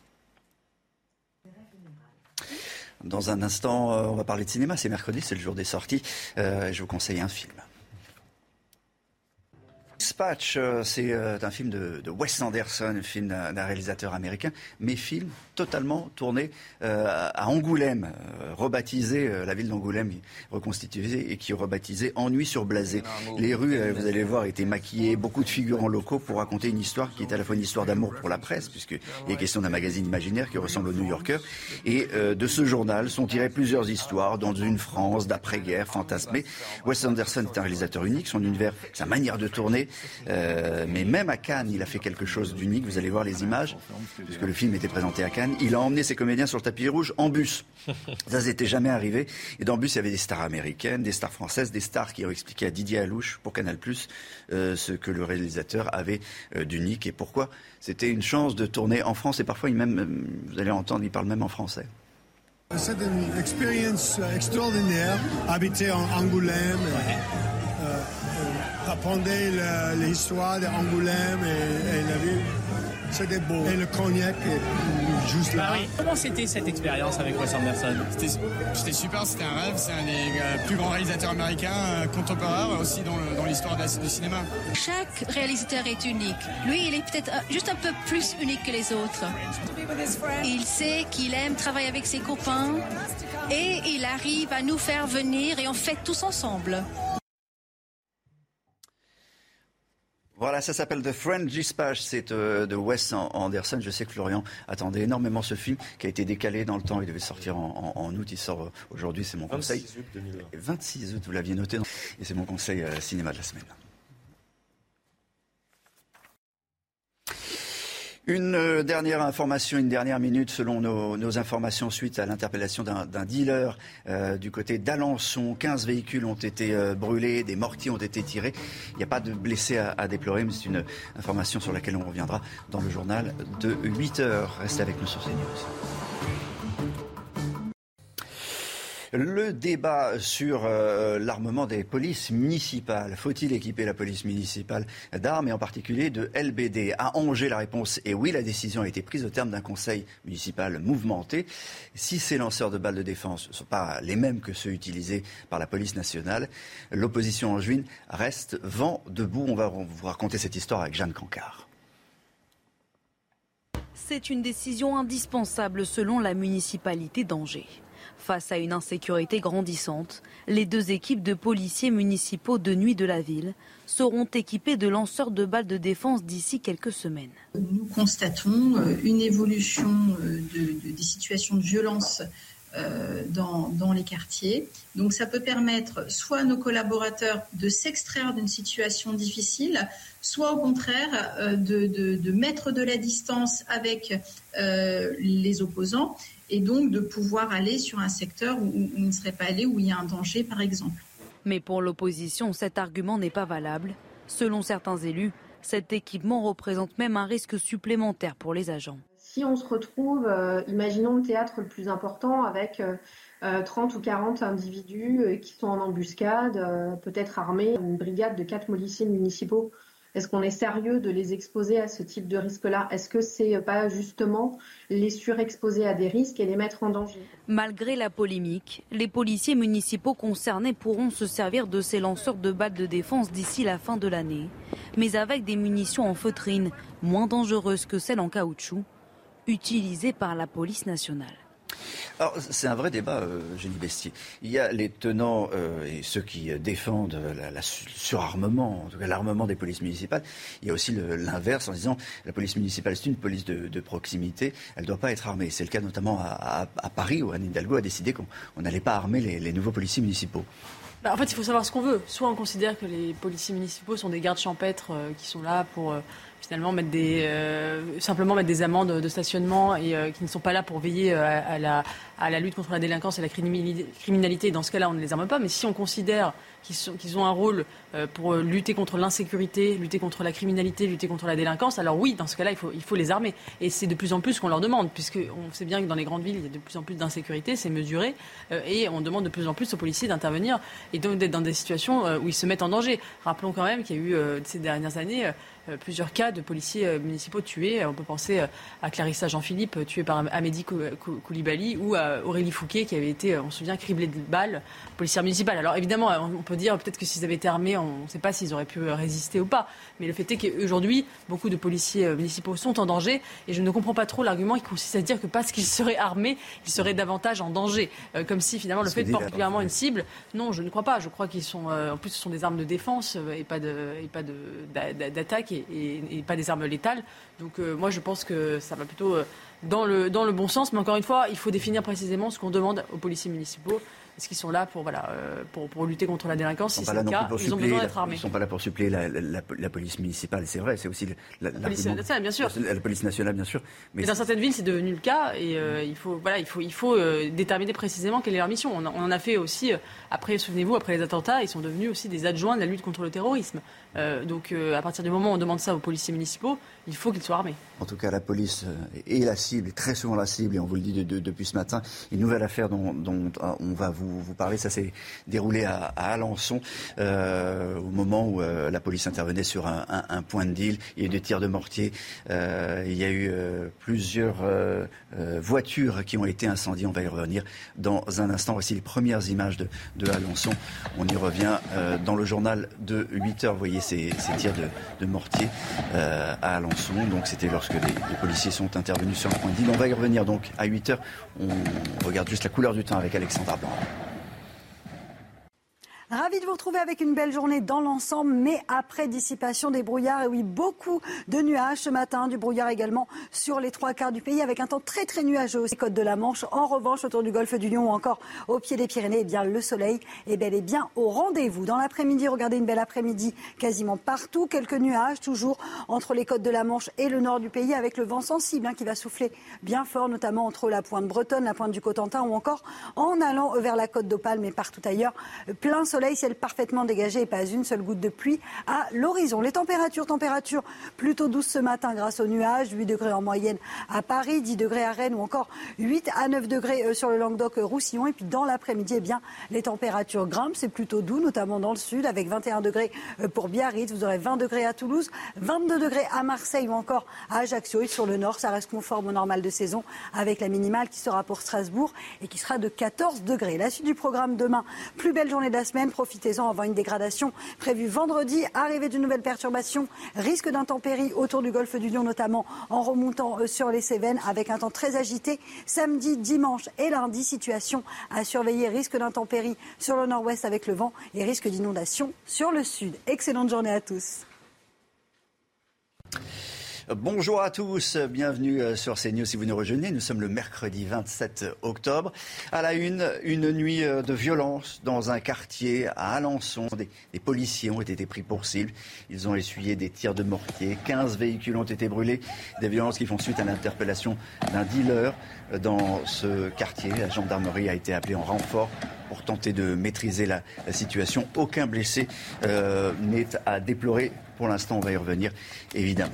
Speaker 2: Dans un instant, on va parler de cinéma. C'est mercredi, c'est le jour des sorties. Je vous conseille un film. Dispatch, c'est un film de Wes Anderson, un film d'un réalisateur américain, mais film totalement tourné à Angoulême, rebaptisé, la ville d'Angoulême reconstituée et qui est rebaptisée Ennui sur Blasé. Les rues, vous allez voir, étaient maquillées, beaucoup de figurants locaux pour raconter une histoire qui est à la fois une histoire d'amour pour la presse, puisqu'il est question d'un magazine imaginaire qui ressemble au New Yorker, et de ce journal sont tirées plusieurs histoires dans une France d'après-guerre fantasmée. Wes Anderson est un réalisateur unique, son univers, sa manière de tourner, mais même à Cannes, il a fait quelque chose d'unique. Vous allez voir les images, puisque le film était présenté à Cannes. Il a emmené ses comédiens sur le tapis rouge en bus. Ça s'était jamais arrivé. Et dans le bus, il y avait des stars américaines, des stars françaises, des stars qui ont expliqué à Didier Alouche pour Canal+, ce que le réalisateur avait d'unique et pourquoi c'était une chance de tourner en France. Et parfois, vous allez entendre, il parle même en français.
Speaker 13: C'est une expérience extraordinaire, habiter en Angoulême. Apprendre l'histoire d'Angoulême et la ville, c'était beau. Et le cognac est juste là.
Speaker 14: Oui. Comment c'était cette expérience avec Wes Anderson?
Speaker 15: C'était super, c'était un rêve. C'est un des plus grands réalisateurs américains contemporains aussi dans l'histoire du cinéma.
Speaker 18: Chaque réalisateur est unique. Lui, il est peut-être juste un peu plus unique que les autres. Il sait qu'il aime travailler avec ses copains et il arrive à nous faire venir et on fête tous ensemble.
Speaker 2: Voilà, ça s'appelle The French Dispatch, c'est de Wes Anderson. Je sais que Florian attendait énormément ce film qui a été décalé dans le temps. Il devait sortir en août, il sort aujourd'hui, c'est mon conseil.
Speaker 22: 26 août 2020.
Speaker 2: 26 août, vous l'aviez noté, et c'est mon conseil cinéma de la semaine. Une dernière information, une dernière minute selon nos informations suite à l'interpellation d'un dealer du côté d'Alençon. 15 véhicules ont été brûlés, des mortiers ont été tirés. Il n'y a pas de blessés à déplorer, mais c'est une information sur laquelle on reviendra dans le journal de 8h. Restez avec nous sur CNews. Le débat sur l'armement des polices municipales. Faut-il équiper la police municipale d'armes et en particulier de LBD? À Angers, la réponse est oui. La décision a été prise au terme d'un conseil municipal mouvementé. Si ces lanceurs de balles de défense ne sont pas les mêmes que ceux utilisés par la police nationale, l'opposition angevine reste vent debout. On va vous raconter cette histoire avec Jeanne Cancard.
Speaker 16: C'est une décision indispensable selon la municipalité d'Angers. Face à une insécurité grandissante, les 2 équipes de policiers municipaux de nuit de la ville seront équipées de lanceurs de balles de défense d'ici quelques semaines.
Speaker 24: Nous constatons une évolution des situations de violence dans les quartiers. Donc ça peut permettre soit à nos collaborateurs de s'extraire d'une situation difficile, soit au contraire de mettre de la distance avec les opposants et donc de pouvoir aller sur un secteur où il ne serait pas allé, où il y a un danger par exemple.
Speaker 16: Mais pour l'opposition, cet argument n'est pas valable. Selon certains élus, cet équipement représente même un risque supplémentaire pour les agents.
Speaker 19: Si on se retrouve, imaginons le théâtre le plus important avec 30 ou 40 individus qui sont en embuscade, peut-être armés, une brigade de 4 policiers municipaux. Est-ce qu'on est sérieux de les exposer à ce type de risque-là? Est-ce que c'est pas justement les surexposer à des risques et les mettre en danger?
Speaker 16: Malgré la polémique, les policiers municipaux concernés pourront se servir de ces lanceurs de balles de défense d'ici la fin de l'année, mais avec des munitions en feutrine moins dangereuses que celles en caoutchouc, utilisées par la police nationale.
Speaker 2: Alors, c'est un vrai débat, Génie Bestier. Il y a les tenants et ceux qui défendent la surarmement, en tout cas l'armement des polices municipales. Il y a aussi l'inverse en disant la police municipale, c'est une police de proximité, elle ne doit pas être armée. C'est le cas notamment à Paris où Anne Hidalgo a décidé qu'on n'allait pas armer les nouveaux policiers municipaux.
Speaker 1: En fait, il faut savoir ce qu'on veut. Soit on considère que les policiers municipaux sont des gardes champêtres qui sont là pour finalement simplement mettre des amendes de stationnement et qui ne sont pas là pour veiller à la lutte contre la délinquance et la criminalité. Dans ce cas-là, on ne les arme pas. Mais si on considère qu'ils ont un rôle pour lutter contre l'insécurité, lutter contre la criminalité, lutter contre la délinquance, alors oui, dans ce cas-là, il faut les armer. Et c'est de plus en plus ce qu'on leur demande, puisqu'on sait bien que dans les grandes villes, il y a de plus en plus d'insécurité, c'est mesuré, et on demande de plus en plus aux policiers d'intervenir et donc d'être dans des situations où ils se mettent en danger. Rappelons quand même qu'il y a eu ces dernières années plusieurs cas de policiers municipaux tués. On peut penser à Clarissa Jean-Philippe, tuée par Amédi Koulibaly, ou à Aurélie Fouquet, qui avait été, on se souvient, criblée de balles, policière municipale. Alors évidemment, on peut dire peut-être que s'ils avaient été armés, on ne sait pas s'ils auraient pu résister ou pas. Mais le fait est qu'aujourd'hui, beaucoup de policiers municipaux sont en danger. Et je ne comprends pas trop l'argument qui consiste à dire que parce qu'ils seraient armés, ils seraient davantage en danger. Comme si finalement le fait de particulièrement une cible. Non, je ne crois pas. Je crois qu'ils sont, en plus, ce sont des armes de défense et pas d'attaque et pas des armes létales. Donc moi, je pense que ça va plutôt dans le bon sens. Mais encore une fois, il faut définir précisément ce qu'on demande aux policiers municipaux. Est-ce qu'ils sont là pour lutter contre la délinquance? Si c'est le cas, ils ont besoin d'être armés.
Speaker 2: Ils ne sont pas là pour suppléer la police municipale, c'est vrai. C'est aussi
Speaker 1: la police nationale, bien sûr.
Speaker 2: La police nationale, bien sûr.
Speaker 1: Mais dans certaines villes, c'est devenu le cas. Et il faut déterminer précisément quelle est leur mission. On en a fait aussi, souvenez-vous, après les attentats, ils sont devenus aussi des adjoints de la lutte contre le terrorisme. Donc à partir du moment où on demande ça aux policiers municipaux, il faut qu'ils soient armés.
Speaker 2: En tout cas, la police est la cible, est très souvent la cible, et on vous le dit depuis ce matin. Une nouvelle affaire dont on va vous vous parlez, ça s'est déroulé à Alençon au moment où la police intervenait sur un point de deal. Il y a eu des tirs de mortier, il y a eu plusieurs voitures qui ont été incendiées. On va y revenir dans un instant. Voici les premières images de Alençon. On y revient dans le journal de 8h. Vous voyez ces tirs de mortier à Alençon. Donc c'était lorsque les policiers sont intervenus sur le point de deal. On va y revenir donc à 8h. On regarde juste la couleur du temps avec Alexandra Blanc.
Speaker 20: Ravi de vous retrouver avec une belle journée dans l'ensemble, mais après dissipation des brouillards. Et oui, beaucoup de nuages ce matin, du brouillard également sur les 3/4 du pays, avec un temps très très nuageux aux côtes de la Manche. En revanche, autour du golfe du Lion ou encore au pied des Pyrénées, eh bien, le soleil est bel et bien au rendez-vous. Dans l'après-midi, regardez, une belle après-midi quasiment partout. Quelques nuages toujours entre les côtes de la Manche et le nord du pays, avec le vent sensible qui va souffler bien fort, notamment entre la pointe bretonne, la pointe du Cotentin ou encore en allant vers la côte d'Opale, mais partout ailleurs. Plein soleil, ciel parfaitement dégagé et pas une seule goutte de pluie à l'horizon. Les températures plutôt douces ce matin grâce aux nuages. 8 degrés en moyenne à Paris, 10 degrés à Rennes ou encore 8 à 9 degrés sur le Languedoc-Roussillon. Et puis dans l'après-midi, eh bien, les températures grimpent. C'est plutôt doux, notamment dans le sud, avec 21 degrés pour Biarritz. Vous aurez 20 degrés à Toulouse, 22 degrés à Marseille ou encore à Ajaccio. Et sur le nord, ça reste conforme au normal de saison, avec la minimale qui sera pour Strasbourg et qui sera de 14 degrés. La suite du programme demain, plus belle journée de la semaine. Profitez-en avant une dégradation prévue vendredi. Arrivée d'une nouvelle perturbation, risque d'intempéries autour du golfe du Lion, notamment en remontant sur les Cévennes, avec un temps très agité. Samedi, dimanche et lundi, situation à surveiller. Risque d'intempéries sur le nord-ouest avec le vent et risque d'inondation sur le sud. Excellente journée à tous.
Speaker 2: Bonjour à tous, bienvenue sur CNews si vous nous rejoignez. Nous sommes le mercredi 27 octobre. À la une nuit de violence dans un quartier à Alençon. Des policiers ont été pris pour cible. Ils ont essuyé des tirs de mortier. 15 véhicules ont été brûlés. Des violences qui font suite à l'interpellation d'un dealer dans ce quartier. La gendarmerie a été appelée en renfort pour tenter de maîtriser la situation. Aucun blessé n'est à déplorer. Pour l'instant, on va y revenir, évidemment.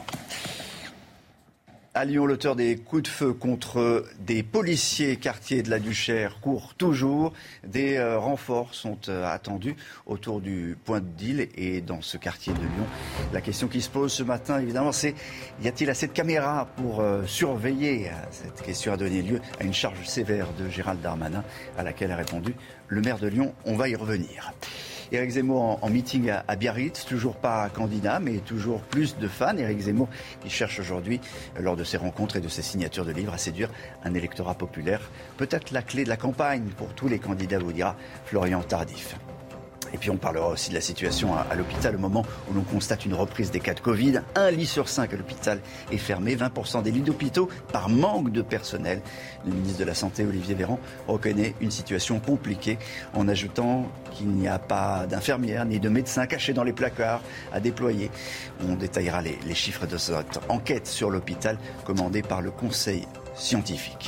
Speaker 2: À Lyon, l'auteur des coups de feu contre des policiers quartier de la Duchère court toujours. Des renforts sont attendus autour du point de deal et dans ce quartier de Lyon. La question qui se pose ce matin, évidemment, c'est y a-t-il assez de caméras pour surveiller? Cette question a donné lieu à une charge sévère de Gérald Darmanin, à laquelle a répondu le maire de Lyon. On va y revenir. Éric Zemmour en meeting à Biarritz, toujours pas candidat, mais toujours plus de fans. Éric Zemmour qui cherche aujourd'hui, lors de ses rencontres et de ses signatures de livres, à séduire un électorat populaire. Peut-être la clé de la campagne pour tous les candidats, vous dira Florian Tardif. Et puis on parlera aussi de la situation à l'hôpital au moment où l'on constate une reprise des cas de Covid. 1 lit sur 5 à l'hôpital est fermé, 20% des lits d'hôpitaux par manque de personnel. Le ministre de la Santé, Olivier Véran, reconnaît une situation compliquée en ajoutant qu'il n'y a pas d'infirmières ni de médecins cachés dans les placards à déployer. On détaillera les chiffres de cette enquête sur l'hôpital commandée par le Conseil scientifique.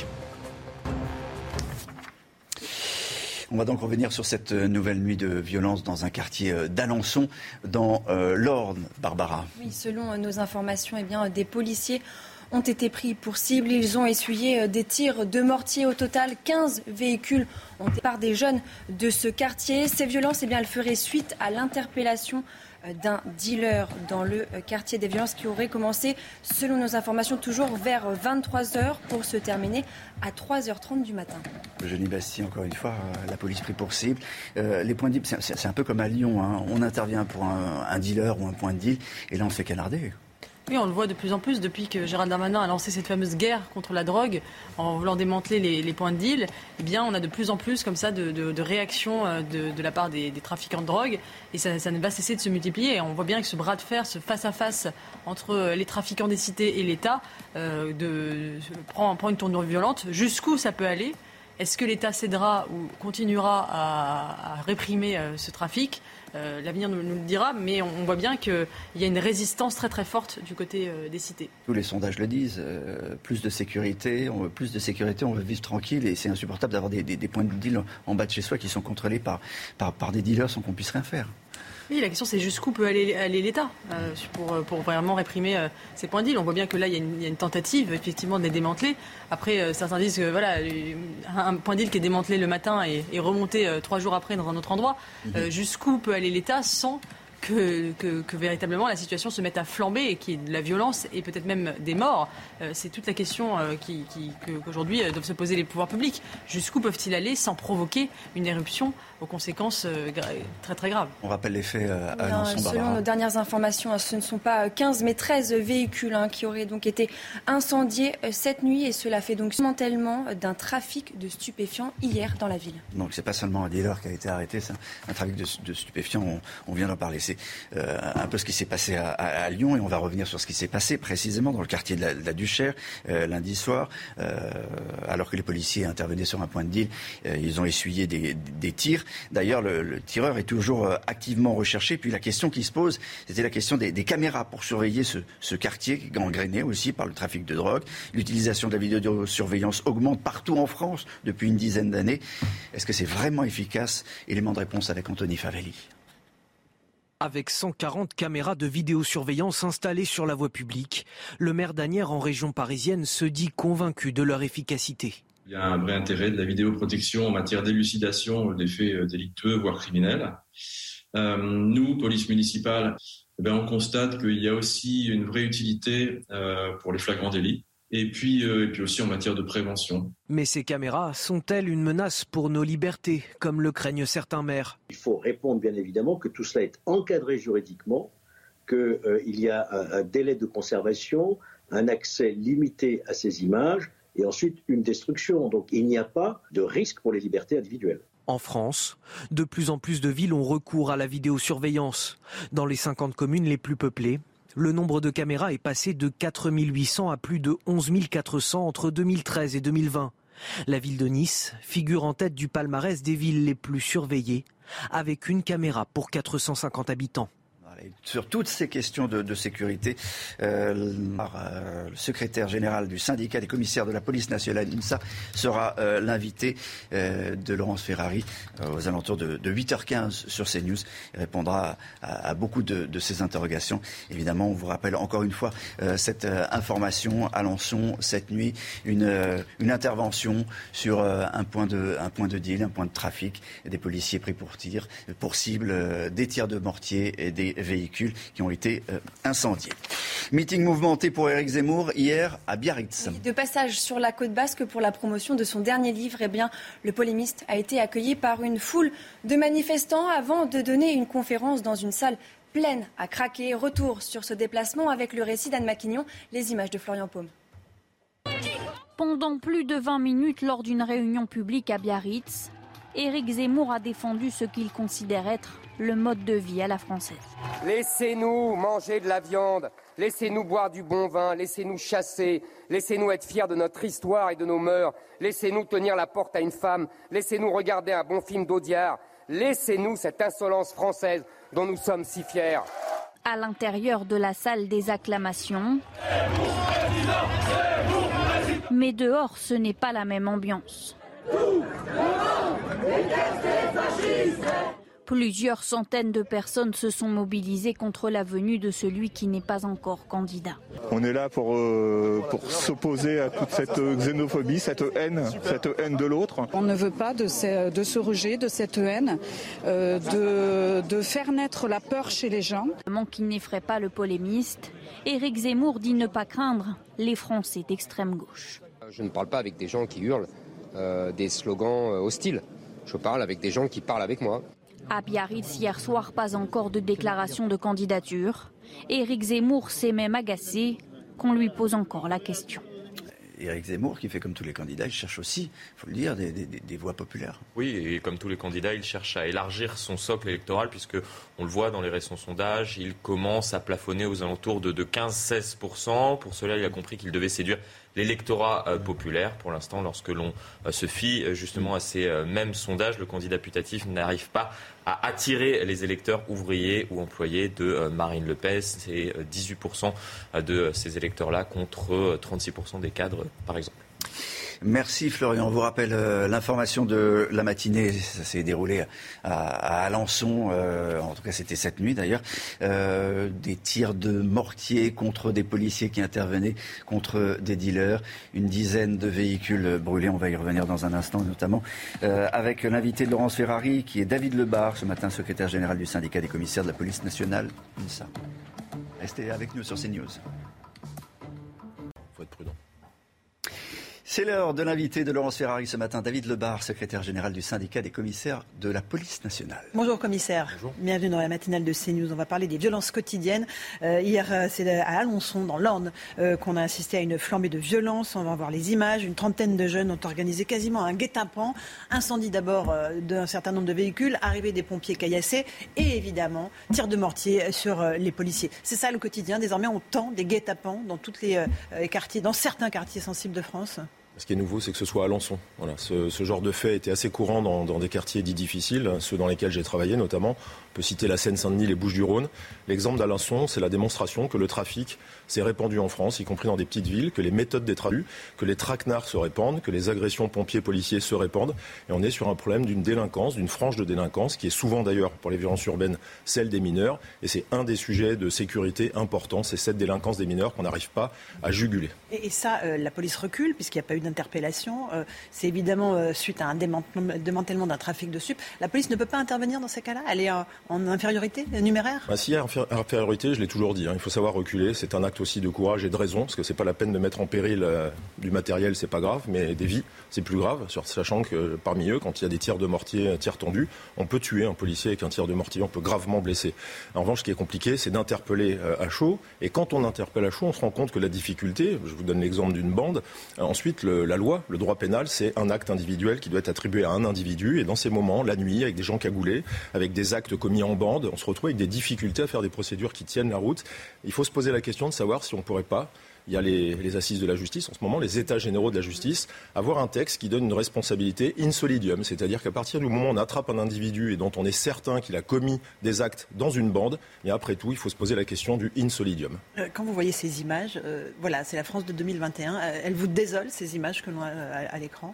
Speaker 2: On va donc revenir sur cette nouvelle nuit de violence dans un quartier d'Alençon, dans l'Orne, Barbara.
Speaker 3: Oui, selon nos informations, eh bien, des policiers ont été pris pour cible. Ils ont essuyé des tirs de mortier. Au total, 15 véhicules ont été par des jeunes de ce quartier. Ces violences, eh bien, elles feraient suite à l'interpellation d'un dealer dans le quartier des violences qui aurait commencé, selon nos informations, toujours vers 23h pour se terminer à 3h30 du matin.
Speaker 2: Eugénie Bastille, encore une fois, la police pris pour cible. Les points de deal, c'est un peu comme à Lyon. Hein. On intervient pour un dealer ou un point de deal et là on se fait canarder.
Speaker 1: Oui, on le voit de plus en plus depuis que Gérald Darmanin a lancé cette fameuse guerre contre la drogue en voulant démanteler les points de deal. Eh bien, on a de plus en plus comme ça de réactions de la part des trafiquants de drogue et ça ne va cesser de se multiplier. Et on voit bien que ce bras de fer, ce face-à-face entre les trafiquants des cités et l'État prend une tournure violente. Jusqu'où ça peut aller? Est-ce que l'État cédera ou continuera à réprimer ce trafic? L'avenir nous le dira, mais on voit bien qu'il y a une résistance très très forte du côté des cités.
Speaker 2: Tous les sondages le disent, plus de sécurité, on veut vivre tranquille et c'est insupportable d'avoir des points de deal en bas de chez soi qui sont contrôlés par des dealers sans qu'on puisse rien faire.
Speaker 1: Oui, la question c'est jusqu'où peut aller l'État pour vraiment réprimer ces points de deal. On voit bien que là il y a une tentative effectivement de les démanteler. Après certains disent que voilà, un point de deal qui est démantelé le matin et remonté 3 jours après dans un autre endroit. Jusqu'où peut aller l'État sans que véritablement la situation se mette à flamber et qu'il y ait de la violence et peut-être même des morts. C'est toute la question qu'aujourd'hui doivent se poser les pouvoirs publics. Jusqu'où peuvent-ils aller sans provoquer une éruption aux conséquences très très graves?
Speaker 2: On rappelle les faits à Alençon.
Speaker 3: Selon nos dernières informations, ce ne sont pas 15 mais 13 véhicules qui auraient donc été incendiés cette nuit et cela fait donc démantèlement d'un trafic de stupéfiants hier dans la ville.
Speaker 2: Donc c'est pas seulement un dealer qui a été arrêté, c'est un trafic de stupéfiants, on vient d'en parler. C'est un peu ce qui s'est passé à Lyon et on va revenir sur ce qui s'est passé précisément dans le quartier de la Duchère lundi soir, alors que les policiers intervenaient sur un point de deal, ils ont essuyé des tirs. D'ailleurs, le tireur est toujours activement recherché. Puis la question qui se pose, c'était la question des caméras pour surveiller ce quartier gangréné aussi par le trafic de drogue. L'utilisation de la vidéosurveillance augmente partout en France depuis une dizaine d'années. Est-ce que c'est vraiment efficace? Élément de réponse avec Anthony Favelli.
Speaker 4: Avec 140 caméras de vidéosurveillance installées sur la voie publique, le maire d'Asnières en région parisienne se dit convaincu de leur efficacité.
Speaker 5: Il y a un vrai intérêt de la vidéoprotection en matière d'élucidation des faits délictueux, voire criminels. Nous, police municipale, on constate qu'il y a aussi une vraie utilité pour les flagrants délits. Et puis aussi en matière de prévention.
Speaker 4: Mais ces caméras sont-elles une menace pour nos libertés, comme le craignent certains maires?
Speaker 6: Il faut répondre bien évidemment que tout cela est encadré juridiquement, qu'il y a un délai de conservation, un accès limité à ces images et ensuite une destruction. Donc il n'y a pas de risque pour les libertés individuelles.
Speaker 4: En France, de plus en plus de villes ont recours à la vidéosurveillance. Dans les 50 communes les plus peuplées, le nombre de caméras est passé de 4 800 à plus de 11 400 entre 2013 et 2020. La ville de Nice figure en tête du palmarès des villes les plus surveillées, avec une caméra pour 450 habitants.
Speaker 2: Sur toutes ces questions de sécurité, le secrétaire général du syndicat des commissaires de la police nationale, INSA, sera l'invité de Laurence Ferrari aux alentours de 8h15 sur CNews. Il répondra à beaucoup de ces interrogations. Évidemment, on vous rappelle encore une fois cette information à Alençon cette nuit, une intervention sur un point de deal, un point de trafic, des policiers pris pour cible, des tirs de mortier et des véhicules qui ont été incendiés. Meeting mouvementé pour Éric Zemmour hier à Biarritz.
Speaker 3: De passage sur la côte basque pour la promotion de son dernier livre, le polémiste a été accueilli par une foule de manifestants avant de donner une conférence dans une salle pleine à craquer. Retour sur ce déplacement avec le récit d'Anne Maquignon, les images de Florian Paume.
Speaker 10: Pendant plus de 20 minutes lors d'une réunion publique à Biarritz, Éric Zemmour a défendu ce qu'il considère être le mode de vie à la française.
Speaker 11: Laissez-nous manger de la viande, laissez-nous boire du bon vin, laissez-nous chasser, laissez-nous être fiers de notre histoire et de nos mœurs, laissez-nous tenir la porte à une femme, laissez-nous regarder un bon film d'Audiard, laissez-nous cette insolence française dont nous sommes si fiers.
Speaker 10: À l'intérieur de la salle des acclamations, mais dehors ce n'est pas la même ambiance. Plusieurs centaines de personnes se sont mobilisées contre la venue de celui qui n'est pas encore candidat.
Speaker 21: On est là pour s'opposer à toute cette xénophobie, cette haine de l'autre.
Speaker 25: On ne veut pas de ce rejet, de cette haine, de faire naître la peur chez les gens.
Speaker 10: Qui n'effraie pas le polémiste, Éric Zemmour dit ne pas craindre les Français d'extrême gauche.
Speaker 11: Je ne parle pas avec des gens qui hurlent des slogans hostiles. Je parle avec des gens qui parlent avec moi.
Speaker 10: À Biarritz, hier soir, pas encore de déclaration de candidature. Éric Zemmour s'est même agacé qu'on lui pose encore la question.
Speaker 2: Éric Zemmour, qui fait comme tous les candidats, il cherche aussi, il faut le dire, des voix populaires.
Speaker 26: Oui, et comme tous les candidats, il cherche à élargir son socle électoral, puisque on le voit dans les récents sondages, il commence à plafonner aux alentours de 15-16%. Pour cela, il a compris qu'il devait séduire l'électorat populaire. Pour l'instant, lorsque l'on se fie justement à ces mêmes sondages, le candidat putatif n'arrive pas à attirer les électeurs ouvriers ou employés de Marine Le Pen. C'est 18% de ces électeurs-là contre 36% des cadres, par exemple.
Speaker 2: Merci Florian. On vous rappelle l'information de la matinée. Ça s'est déroulé à Alençon. En tout cas, c'était cette nuit d'ailleurs. Des tirs de mortier contre des policiers qui intervenaient contre des dealers. Une dizaine de véhicules brûlés. On va y revenir dans un instant, notamment avec l'invité de Laurence Ferrari, qui est David Lebar, ce matin secrétaire général du syndicat des commissaires de la police nationale, UNSA. Restez avec nous sur CNews.
Speaker 7: Il faut être prudent.
Speaker 2: C'est l'heure de l'invité de Laurence Ferrari ce matin, David Lebar, secrétaire général du syndicat des commissaires de la police nationale.
Speaker 8: Bonjour commissaire. Bonjour. Bienvenue dans la matinale de CNews. On va parler des violences quotidiennes. Hier, c'est à Alençon, dans l'Orne, qu'on a assisté à une flambée de violence. On va voir les images. Une trentaine de jeunes ont organisé quasiment un guet-apens. Incendie d'abord d'un certain nombre de véhicules, arrivée des pompiers caillassés et évidemment, tir de mortier sur les policiers. C'est ça le quotidien. Désormais, on tend des guet-apens dans tous les quartiers, dans certains quartiers sensibles de France.
Speaker 7: Ce qui est nouveau, c'est que ce soit à Alençon. Voilà, ce genre de fait était assez courant dans des quartiers dits difficiles, ceux dans lesquels j'ai travaillé notamment. On peut citer la Seine-Saint-Denis, les Bouches-du-Rhône. L'exemple d'Alençon, c'est la démonstration que le trafic s'est répandu en France, y compris dans des petites villes, que les méthodes des trafics, que les traquenards se répandent, que les agressions pompiers-policiers se répandent. Et on est sur un problème d'une délinquance, d'une frange de délinquance, qui est souvent d'ailleurs, pour les violences urbaines, celle des mineurs. Et c'est un des sujets de sécurité importants, c'est cette délinquance des mineurs qu'on n'arrive pas à juguler.
Speaker 8: Et ça, la police recule, puisqu'il n'y a pas eu d'interpellation. C'est évidemment suite à un démantèlement d'un trafic de stupes. La police ne peut pas intervenir dans ces cas-là? Elle est en infériorité numéraire?
Speaker 7: S'il y a infériorité, je l'ai toujours dit, il faut savoir reculer. C'est un acte aussi de courage et de raison, parce que c'est pas la peine de mettre en péril du matériel, c'est pas grave, mais des vies, c'est plus grave, sachant que parmi eux, quand il y a des tirs de mortier, tirs tendus, on peut tuer un policier avec un tir de mortier, on peut gravement blesser. En revanche, ce qui est compliqué, c'est d'interpeller à chaud, et quand on interpelle à chaud, on se rend compte que la difficulté, je vous donne l'exemple d'une bande, ensuite la loi, le droit pénal, c'est un acte individuel qui doit être attribué à un individu, et dans ces moments, la nuit, avec des gens cagoulés, avec des actes commis en bande, on se retrouve avec des difficultés à faire des procédures qui tiennent la route. Il faut se poser la question de savoir si on ne pourrait pas, il y a les assises de la justice en ce moment, les états généraux de la justice, avoir un texte qui donne une responsabilité in solidium, c'est-à-dire qu'à partir du moment où on attrape un individu et dont on est certain qu'il a commis des actes dans une bande, et après tout, il faut se poser la question du in solidium.
Speaker 8: Quand vous voyez ces images, voilà, c'est la France de 2021, elles vous désolent ces images que l'on a à l'écran?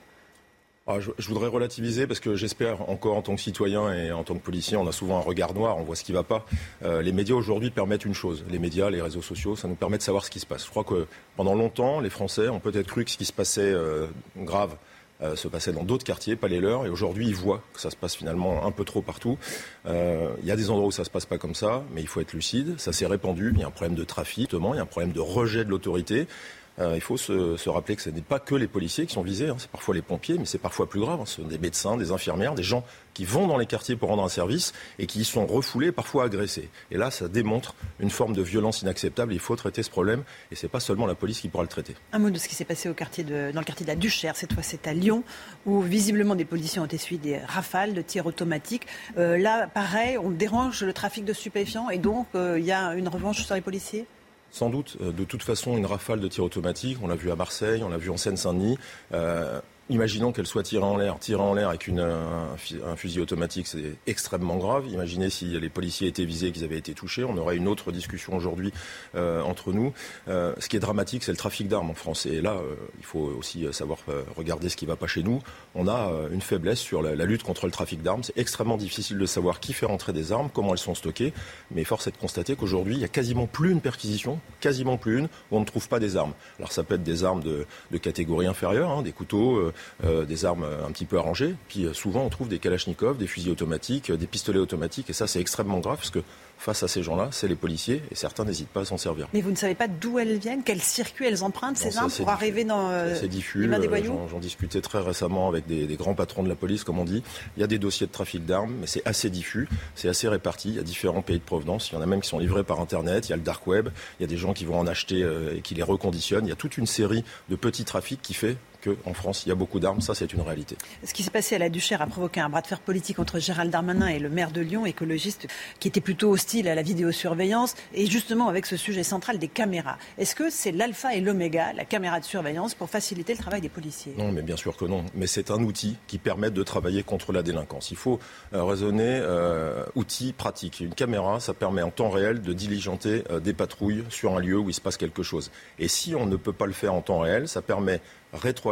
Speaker 7: Je voudrais relativiser parce que j'espère encore en tant que citoyen et en tant que policier, on a souvent un regard noir, on voit ce qui ne va pas. Les médias aujourd'hui permettent une chose. Les médias, les réseaux sociaux, ça nous permet de savoir ce qui se passe. Je crois que pendant longtemps, les Français ont peut-être cru que ce qui se passait grave se passait dans d'autres quartiers, pas les leurs. Et aujourd'hui, ils voient que ça se passe finalement un peu trop partout. Il y a des endroits où ça ne se passe pas comme ça, mais il faut être lucide. Ça s'est répandu. Il y a un problème de trafic, il y a un problème de rejet de l'autorité. Il faut se rappeler que ce n'est pas que les policiers qui sont visés, c'est parfois les pompiers, mais c'est parfois plus grave. Ce sont des médecins, des infirmières, des gens qui vont dans les quartiers pour rendre un service et qui y sont refoulés, parfois agressés. Et là, ça démontre une forme de violence inacceptable. Il faut traiter ce problème et ce n'est pas seulement la police qui pourra le traiter.
Speaker 8: Un mot de ce qui s'est passé dans le quartier de la Duchère. Cette fois, c'est à Lyon, où visiblement des policiers ont essuyé des rafales de tirs automatiques. Là, pareil, on dérange le trafic de stupéfiants et donc il y a une revanche sur les policiers?
Speaker 7: Sans doute. De toute façon, une rafale de tirs automatiques, on l'a vu à Marseille, on l'a vu en Seine-Saint-Denis. Imaginons qu'elle soit tirée en l'air avec un fusil automatique, c'est extrêmement grave. Imaginez si les policiers étaient visés et qu'ils avaient été touchés, on aurait une autre discussion aujourd'hui entre nous. Ce qui est dramatique, c'est le trafic d'armes en France. Et là, il faut aussi savoir regarder ce qui ne va pas chez nous. On a une faiblesse sur la lutte contre le trafic d'armes. C'est extrêmement difficile de savoir qui fait rentrer des armes, comment elles sont stockées. Mais force est de constater qu'aujourd'hui, il n'y a quasiment plus une perquisition, quasiment plus une, où on ne trouve pas des armes. Alors ça peut être des armes de catégorie inférieure, des couteaux, des armes un petit peu arrangées. Puis souvent, on trouve des kalachnikovs, des fusils automatiques, des pistolets automatiques. Et ça, c'est extrêmement grave parce que face à ces gens-là, c'est les policiers et certains n'hésitent pas à s'en servir.
Speaker 8: Mais vous ne savez pas d'où elles viennent, quel circuit elles empruntent, ces armes, pour arriver dans les mains des voyous?
Speaker 7: J'en discutais très récemment avec des grands patrons de la police, comme on dit. Il y a des dossiers de trafic d'armes, mais c'est assez diffus, c'est assez réparti. Il y a différents pays de provenance. Il y en a même qui sont livrés par Internet. Il y a le dark web. Il y a des gens qui vont en acheter et qui les reconditionnent. Il y a toute une série de petits trafics qui fait qu'en France, il y a beaucoup d'armes. Ça, c'est une réalité.
Speaker 8: Ce qui s'est passé à la Duchère a provoqué un bras de fer politique entre Gérald Darmanin et le maire de Lyon, écologiste, qui était plutôt hostile à la vidéosurveillance, et justement avec ce sujet central des caméras. Est-ce que c'est l'alpha et l'oméga, la caméra de surveillance, pour faciliter le travail des policiers?
Speaker 7: Non, mais bien sûr que non. Mais c'est un outil qui permet de travailler contre la délinquance. Il faut raisonner outil pratique. Une caméra, ça permet en temps réel de diligenter des patrouilles sur un lieu où il se passe quelque chose. Et si on ne peut pas le faire en temps réel, ça permet rétroactivement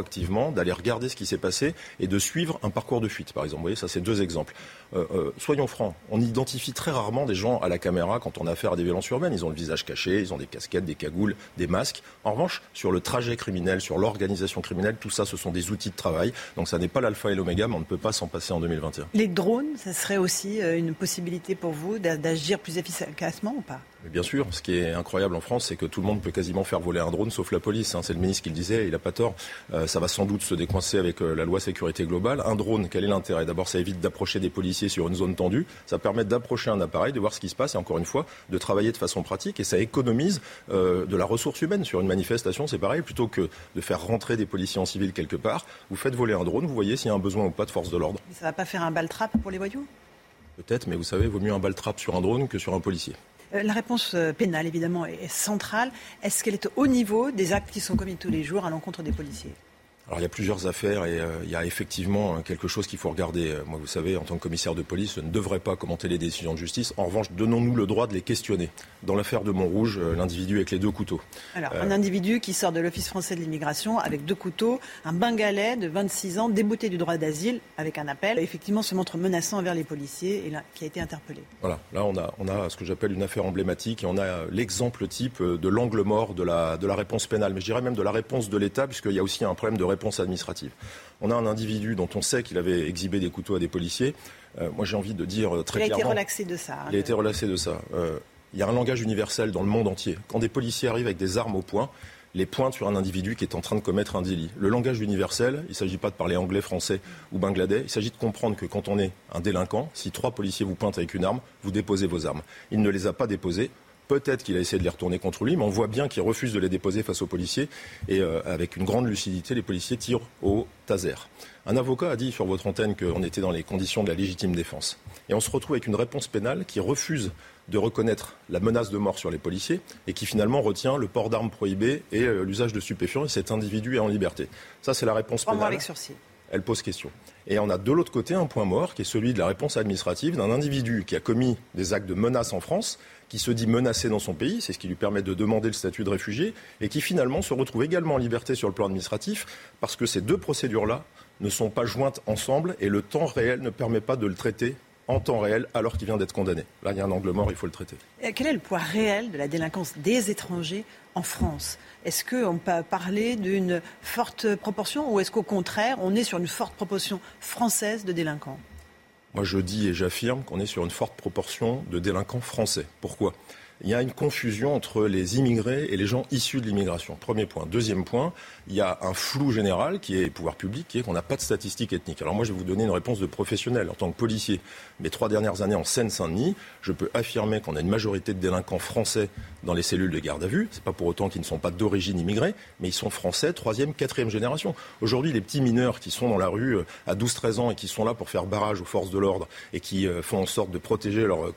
Speaker 7: proactivement, d'aller regarder ce qui s'est passé et de suivre un parcours de fuite, par exemple. Vous voyez, ça, c'est 2 exemples. Soyons francs, on identifie très rarement des gens à la caméra quand on a affaire à des violences urbaines. Ils ont le visage caché, ils ont des casquettes, des cagoules, des masques. En revanche, sur le trajet criminel, sur l'organisation criminelle, tout ça, ce sont des outils de travail. Donc ça n'est pas l'alpha et l'oméga, mais on ne peut pas s'en passer en 2021.
Speaker 8: Les drones, ça serait aussi une possibilité pour vous d'agir plus efficacement ou pas ?
Speaker 7: Mais bien sûr, ce qui est incroyable en France, c'est que tout le monde peut quasiment faire voler un drone, sauf la police. C'est le ministre qui le disait, il n'a pas tort. Ça va sans doute se décoincer avec la loi sécurité globale. Un drone, quel est l'intérêt ? D'abord, ça évite d'approcher des policiers sur une zone tendue. Ça permet d'approcher un appareil, de voir ce qui se passe et encore une fois, de travailler de façon pratique. Et ça économise de la ressource humaine. Sur une manifestation, c'est pareil. Plutôt que de faire rentrer des policiers en civil quelque part, vous faites voler un drone, vous voyez s'il y a un besoin ou pas de force de l'ordre.
Speaker 8: Mais ça ne va pas faire un bal-trap pour les voyous ?
Speaker 7: Peut-être, mais vous savez, il vaut mieux un bal-trap sur un drone que sur un policier.
Speaker 8: La réponse pénale, évidemment, est centrale. Est-ce qu'elle est au niveau des actes qui sont commis tous les jours à l'encontre des policiers ?
Speaker 7: Alors il y a plusieurs affaires et il y a effectivement quelque chose qu'il faut regarder. Moi, vous savez, en tant que commissaire de police, je ne devrais pas commenter les décisions de justice. En revanche, donnons-nous le droit de les questionner. Dans l'affaire de Montrouge, l'individu avec les 2 couteaux.
Speaker 8: Alors, un individu qui sort de l'Office français de l'immigration avec 2 couteaux, un Bengalais de 26 ans, débouté du droit d'asile, avec un appel, effectivement se montre menaçant envers les policiers et là, qui a été interpellé.
Speaker 7: Voilà, là on a ce que j'appelle une affaire emblématique et on a l'exemple type de l'angle mort de la réponse pénale, mais je dirais même de la réponse de l'État, puisqu'il y a aussi un problème de réponse administrative. On a un individu dont on sait qu'il avait exhibé des couteaux à des policiers. Moi j'ai envie de dire très clairement...
Speaker 8: Il a été relaxé de ça.
Speaker 7: Il a été relaxé de ça. Il y a un langage universel dans le monde entier. Quand des policiers arrivent avec des armes au poing, les pointent sur un individu qui est en train de commettre un délit. Le langage universel, il ne s'agit pas de parler anglais, français ou bangladais, il s'agit de comprendre que quand on est un délinquant, si 3 policiers vous pointent avec une arme, vous déposez vos armes. Il ne les a pas déposées. Peut-être qu'il a essayé de les retourner contre lui, mais on voit bien qu'il refuse de les déposer face aux policiers. Et avec une grande lucidité, les policiers tirent au taser. Un avocat a dit sur votre antenne qu'on était dans les conditions de la légitime défense. Et on se retrouve avec une réponse pénale qui refuse de reconnaître la menace de mort sur les policiers et qui finalement retient le port d'armes prohibé et l'usage de stupéfiants. Et cet individu est en liberté. Ça, c'est la réponse pénale.
Speaker 8: 3 mois avec sursis.
Speaker 7: Elle pose question. Et on a de l'autre côté un point mort qui est celui de la réponse administrative d'un individu qui a commis des actes de menace en France, qui se dit menacé dans son pays, c'est ce qui lui permet de demander le statut de réfugié, et qui finalement se retrouve également en liberté sur le plan administratif, parce que ces 2 procédures-là ne sont pas jointes ensemble, et le temps réel ne permet pas de le traiter en temps réel alors qu'il vient d'être condamné. Là, il y a un angle mort, il faut le traiter.
Speaker 8: Et quel est le poids réel de la délinquance des étrangers en France ? Est-ce qu'on peut parler d'une forte proportion ou est-ce qu'au contraire, on est sur une forte proportion française de délinquants ?
Speaker 7: Moi, je dis et j'affirme qu'on est sur une forte proportion de délinquants français. Pourquoi ? Il y a une confusion entre les immigrés et les gens issus de l'immigration. Premier point. Deuxième point, il y a un flou général qui est pouvoir public, qui est qu'on n'a pas de statistiques ethniques. Alors moi, je vais vous donner une réponse de professionnel. En tant que policier, mes 3 dernières années en Seine-Saint-Denis, je peux affirmer qu'on a une majorité de délinquants français dans les cellules de garde à vue. C'est pas pour autant qu'ils ne sont pas d'origine immigrée, mais ils sont français, 3e, 4e génération. Aujourd'hui, les petits mineurs qui sont dans la rue à 12-13 ans et qui sont là pour faire barrage aux forces de l'ordre et qui font en sorte de protéger leurs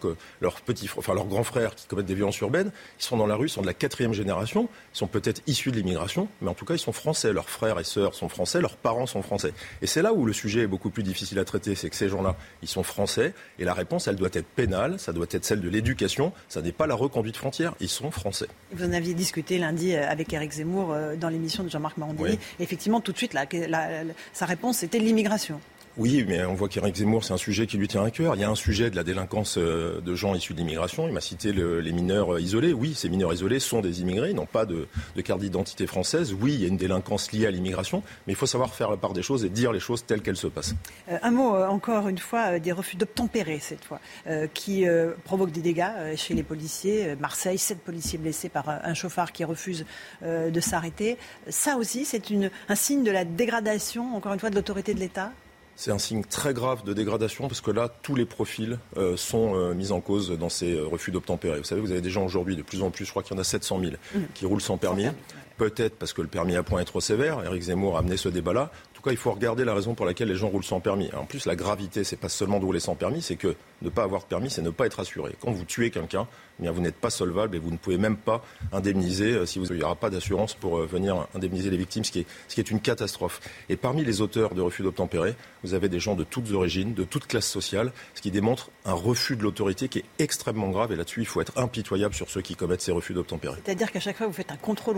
Speaker 7: grands frères qui commettent des violences urbaines, ils sont dans la rue, ils sont de la 4e génération, ils sont peut-être issus de l'immigration, mais en tout cas ils sont français, leurs frères et sœurs sont français, leurs parents sont français. Et c'est là où le sujet est beaucoup plus difficile à traiter, c'est que ces gens-là, ils sont français, et la réponse, elle doit être pénale, ça doit être celle de l'éducation, ça n'est pas la reconduite frontière, ils sont français.
Speaker 8: Vous en aviez discuté lundi avec Éric Zemmour dans l'émission de Jean-Marc Morandini, oui. Effectivement tout de suite, sa réponse c'était l'immigration.
Speaker 7: Oui, mais on voit qu'Éric Zemmour, c'est un sujet qui lui tient à cœur. Il y a un sujet de la délinquance de gens issus de l'immigration. Il m'a cité les mineurs isolés. Oui, ces mineurs isolés sont des immigrés, ils n'ont pas de carte d'identité française. Oui, il y a une délinquance liée à l'immigration, mais il faut savoir faire la part des choses et dire les choses telles qu'elles se passent.
Speaker 8: Un mot, encore une fois, des refus d'obtempérer, cette fois, qui provoquent des dégâts chez les policiers. Marseille, 7 policiers blessés par un chauffard qui refuse de s'arrêter. Ça aussi, c'est un signe de la dégradation, encore une fois, de l'autorité de l'État ?
Speaker 7: C'est un signe très grave de dégradation parce que là, tous les profils sont mis en cause dans ces refus d'obtempérer. Vous savez, vous avez des gens aujourd'hui, de plus en plus, je crois qu'il y en a 700 000, qui roulent sans permis. Peut-être parce que le permis à point est trop sévère. Éric Zemmour a amené ce débat-là. En tout cas, il faut regarder la raison pour laquelle les gens roulent sans permis. En plus, la gravité, c'est pas seulement de rouler sans permis, c'est que ne pas avoir de permis, c'est ne pas être assuré. Quand vous tuez quelqu'un, eh bien, vous n'êtes pas solvable et vous ne pouvez même pas indemniser si il n'y aura pas d'assurance pour venir indemniser les victimes, ce qui est une catastrophe. Et parmi les auteurs de refus d'obtempérer, vous avez des gens de toutes origines, de toutes classes sociales, ce qui démontre un refus de l'autorité qui est extrêmement grave. Et là-dessus, il faut être impitoyable sur ceux qui commettent ces refus d'obtempérer.
Speaker 8: C'est-à-dire qu'à chaque fois que vous faites un contrôle routier, maintenant,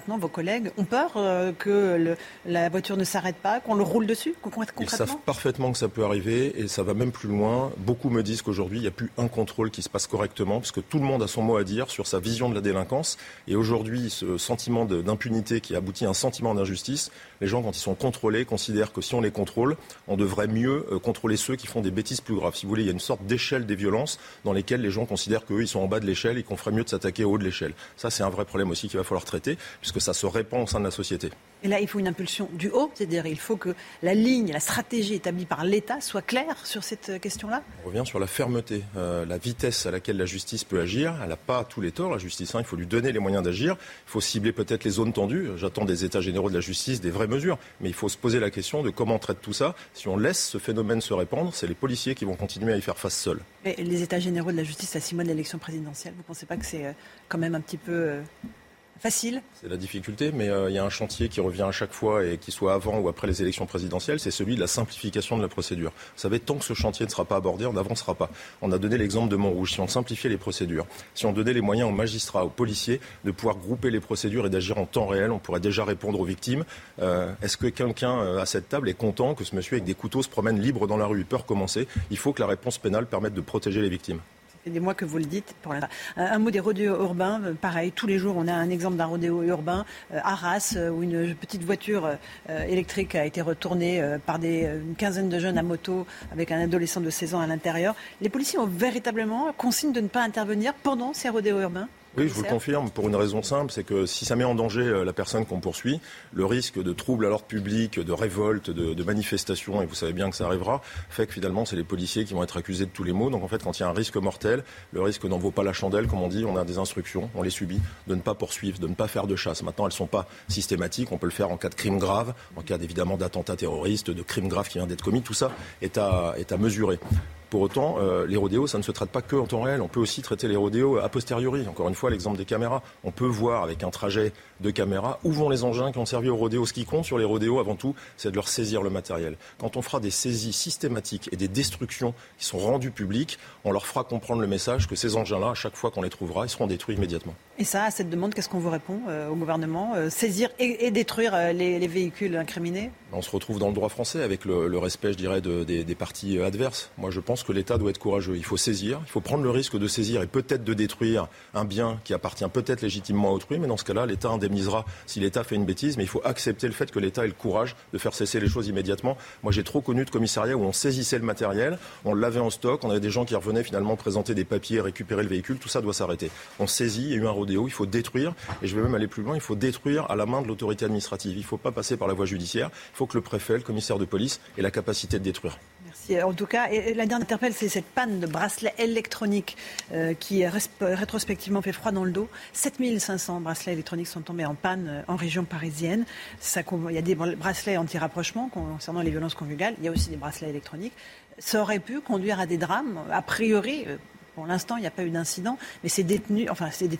Speaker 8: maintenant, vos collègues ont peur que la voiture ne s'arrête pas, qu'on le roule dessus concrètement?
Speaker 7: Ils savent parfaitement que ça peut arriver et ça va même plus loin. Beaucoup me disent qu'aujourd'hui, il n'y a plus un contrôle qui se passe correctement parce que tout le monde a son mot à dire sur sa vision de la délinquance. Et aujourd'hui, ce sentiment d'impunité qui aboutit à un sentiment d'injustice, les gens, quand ils sont contrôlés, considèrent que si on les contrôle, on devrait mieux contrôler ceux qui font des bêtises plus graves. Si vous voulez, il y a une sorte d'échelle des violences dans lesquelles les gens considèrent qu'eux, ils sont en bas de l'échelle et qu'on ferait mieux de s'attaquer au haut de l'échelle. Ça, c'est un vrai problème aussi qu'il va falloir traiter puisque ça se répand au sein de la société.
Speaker 8: Et là, il faut une impulsion du haut, c'est-à-dire il faut que la ligne, la stratégie établie par l'État soit claire sur cette question-là.
Speaker 7: On revient sur la fermeté, la vitesse à laquelle la justice peut agir. Elle n'a pas tous les torts, la justice. Il faut lui donner les moyens d'agir. Il faut cibler peut-être les zones tendues. J'attends des états généraux de la justice des vraies mesures. Mais il faut se poser la question de comment on traite tout ça. Si on laisse ce phénomène se répandre, c'est les policiers qui vont continuer à y faire face seuls.
Speaker 8: Mais les états généraux de la justice à 6 mois de l'élection présidentielle, vous ne pensez pas que c'est quand même un petit peu... facile?
Speaker 7: C'est la difficulté, mais il y a un chantier qui revient à chaque fois et qui soit avant ou après les élections présidentielles, c'est celui de la simplification de la procédure. Vous savez, tant que ce chantier ne sera pas abordé, on n'avancera pas. On a donné l'exemple de Montrouge. Si on simplifiait les procédures, si on donnait les moyens aux magistrats, aux policiers de pouvoir grouper les procédures et d'agir en temps réel, on pourrait déjà répondre aux victimes. Est-ce que quelqu'un à cette table est content que ce monsieur avec des couteaux se promène libre dans la rue? Il peut recommencer. Il faut que la réponse pénale permette de protéger les victimes.
Speaker 8: C'est des mois que vous le dites. Un mot des rodéos urbains. Pareil, tous les jours, on a un exemple d'un rodéo urbain. Arras, où une petite voiture électrique a été retournée par une quinzaine de jeunes à moto avec un adolescent de 16 ans à l'intérieur. Les policiers ont véritablement consigne de ne pas intervenir pendant ces rodéos urbains?
Speaker 7: Oui, je vous le confirme, pour une raison simple, c'est que si ça met en danger la personne qu'on poursuit, le risque de trouble à l'ordre public, de révolte, de manifestation, et vous savez bien que ça arrivera, fait que finalement c'est les policiers qui vont être accusés de tous les maux. Donc en fait, quand il y a un risque mortel, le risque n'en vaut pas la chandelle, comme on dit, on a des instructions, on les subit, de ne pas poursuivre, de ne pas faire de chasse. Maintenant, elles ne sont pas systématiques, on peut le faire en cas de crime grave, en cas évidemment d'attentat terroriste, de crime grave qui vient d'être commis, tout ça est à mesurer. Pour autant, les rodéos, ça ne se traite pas que en temps réel. On peut aussi traiter les rodéos a posteriori. Encore une fois, l'exemple des caméras. On peut voir avec un trajet de caméra où vont les engins qui ont servi aux rodéos. Ce qui compte sur les rodéos, avant tout, c'est de leur saisir le matériel. Quand on fera des saisies systématiques et des destructions qui sont rendues publiques, on leur fera comprendre le message que ces engins-là, à chaque fois qu'on les trouvera, ils seront détruits immédiatement.
Speaker 8: Et ça, à cette demande, qu'est-ce qu'on vous répond au gouvernement? Saisir et détruire les véhicules incriminés?
Speaker 7: On se retrouve dans le droit français avec le respect, je dirais, des parties adverses. Moi, je pense que l'État doit être courageux. Il faut saisir, il faut prendre le risque de saisir et peut-être de détruire un bien qui appartient peut-être légitimement à autrui, mais dans ce cas-là, l'État indemnisera si l'État fait une bêtise, mais il faut accepter le fait que l'État ait le courage de faire cesser les choses immédiatement. Moi, j'ai trop connu de commissariats où on saisissait le matériel, on l'avait en stock, on avait des gens qui revenaient finalement présenter des papiers, récupérer le véhicule, tout ça doit s'arrêter. On saisit, il y a eu un rodéo, il faut détruire, et je vais même aller plus loin, il faut détruire à la main de l'autorité administrative. Il ne faut pas passer par la voie judiciaire, il faut que le préfet, le commissaire de police ait la capacité de détruire.
Speaker 8: Merci. En tout cas, et la dernière interpelle, c'est cette panne de bracelets électroniques qui rétrospectivement fait froid dans le dos. 7500 bracelets électroniques sont tombés en panne en région parisienne. Il y a des bracelets anti-rapprochement concernant les violences conjugales. Il y a aussi des bracelets électroniques. Ça aurait pu conduire à des drames. A priori, pour l'instant, il n'y a pas eu d'incident, mais ces détenus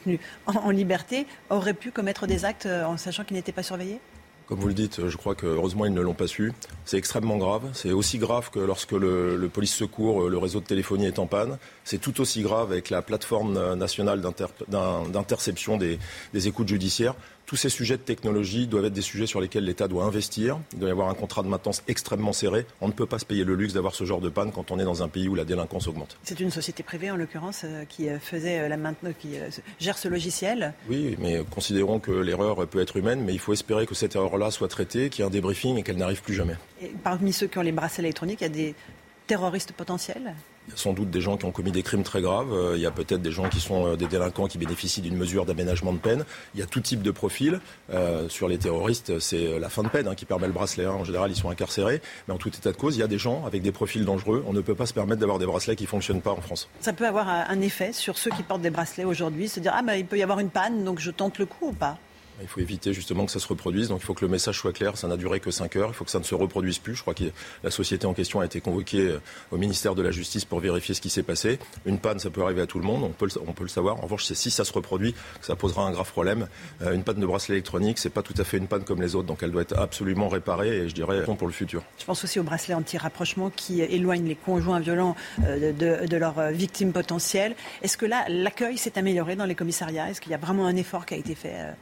Speaker 8: en liberté auraient pu commettre des actes en sachant qu'ils n'étaient pas surveillés?
Speaker 7: Comme vous le dites, je crois qu'heureusement ils ne l'ont pas su. C'est extrêmement grave. C'est aussi grave que lorsque le police secours, le réseau de téléphonie est en panne. C'est tout aussi grave avec la plateforme nationale d'interception des écoutes judiciaires. Tous ces sujets de technologie doivent être des sujets sur lesquels l'État doit investir. Il doit y avoir un contrat de maintenance extrêmement serré. On ne peut pas se payer le luxe d'avoir ce genre de panne quand on est dans un pays où la délinquance augmente.
Speaker 8: C'est une société privée, en l'occurrence, qui gère ce logiciel.
Speaker 7: Oui, mais considérons que l'erreur peut être humaine, mais il faut espérer que cette erreur-là soit traitée, qu'il y ait un débriefing et qu'elle n'arrive plus jamais.
Speaker 8: Et parmi ceux qui ont les bracelets électroniques, il y a des terroristes potentiels?
Speaker 7: Il y a sans doute des gens qui ont commis des crimes très graves. Il y a peut-être des gens qui sont des délinquants qui bénéficient d'une mesure d'aménagement de peine. Il y a tout type de profil. Sur les terroristes, c'est la fin de peine qui permet le bracelet. En général, ils sont incarcérés. Mais en tout état de cause, il y a des gens avec des profils dangereux. On ne peut pas se permettre d'avoir des bracelets qui ne fonctionnent pas en France.
Speaker 8: Ça peut avoir un effet sur ceux qui portent des bracelets aujourd'hui, se dire il peut y avoir une panne, donc je tente le coup ou pas?
Speaker 7: Il faut éviter justement que ça se reproduise. Donc il faut que le message soit clair. Ça n'a duré que 5 heures. Il faut que ça ne se reproduise plus. Je crois que la société en question a été convoquée au ministère de la Justice pour vérifier ce qui s'est passé. Une panne, ça peut arriver à tout le monde. On peut le savoir. En revanche, c'est si ça se reproduit que ça posera un grave problème. Une panne de bracelet électronique, c'est pas tout à fait une panne comme les autres. Donc elle doit être absolument réparée et je dirais pour le futur.
Speaker 8: Je pense aussi aux bracelets anti-rapprochement qui éloignent les conjoints violents de leurs victimes potentielles. Est-ce que là, l'accueil s'est amélioré dans les commissariats? Est-ce qu'il y a vraiment un effort qui a été fait dans toute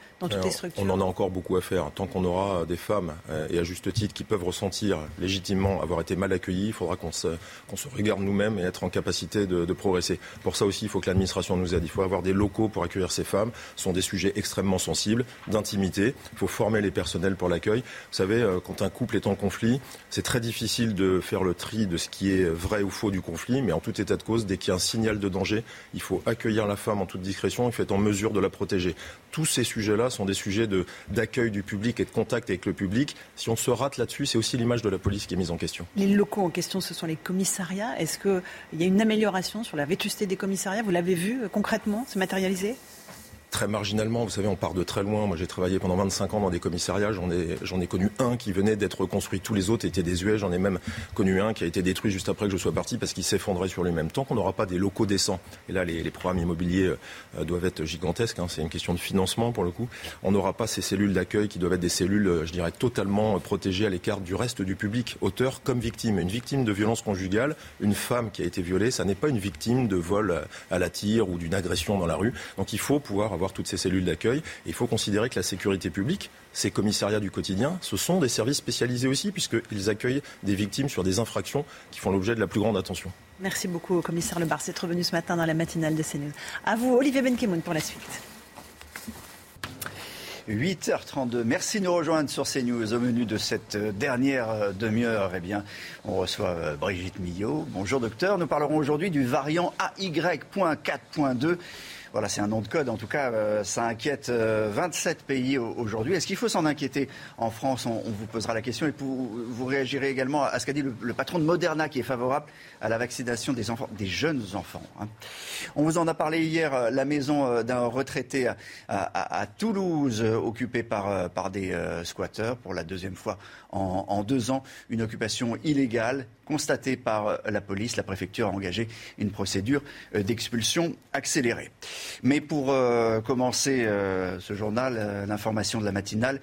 Speaker 8: des structures.
Speaker 7: On en a encore beaucoup à faire. Tant qu'on aura des femmes, et à juste titre, qui peuvent ressentir légitimement avoir été mal accueillies, il faudra qu'on se regarde nous-mêmes et être en capacité de progresser. Pour ça aussi, il faut que l'administration nous aide. Il faut avoir des locaux pour accueillir ces femmes. Ce sont des sujets extrêmement sensibles, d'intimité. Il faut former les personnels pour l'accueil. Vous savez, quand un couple est en conflit, c'est très difficile de faire le tri de ce qui est vrai ou faux du conflit, mais en tout état de cause, dès qu'il y a un signal de danger, il faut accueillir la femme en toute discrétion, il faut être en mesure de la protéger. Tous ces sujets-là sont des sujets d'accueil du public et de contact avec le public. Si on se rate là-dessus, c'est aussi l'image de la police qui est mise en question.
Speaker 8: Les locaux en question, ce sont les commissariats. Est-ce qu'il y a une amélioration sur la vétusté des commissariats? Vous l'avez vu concrètement se matérialiser?
Speaker 7: Très marginalement, vous savez, on part de très loin. Moi, j'ai travaillé pendant 25 ans dans des commissariats. J'en ai connu un qui venait d'être reconstruit. Tous les autres étaient désuets. J'en ai même connu un qui a été détruit juste après que je sois parti parce qu'il s'effondrait sur lui-même. Tant qu'on n'aura pas des locaux décents, et là, les programmes immobiliers doivent être gigantesques. C'est une question de financement pour le coup. On n'aura pas ces cellules d'accueil qui doivent être des cellules, je dirais, totalement protégées à l'écart du reste du public, auteur comme victime. Une victime de violence conjugale, une femme qui a été violée, ça n'est pas une victime de vol à la tire ou d'une agression dans la rue. Donc il faut pouvoir avoir toutes ces cellules d'accueil. Il faut considérer que la sécurité publique, ces commissariats du quotidien, ce sont des services spécialisés aussi, puisqu'ils accueillent des victimes sur des infractions qui font l'objet de la plus grande attention.
Speaker 8: Merci beaucoup, commissaire Lebars, d'être revenu ce matin dans la matinale de CNews. À vous, Olivier Benkemoun, pour la suite.
Speaker 2: 8h32. Merci de nous rejoindre sur CNews. Au menu de cette dernière demi-heure, on reçoit Brigitte Millot. Bonjour docteur. Nous parlerons aujourd'hui du variant AY.4.2. Voilà, c'est un nom de code. En tout cas, ça inquiète 27 pays aujourd'hui. Est-ce qu'il faut s'en inquiéter en France? On vous posera la question et vous réagirez également à ce qu'a dit le patron de Moderna qui est favorable à la vaccination des enfants, des jeunes enfants. On vous en a parlé hier, la maison d'un retraité à Toulouse, occupée par des squatteurs pour la deuxième fois en 2 ans. Une occupation illégale constatée par la police. La préfecture a engagé une procédure d'expulsion accélérée. Mais pour commencer ce journal, l'information de la matinale,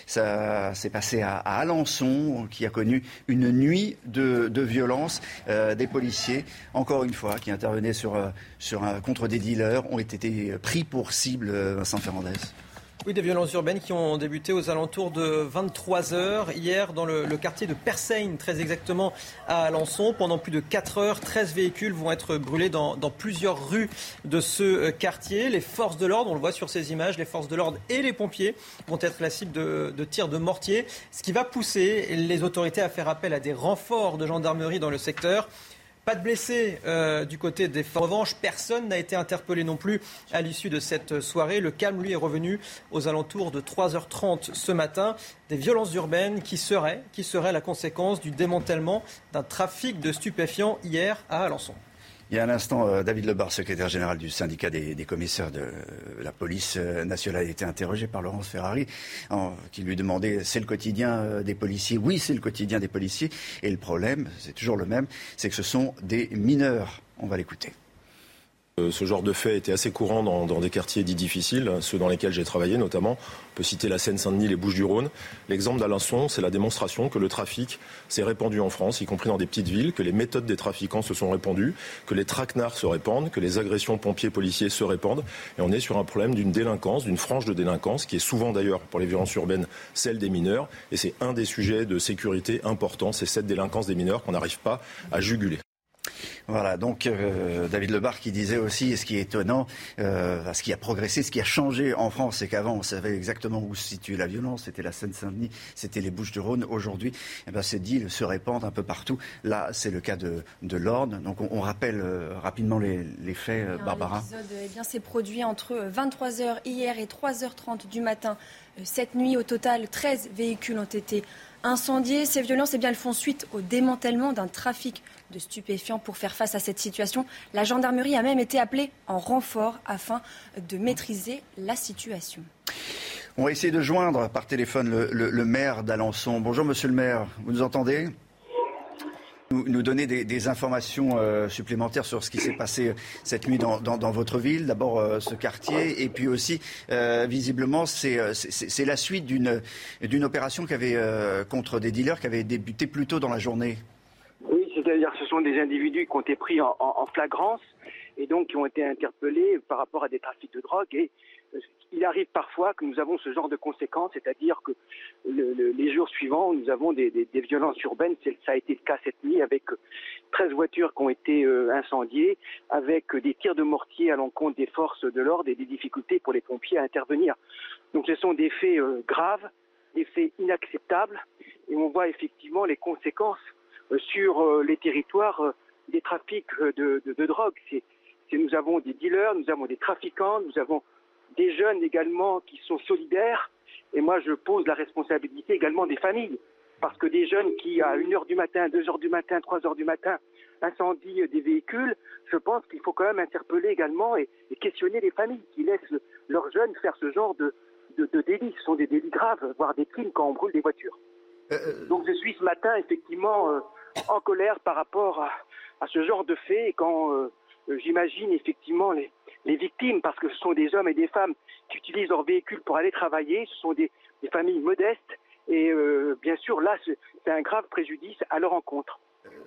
Speaker 2: ça s'est passé à Alençon, qui a connu une nuit de violence. Des policiers, encore une fois, qui intervenaient contre des dealers, ont été pris pour cible, Vincent Fernandez.
Speaker 9: Oui, des violences urbaines qui ont débuté aux alentours de 23h hier dans le quartier de Persaigne, très exactement à Alençon. Pendant plus de 4 heures, 13 véhicules vont être brûlés dans plusieurs rues de ce quartier. Les forces de l'ordre, on le voit sur ces images, les forces de l'ordre et les pompiers vont être la cible de tirs de mortier, ce qui va pousser les autorités à faire appel à des renforts de gendarmerie dans le secteur. Pas de blessés du côté des forces. En revanche, personne n'a été interpellé non plus à l'issue de cette soirée. Le calme, lui, est revenu aux alentours de 3h30 ce matin. Des violences urbaines qui seraient la conséquence du démantèlement d'un trafic de stupéfiants hier à Alençon.
Speaker 2: Il y a un instant, David Lebars, secrétaire général du syndicat des commissaires de la police nationale, a été interrogé par Laurence Ferrari, qui lui demandait « c'est le quotidien des policiers ?» Oui, c'est le quotidien des policiers. Et le problème, c'est toujours le même, c'est que ce sont des mineurs. On va l'écouter.
Speaker 7: Ce genre de fait était assez courant dans des quartiers dits difficiles, ceux dans lesquels j'ai travaillé notamment. On peut citer la Seine-Saint-Denis, les Bouches-du-Rhône. L'exemple d'Alençon, c'est la démonstration que le trafic s'est répandu en France, y compris dans des petites villes, que les méthodes des trafiquants se sont répandues, que les traquenards se répandent, que les agressions pompiers-policiers se répandent. Et on est sur un problème d'une délinquance, d'une frange de délinquance, qui est souvent d'ailleurs, pour les violences urbaines, celle des mineurs. Et c'est un des sujets de sécurité importants, c'est cette délinquance des mineurs qu'on n'arrive pas à juguler.
Speaker 2: Voilà, donc David Lebars qui disait aussi, et ce qui est étonnant, ce qui a progressé, ce qui a changé en France, c'est qu'avant on savait exactement où se situait la violence, c'était la Seine-Saint-Denis, c'était les Bouches-du-Rhône. Aujourd'hui, ces deals se répandent un peu partout. Là, c'est le cas de l'Orne. Donc on rappelle rapidement les faits, Barbara.
Speaker 3: L'épisode s'est produit entre 23h hier et 3h30 du matin. Cette nuit, au total, 13 véhicules ont été incendiés. Ces violences, elles font suite au démantèlement d'un trafic de stupéfiants. Pour faire face à cette situation, la gendarmerie a même été appelée en renfort afin de maîtriser la situation.
Speaker 2: On va essayer de joindre par téléphone le maire d'Alençon. Bonjour monsieur le maire, vous nous entendez ? Nous donner des informations supplémentaires sur ce qui s'est passé cette nuit dans votre ville. D'abord ce quartier et puis aussi visiblement c'est la suite d'une opération contre des dealers qui avait débuté plus tôt dans la journée.
Speaker 12: Oui, c'est-à-dire que ce sont des individus qui ont été pris en flagrance et donc qui ont été interpellés par rapport à des trafics de drogue et il arrive parfois que nous avons ce genre de conséquences, c'est-à-dire que les jours suivants, nous avons des violences urbaines. Ça a été le cas cette nuit avec 13 voitures qui ont été incendiées, avec des tirs de mortier à l'encontre des forces de l'ordre et des difficultés pour les pompiers à intervenir. Donc ce sont des faits graves, des faits inacceptables, et on voit effectivement les conséquences sur les territoires des trafics de drogue. Nous avons des dealers, nous avons des trafiquants, nous avons des jeunes également qui sont solidaires. Et moi, je pose la responsabilité également des familles. Parce que des jeunes qui, à 1h du matin, 2h du matin, 3h du matin, incendient des véhicules, je pense qu'il faut quand même interpeller également et questionner les familles qui laissent leurs jeunes faire ce genre de délits. Ce sont des délits graves, voire des crimes quand on brûle des voitures. Donc je suis ce matin effectivement en colère par rapport à ce genre de fait, et quand j'imagine effectivement les victimes, parce que ce sont des hommes et des femmes qui utilisent leur véhicule pour aller travailler, ce sont des familles modestes, et bien sûr là c'est un grave préjudice à leur encontre.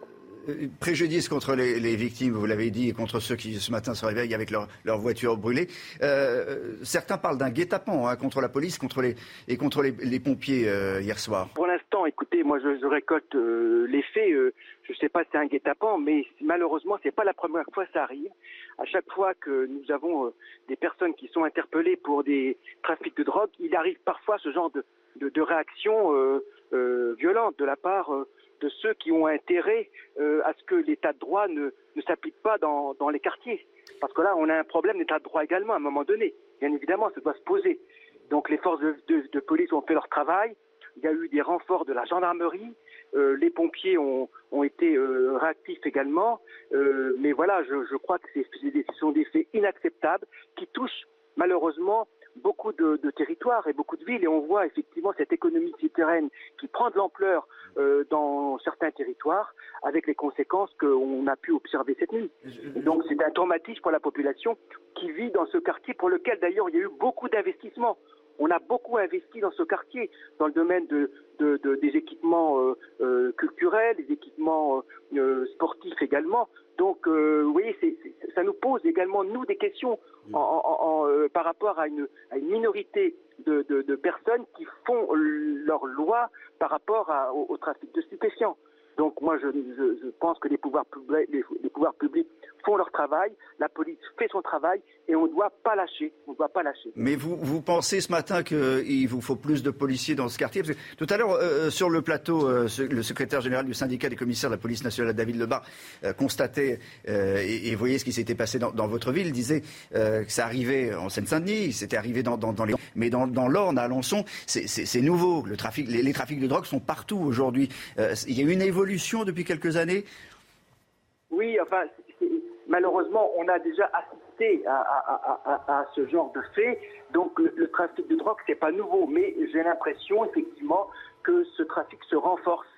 Speaker 2: Préjudice contre les victimes, vous l'avez dit, et contre ceux qui ce matin se réveillent avec leur voiture brûlée. Certains parlent d'un guet-apens contre la police, contre les pompiers hier soir.
Speaker 12: Pour l'instant, écoutez, moi je récolte les faits. Je ne sais pas si c'est un guet-apens, mais malheureusement, c'est pas la première fois que ça arrive. À chaque fois que nous avons des personnes qui sont interpellées pour des trafics de drogue, il arrive parfois ce genre de réaction violente de la part de ceux qui ont intérêt à ce que l'état de droit ne s'applique pas dans les quartiers. Parce que là, on a un problème d'état de droit également à un moment donné. Bien évidemment, ça doit se poser. Donc les forces de police ont fait leur travail. Il y a eu des renforts de la gendarmerie. Les pompiers ont été réactifs également. Mais voilà, je crois que ce sont des faits inacceptables qui touchent malheureusement beaucoup de territoires et beaucoup de villes, et on voit effectivement cette économie souterraine qui prend de l'ampleur dans certains territoires, avec les conséquences qu'on a pu observer cette nuit. Et donc c'est un traumatisme pour la population qui vit dans ce quartier, pour lequel d'ailleurs il y a eu beaucoup d'investissements. On a beaucoup investi dans ce quartier, dans le domaine des équipements culturels, des équipements sportifs également. Donc, vous voyez, ça nous pose également, nous, des questions par rapport à une minorité de personnes qui font leur loi par rapport au trafic de stupéfiants. Donc, moi, je pense que les pouvoirs publics font leur travail, la police fait son travail, et on ne doit pas lâcher. Mais
Speaker 2: vous pensez ce matin qu'il vous faut plus de policiers dans ce quartier? Parce que tout à l'heure, sur le plateau, le secrétaire général du syndicat des commissaires de la police nationale, David Lebar, constatait et voyait ce qui s'était passé dans votre ville, disait que ça arrivait en Seine-Saint-Denis, c'était arrivé dans les... Mais dans l'Orne, à Alençon, c'est nouveau. Les trafics de drogue sont partout aujourd'hui. Il y a eu une évolution depuis quelques années?
Speaker 12: Oui, enfin... Malheureusement, on a déjà assisté à ce genre de fait. Donc le trafic de drogue, c'est pas nouveau, mais j'ai l'impression effectivement que ce trafic se renforce.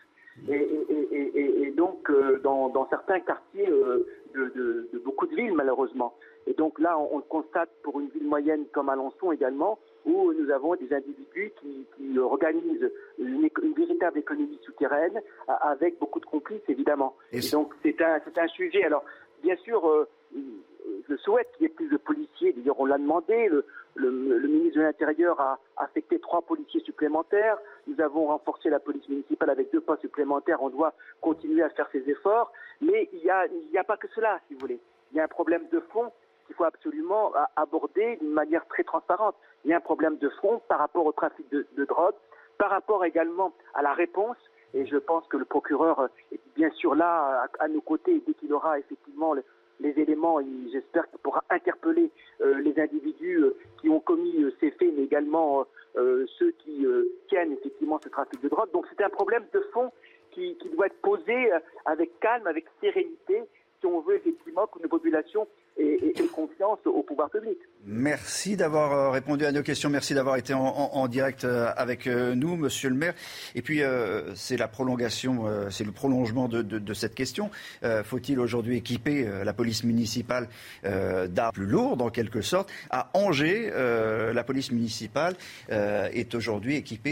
Speaker 12: Et donc dans certains quartiers de beaucoup de villes, malheureusement. Et donc là, on le constate pour une ville moyenne comme Alençon également, où nous avons des individus qui organisent une véritable économie souterraine avec beaucoup de complices, évidemment. Et donc c'est un sujet. Alors, bien sûr, je souhaite qu'il y ait plus de policiers. D'ailleurs, on l'a demandé. Le ministre de l'Intérieur a affecté 3 policiers supplémentaires. Nous avons renforcé la police municipale avec 2 postes supplémentaires. On doit continuer à faire ces efforts. Mais il n'y a pas que cela, si vous voulez. Il y a un problème de fond qu'il faut absolument aborder d'une manière très transparente. Il y a un problème de fond par rapport au trafic de drogue, par rapport également à la réponse. Et je pense que le procureur est bien sûr là, à nos côtés, dès qu'il aura effectivement les éléments, j'espère qu'il pourra interpeller les individus qui ont commis ces faits, mais également ceux qui tiennent effectivement ce trafic de drogue. Donc c'est un problème de fond qui doit être posé avec calme, avec sérénité, si on veut effectivement que nos populations aient confiance au pouvoir public.
Speaker 2: Merci d'avoir répondu à nos questions. Merci d'avoir été en direct avec nous, Monsieur le maire. Et puis, c'est la prolongation, c'est le prolongement de cette question. Faut-il aujourd'hui équiper la police municipale d'armes plus lourdes, en quelque sorte? À Angers, la police municipale est aujourd'hui équipée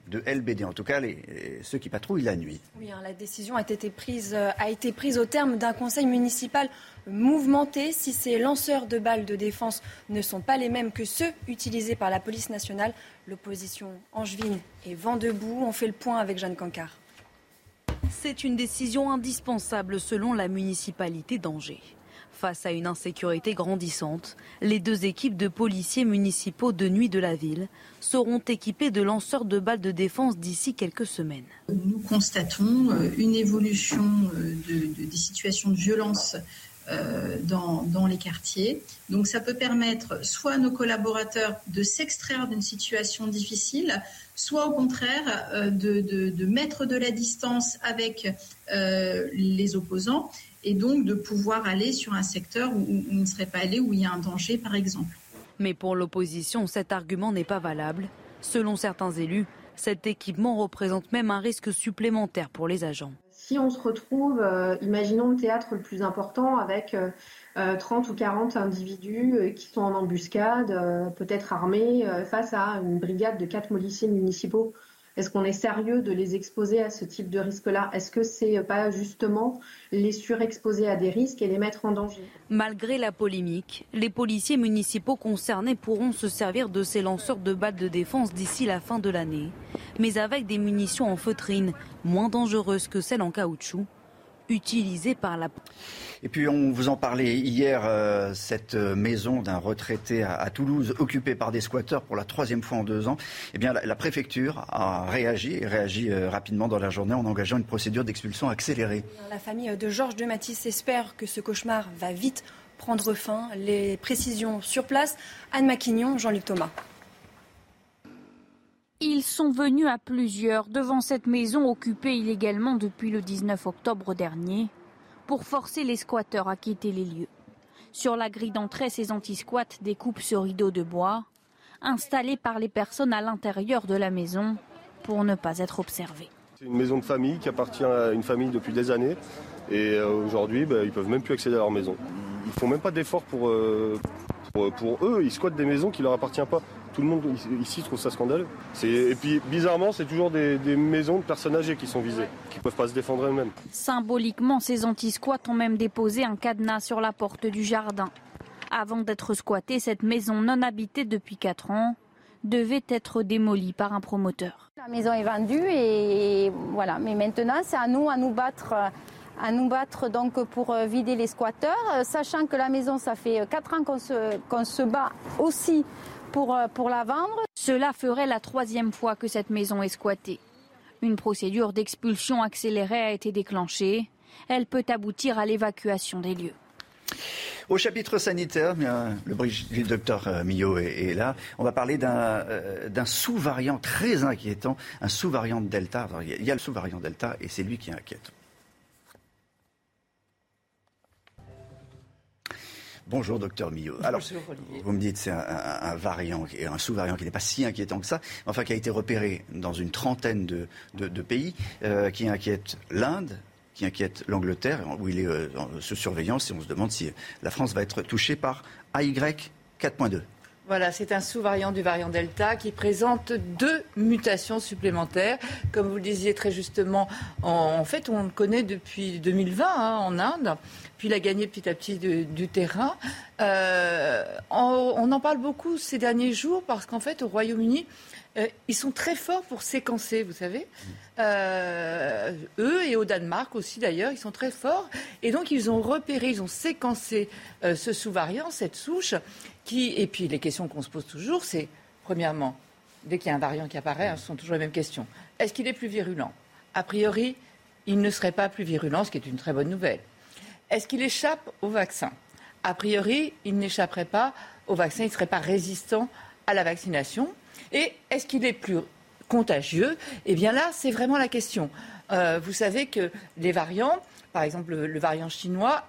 Speaker 2: de LBD, en tout cas ceux qui patrouillent la nuit.
Speaker 3: Oui, la décision a été prise au terme d'un conseil municipal mouvementé. Si ces lanceurs de balles de défense ne sont pas les mêmes que ceux utilisés par la police nationale, l'opposition angevine est vent debout. On fait le point avec Jeanne Cancard.
Speaker 16: C'est une décision indispensable selon la municipalité d'Angers. Face à une insécurité grandissante, les 2 équipes de policiers municipaux de nuit de la ville seront équipées de lanceurs de balles de défense d'ici quelques semaines.
Speaker 24: Nous constatons une évolution des situations de violence dans les quartiers. Donc ça peut permettre soit à nos collaborateurs de s'extraire d'une situation difficile, soit au contraire de mettre de la distance avec les opposants et donc de pouvoir aller sur un secteur où on ne serait pas allé, où il y a un danger par exemple.
Speaker 16: Mais pour l'opposition, cet argument n'est pas valable. Selon certains élus, cet équipement représente même un risque supplémentaire pour les agents.
Speaker 19: Si on se retrouve, imaginons le théâtre le plus important avec 30 ou 40 individus qui sont en embuscade, peut-être armés, face à une brigade de 4 policiers municipaux. Est-ce qu'on est sérieux de les exposer à ce type de risque-là ? Est-ce que c'est pas justement les surexposer à des risques et les mettre en danger ?
Speaker 16: Malgré la polémique, les policiers municipaux concernés pourront se servir de ces lanceurs de balles de défense d'ici la fin de l'année, mais avec des munitions en feutrine moins dangereuses que celles en caoutchouc utilisées par la...
Speaker 2: Et puis on vous en parlait hier, cette maison d'un retraité à Toulouse occupée par des squatteurs pour la 3e fois en 2 ans. Eh bien la préfecture a réagi rapidement dans la journée en engageant une procédure d'expulsion accélérée.
Speaker 3: La famille de Georges de Matisse espère que ce cauchemar va vite prendre fin. Les précisions sur place, Anne Maquignon, Jean-Luc Thomas.
Speaker 10: Ils sont venus à plusieurs devant cette maison occupée illégalement depuis le 19 octobre dernier pour forcer les squatteurs à quitter les lieux. Sur la grille d'entrée, ces anti-squats découpent ce rideau de bois installé par les personnes à l'intérieur de la maison pour ne pas être observés.
Speaker 13: C'est une maison de famille qui appartient à une famille depuis des années et aujourd'hui ils ne peuvent même plus accéder à leur maison. Ils ne font même pas d'efforts pour eux, ils squattent des maisons qui ne leur appartiennent pas. Tout le monde ici trouve ça scandaleux. Et puis bizarrement, c'est toujours des maisons de personnes âgées qui sont visées, qui ne peuvent pas se défendre elles-mêmes.
Speaker 10: Symboliquement, ces anti-squats ont même déposé un cadenas sur la porte du jardin. Avant d'être squattée, cette maison non habitée depuis 4 ans devait être démolie par un promoteur.
Speaker 14: La maison est vendue et voilà. Mais maintenant, c'est à nous battre donc pour vider les squatteurs, sachant que la maison, ça fait 4 ans qu'on se bat aussi pour la vendre.
Speaker 10: Cela ferait la 3e fois que cette maison est squattée. Une procédure d'expulsion accélérée a été déclenchée. Elle peut aboutir à l'évacuation des lieux.
Speaker 2: Au chapitre sanitaire, le docteur Millot est là. On va parler d'un sous-variant très inquiétant, un sous-variant de Delta. Alors, il y a le sous-variant Delta et c'est lui qui inquiète. Bonjour docteur Millot. Alors, vous me dites c'est un variant, un sous-variant qui n'est pas si inquiétant que ça, enfin qui a été repéré dans une trentaine de pays, qui inquiète l'Inde, qui inquiète l'Angleterre, où il est sous surveillance, et on se demande si la France va être touchée par AY 4.2.
Speaker 15: Voilà, c'est un sous-variant du variant Delta qui présente 2 mutations supplémentaires. Comme vous le disiez très justement, en fait, on le connaît depuis 2020 en Inde. Puis il a gagné petit à petit du terrain. On en parle beaucoup ces derniers jours parce qu'en fait, au Royaume-Uni, ils sont très forts pour séquencer, vous savez. Eux et au Danemark aussi d'ailleurs, ils sont très forts. Et donc ils ont repéré, ils ont séquencé ce sous-variant, cette souche. Et puis les questions qu'on se pose toujours, c'est premièrement, dès qu'il y a un variant qui apparaît, ce sont toujours les mêmes questions. Est-ce qu'il est plus virulent ? A priori, il ne serait pas plus virulent, ce qui est une très bonne nouvelle. Est-ce qu'il échappe au vaccin ? A priori, il n'échapperait pas au vaccin, il ne serait pas résistant à la vaccination. Et est-ce qu'il est plus contagieux ? Eh bien là, c'est vraiment la question. Vous savez que les variants, par exemple le variant chinois,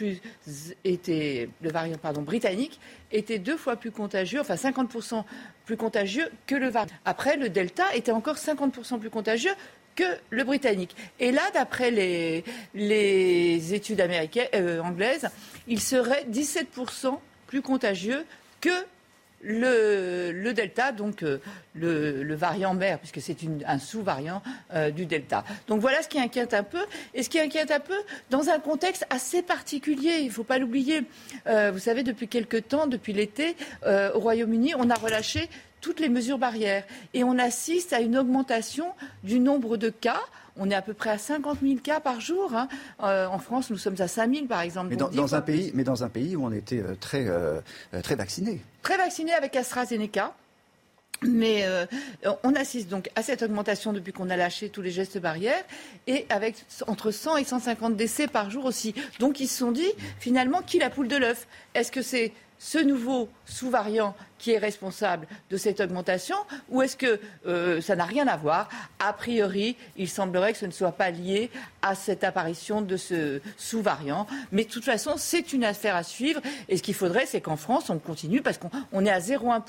Speaker 15: le variant britannique était 2 fois plus contagieux, enfin 50% plus contagieux que le variant. Après, le Delta était encore 50% plus contagieux que le britannique. Et là, d'après les études anglaises, il serait 17% plus contagieux que le Delta, donc le variant mère, puisque c'est un sous-variant du Delta. Donc voilà ce qui inquiète un peu, et ce qui inquiète un peu dans un contexte assez particulier, il ne faut pas l'oublier. Vous savez, depuis quelque temps, depuis l'été, au Royaume-Uni, on a relâché toutes les mesures barrières, et on assiste à une augmentation du nombre de cas. On est à peu près à 50 000 cas par jour. En France, nous sommes à 5 000, par exemple.
Speaker 2: Mais dans un pays où on était très vaccinés.
Speaker 15: Très vaccinés avec AstraZeneca. Mais on assiste donc à cette augmentation depuis qu'on a lâché tous les gestes barrières, et avec entre 100 et 150 décès par jour aussi. Donc ils se sont dit, finalement, qui la poule de l'œuf ? Est-ce que c'est ce nouveau sous-variant qui est responsable de cette augmentation, ou est-ce que ça n'a rien à voir ? A priori, il semblerait que ce ne soit pas lié à cette apparition de ce sous-variant. Mais de toute façon, c'est une affaire à suivre. Et ce qu'il faudrait, c'est qu'en France, on continue, parce qu'on est à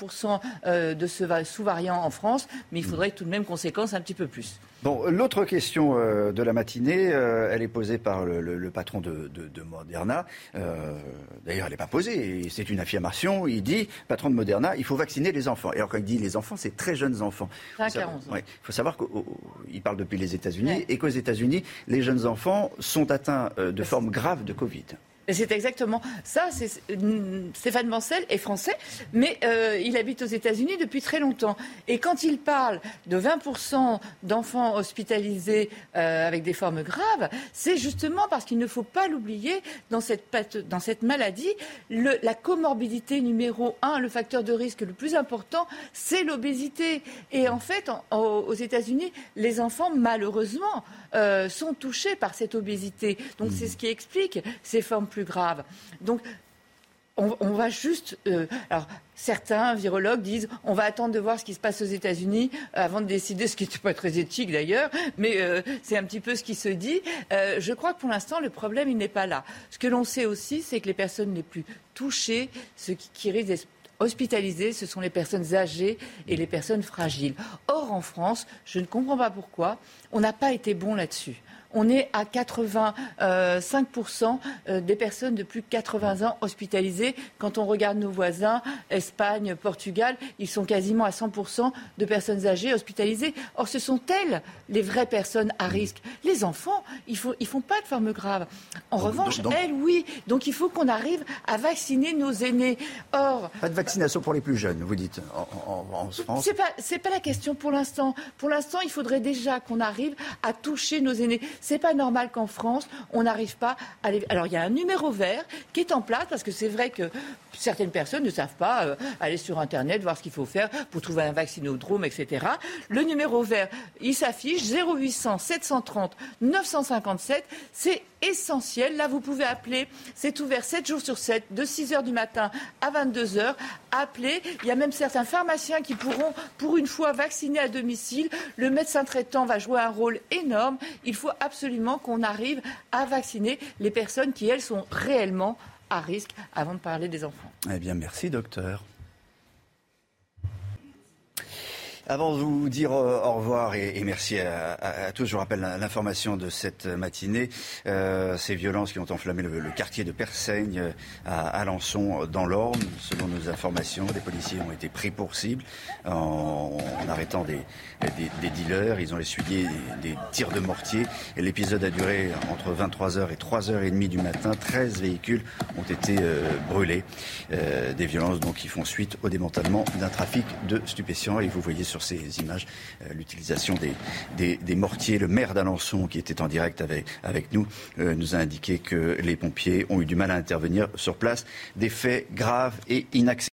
Speaker 15: 0,1% de ce sous-variant en France, mais il faudrait tout de même qu'on séquence un petit peu plus.
Speaker 2: Bon, l'autre question de la matinée, elle est posée par le patron de Moderna. D'ailleurs, elle n'est pas posée, c'est une affirmation. Il dit, patron de Moderna, il faut vacciner les enfants. Et alors, quand il dit les enfants, c'est très jeunes enfants.
Speaker 15: 5 à 11 ans.
Speaker 2: Il faut savoir qu'il parle depuis les États-Unis, et qu'aux États-Unis, les jeunes enfants sont atteints de formes graves de Covid.
Speaker 15: Et c'est exactement ça. Stéphane Bancel est français, mais il habite aux États-Unis depuis très longtemps. Et quand il parle de 20% d'enfants hospitalisés avec des formes graves, c'est justement parce qu'il ne faut pas l'oublier, dans cette maladie, la comorbidité numéro 1, le facteur de risque le plus important, c'est l'obésité. Et en fait, aux États-Unis, les enfants, malheureusement, sont touchés par cette obésité. Donc c'est ce qui explique ces formes plus graves. Donc on va juste... alors certains virologues disent on va attendre de voir ce qui se passe aux États-Unis avant de décider, ce qui n'est pas très éthique d'ailleurs, mais c'est un petit peu ce qui se dit. Je crois que pour l'instant, le problème, il n'est pas là. Ce que l'on sait aussi, c'est que les personnes les plus touchées, ceux qui risquent d'être hospitalisés, ce sont les personnes âgées et les personnes fragiles. Or, en France, je ne comprends pas pourquoi on n'a pas été bon là-dessus. On est à 85% des personnes de plus de 80 ans hospitalisées. Quand on regarde nos voisins, Espagne, Portugal, ils sont quasiment à 100% de personnes âgées hospitalisées. Or, ce sont elles les vraies personnes à risque. Les enfants, ils font pas de forme grave. En revanche, elles, oui. Donc, il faut qu'on arrive à vacciner nos aînés. Or,
Speaker 2: pas de vaccination pour les plus jeunes, vous dites, en France.
Speaker 15: C'est pas la question pour l'instant. Pour l'instant, il faudrait déjà qu'on arrive à toucher nos aînés. C'est pas normal qu'en France, on n'arrive pas à les... Alors, il y a un numéro vert qui est en place, parce que c'est vrai que certaines personnes ne savent pas aller sur Internet, voir ce qu'il faut faire pour trouver un vaccinodrome, etc. Le numéro vert, il s'affiche 0800 730 957. C'est essentiel. Là, vous pouvez appeler. C'est ouvert 7 jours sur 7, de 6h du matin à 22h. Appelez. Il y a même certains pharmaciens qui pourront, pour une fois, vacciner à domicile. Le médecin traitant va jouer un rôle énorme. Il faut absolument qu'on arrive à vacciner les personnes qui, elles, sont réellement à risque, avant de parler des enfants.
Speaker 2: Eh bien, merci, docteur. Avant de vous dire au revoir et merci à tous, je vous rappelle l'information de cette matinée. Ces violences qui ont enflammé le quartier de Persaigne à Alençon dans l'Orne. Selon nos informations, des policiers ont été pris pour cible en arrêtant des dealers. Ils ont essuyé des tirs de mortier. Et l'épisode a duré entre 23h et 3h30 du matin. 13 véhicules ont été brûlés. Des violences donc qui font suite au démantèlement d'un trafic de stupéfiants. Et vous voyez sur ces images l'utilisation des mortiers. Le maire d'Alençon, qui était en direct avec nous, a indiqué que les pompiers ont eu du mal à intervenir sur place. Des faits graves et inacceptables.